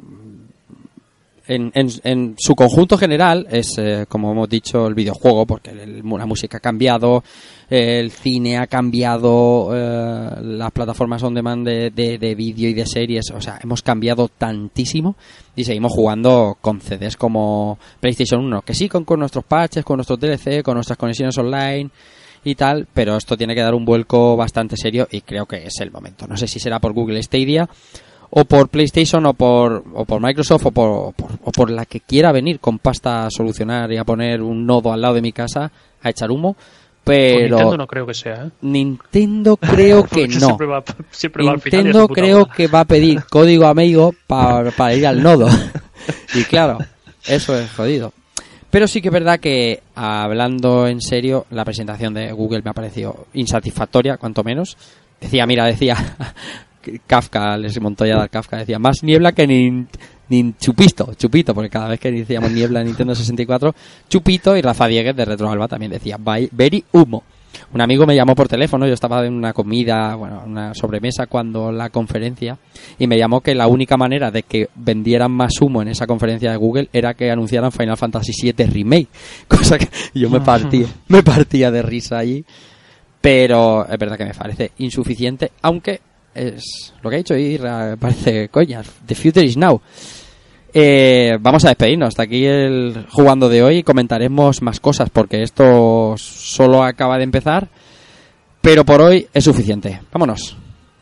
En, en, en su conjunto general es, eh, como hemos dicho, el videojuego, porque el, la música ha cambiado, el cine ha cambiado, eh, las plataformas on demand de, de, de vídeo y de series, o sea, hemos cambiado tantísimo y seguimos jugando con C Ds como PlayStation uno, que sí, con, con nuestros patches, con nuestros D L C, con nuestras conexiones online y tal, pero esto tiene que dar un vuelco bastante serio y creo que es el momento. No sé si será por Google Stadia o por PlayStation o por o por Microsoft o por, o por o por la que quiera venir con pasta a solucionar y a poner un nodo al lado de mi casa a echar humo, pero Nintendo no creo que sea, ¿eh? Nintendo creo que no. Siempre va, siempre va al final Nintendo creo que va a pedir código amigo para pa ir al nodo y claro, eso es jodido. Pero sí que es verdad que, hablando en serio, la presentación de Google me ha parecido insatisfactoria, cuanto menos. Decía, mira, decía Kafka, les Montoya de Kafka, decía más niebla que ni, ni chupito, chupito, porque cada vez que decíamos niebla en Nintendo sesenta y cuatro, chupito, y Rafa Dieguez de Retro Alba también decía very humo. Un amigo me llamó por teléfono, yo estaba en una comida, bueno, una sobremesa cuando la conferencia, y me llamó que la única manera de que vendieran más humo en esa conferencia de Google era que anunciaran Final Fantasy siete Remake, cosa que yo me partía, me partía de risa allí, pero es verdad que me parece insuficiente, aunque es lo que ha dicho y parece coña. The future is now. Eh, vamos a despedirnos. Hasta aquí el jugando de hoy. Comentaremos más cosas porque esto solo acaba de empezar. Pero por hoy es suficiente. Vámonos.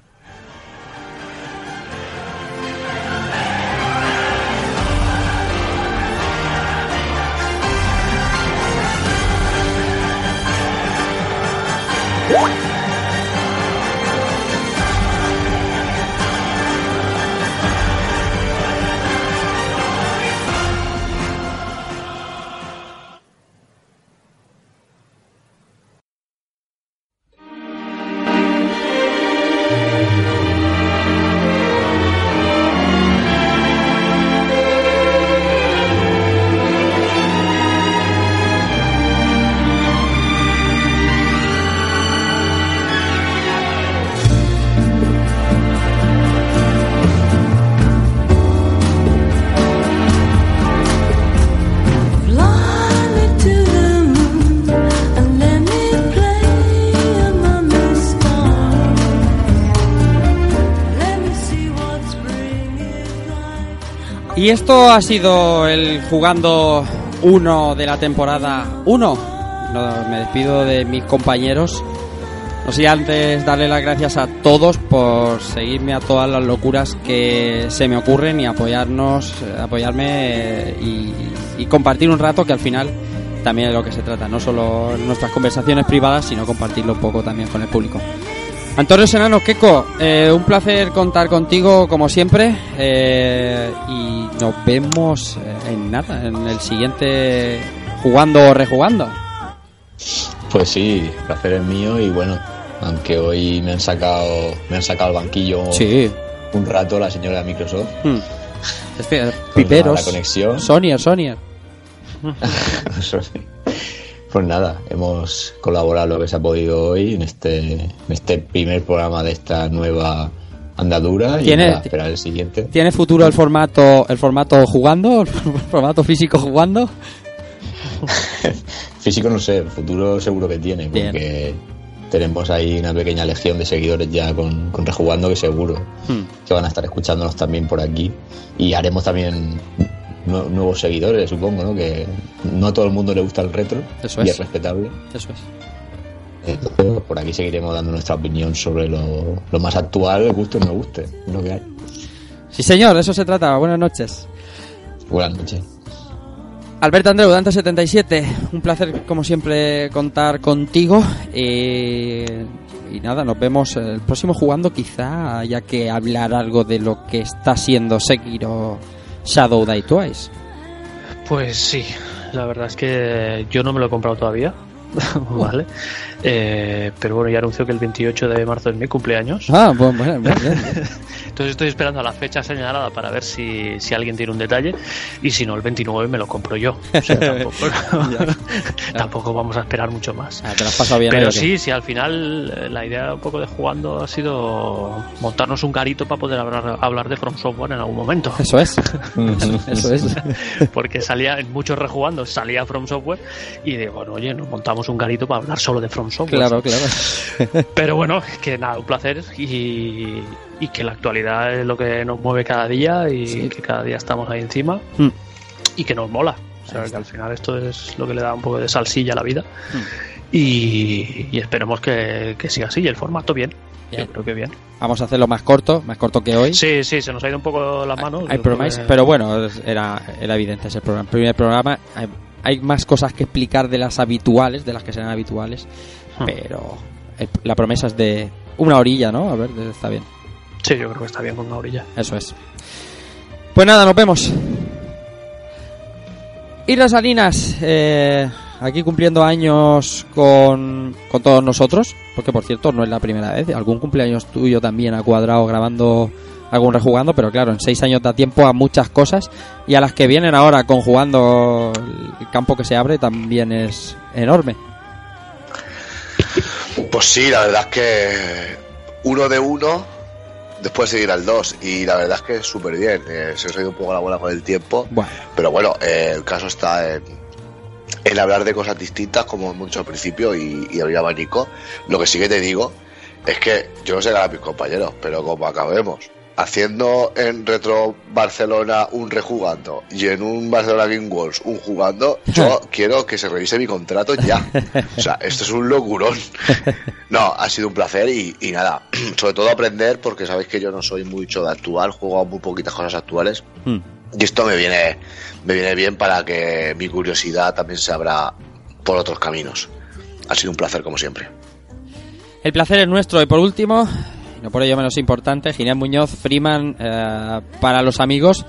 Y esto ha sido el Jugando uno de la temporada uno. No, me despido de mis compañeros. No sé, antes darle las gracias a todos por seguirme a todas las locuras que se me ocurren y apoyarnos, apoyarme y, y compartir un rato, que al final también es lo que se trata, no solo nuestras conversaciones privadas, sino compartirlo un poco también con el público. Antonio Serrano, Keko, eh, un placer contar contigo como siempre, eh, y nos vemos en nada, en el siguiente Jugando o Rejugando. Pues sí, el placer es mío y bueno, aunque hoy me han sacado me han sacado al banquillo sí. un rato la señora de Microsoft. Hmm. Es que, piperos, la conexión. Sonia, Sonia. Pues nada, hemos colaborado lo que se ha podido hoy en este en este primer programa de esta nueva andadura y ¿Tiene, nada, esperar el siguiente. ¿Tiene futuro el formato el formato jugando, el formato físico jugando? Físico no sé, el futuro seguro que tiene, porque Bien. tenemos ahí una pequeña legión de seguidores ya con, con Rejugando, que seguro hmm. que van a estar escuchándonos también por aquí, y haremos también nuevos seguidores, supongo, ¿no? Que no a todo el mundo le gusta el retro. Eso y es. es respetable. Eso es. Entonces, por aquí seguiremos dando nuestra opinión sobre lo, lo más actual, guste o no guste, es lo que hay. Sí, señor, de eso se trata. Buenas noches. Buenas noches. Alberto Andreu, Dante setenta y siete, un placer como siempre contar contigo. Eh, y nada, nos vemos el próximo Jugando, quizá haya que hablar algo de lo que está siendo Sekiro Shadow Die Twice. Pues sí, la verdad es que yo no me lo he comprado todavía, vale, eh, pero bueno, ya anunció que el veintiocho de marzo es mi cumpleaños. Ah, bueno, bueno, bien, bien. Entonces estoy esperando a la fecha señalada para ver si, si alguien tiene un detalle, y si no, el veintinueve me lo compro yo. O sea, tampoco, tampoco vamos a esperar mucho más. Ah, te lo has pasado bien. Pero sí, sí, al final la idea un poco de Jugando ha sido montarnos un garito para poder hablar, hablar de From Software en algún momento. Eso es. Eso es. Porque salía en muchos Rejugando, salía From Software, y digo, bueno, oye, nos montamos un garito para hablar solo de From Software. Claro, claro. Pero bueno, que nada, un placer, y, y que la actualidad es lo que nos mueve cada día, y sí. que cada día estamos ahí encima, mm. y que nos mola. O sea, que al final esto es lo que le da un poco de salsilla a la vida. Mm. Y, y esperemos que, que siga así, y el formato bien. Bien. Yo creo que bien. Vamos a hacerlo más corto, más corto que hoy. Sí, sí, se nos ha ido un poco las manos. Hay programas, que... Pero bueno, era, era evidente ese programa. El primer programa, hay, hay más cosas que explicar de las habituales, de las que serán habituales, hmm. pero el, la promesa es de una orilla, ¿no? A ver, está bien. Sí, yo creo que está bien con una orilla. Eso es. Pues nada, nos vemos. Isra Salinas, eh, aquí cumpliendo años con, con todos nosotros, porque por cierto no es la primera vez, algún cumpleaños tuyo también ha cuadrado grabando algún Rejugando, pero claro, en seis años da tiempo a muchas cosas, y a las que vienen ahora con Jugando, el campo que se abre también es enorme. Pues sí, la verdad es que uno de uno, después seguir al dos, y la verdad es que es súper bien. Eh, se os ha ido un poco la bola con el tiempo, bueno. pero bueno, eh, el caso está en, en hablar de cosas distintas, como hemos dicho al principio, y, y abrir abanico. Lo que sí que te digo es que yo no sé qué harán mis compañeros, pero como acabemos haciendo en Retro Barcelona un Rejugando y en un Barcelona Game Worlds un Jugando, yo quiero que se revise mi contrato ya. O sea, esto es un locurón. No, ha sido un placer, y, y nada, sobre todo aprender, porque sabéis que yo no soy mucho de actual, juego a muy poquitas cosas actuales, mm. y esto me viene me viene bien para que mi curiosidad también se abra por otros caminos. Ha sido un placer, como siempre. El placer es nuestro. Y por último, no por ello menos importante, Ginés Muñoz, Freeman, eh, para los amigos.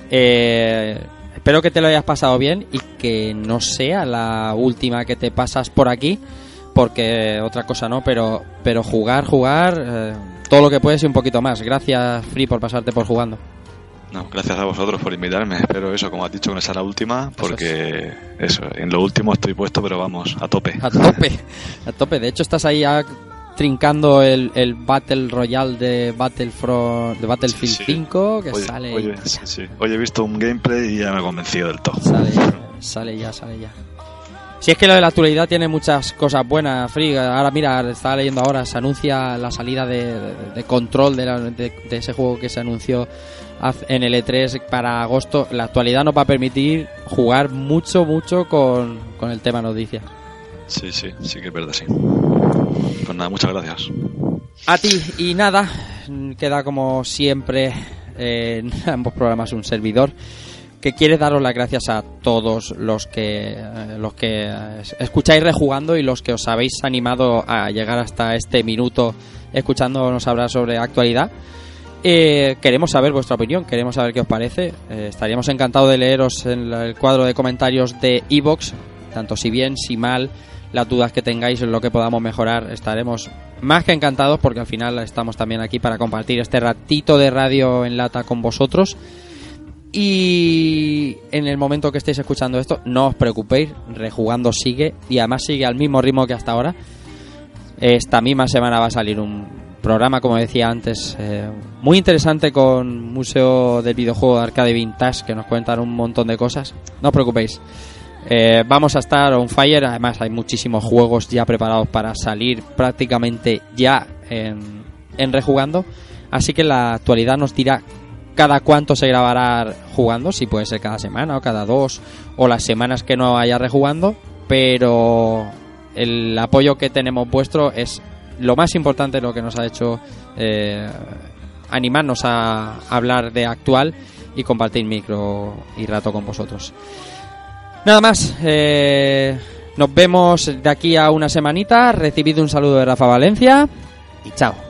Eh, espero que te lo hayas pasado bien y que no sea la última que te pasas por aquí, porque otra cosa no, pero pero jugar, jugar, eh, todo lo que puedes y un poquito más. Gracias, Free, por pasarte por Jugando. No, gracias a vosotros por invitarme. Espero eso, como has dicho, que no sea la última, porque eso, en lo último estoy puesto, pero vamos, a tope. A tope, a tope. De hecho, estás ahí ya trincando el, el Battle Royale de Battlefront, de Battlefield sí, sí. cinco, que oye, sale... Oye, sí, sí. Hoy he visto un gameplay y ya me he convencido del todo. Sale, sale ya, sale ya. Si es que lo de la actualidad tiene muchas cosas buenas, Free. Ahora mira, estaba leyendo ahora, se anuncia la salida de, de, de Control, de, la, de, de ese juego que se anunció en el E tres para agosto. La actualidad nos va a permitir jugar mucho, mucho con, con el tema noticias. Sí, sí, sí que es verdad, sí. Pues nada, muchas gracias. A ti, y nada, queda como siempre eh, en ambos programas un servidor que quiere daros las gracias a todos los que eh, los que escucháis Rejugando y los que os habéis animado a llegar hasta este minuto escuchándonos hablar sobre actualidad. Eh, queremos saber vuestra opinión, queremos saber qué os parece. Eh, estaríamos encantados de leeros en el cuadro de comentarios de iVoox, tanto si bien, si mal, las dudas que tengáis, en lo que podamos mejorar, estaremos más que encantados, porque al final estamos también aquí para compartir este ratito de radio en lata con vosotros. Y en el momento que estéis escuchando esto, no os preocupéis, Rejugando sigue, y además sigue al mismo ritmo que hasta ahora. Esta misma semana va a salir un programa, como decía antes, eh, muy interesante con Museo del Videojuego de Arcade Vintage, que nos cuentan un montón de cosas. No os preocupéis, eh, vamos a estar on fire. Además hay muchísimos juegos ya preparados para salir prácticamente ya en, en Rejugando, así que la actualidad nos dirá cada cuánto se grabará Jugando, si puede ser cada semana o cada dos, o las semanas que no haya Rejugando, pero el apoyo que tenemos vuestro es lo más importante, lo que nos ha hecho eh, animarnos a hablar de actual y compartir micro y rato con vosotros. Nada más, eh, nos vemos de aquí a una semanita. Recibid un saludo de Rafa Valencia y chao.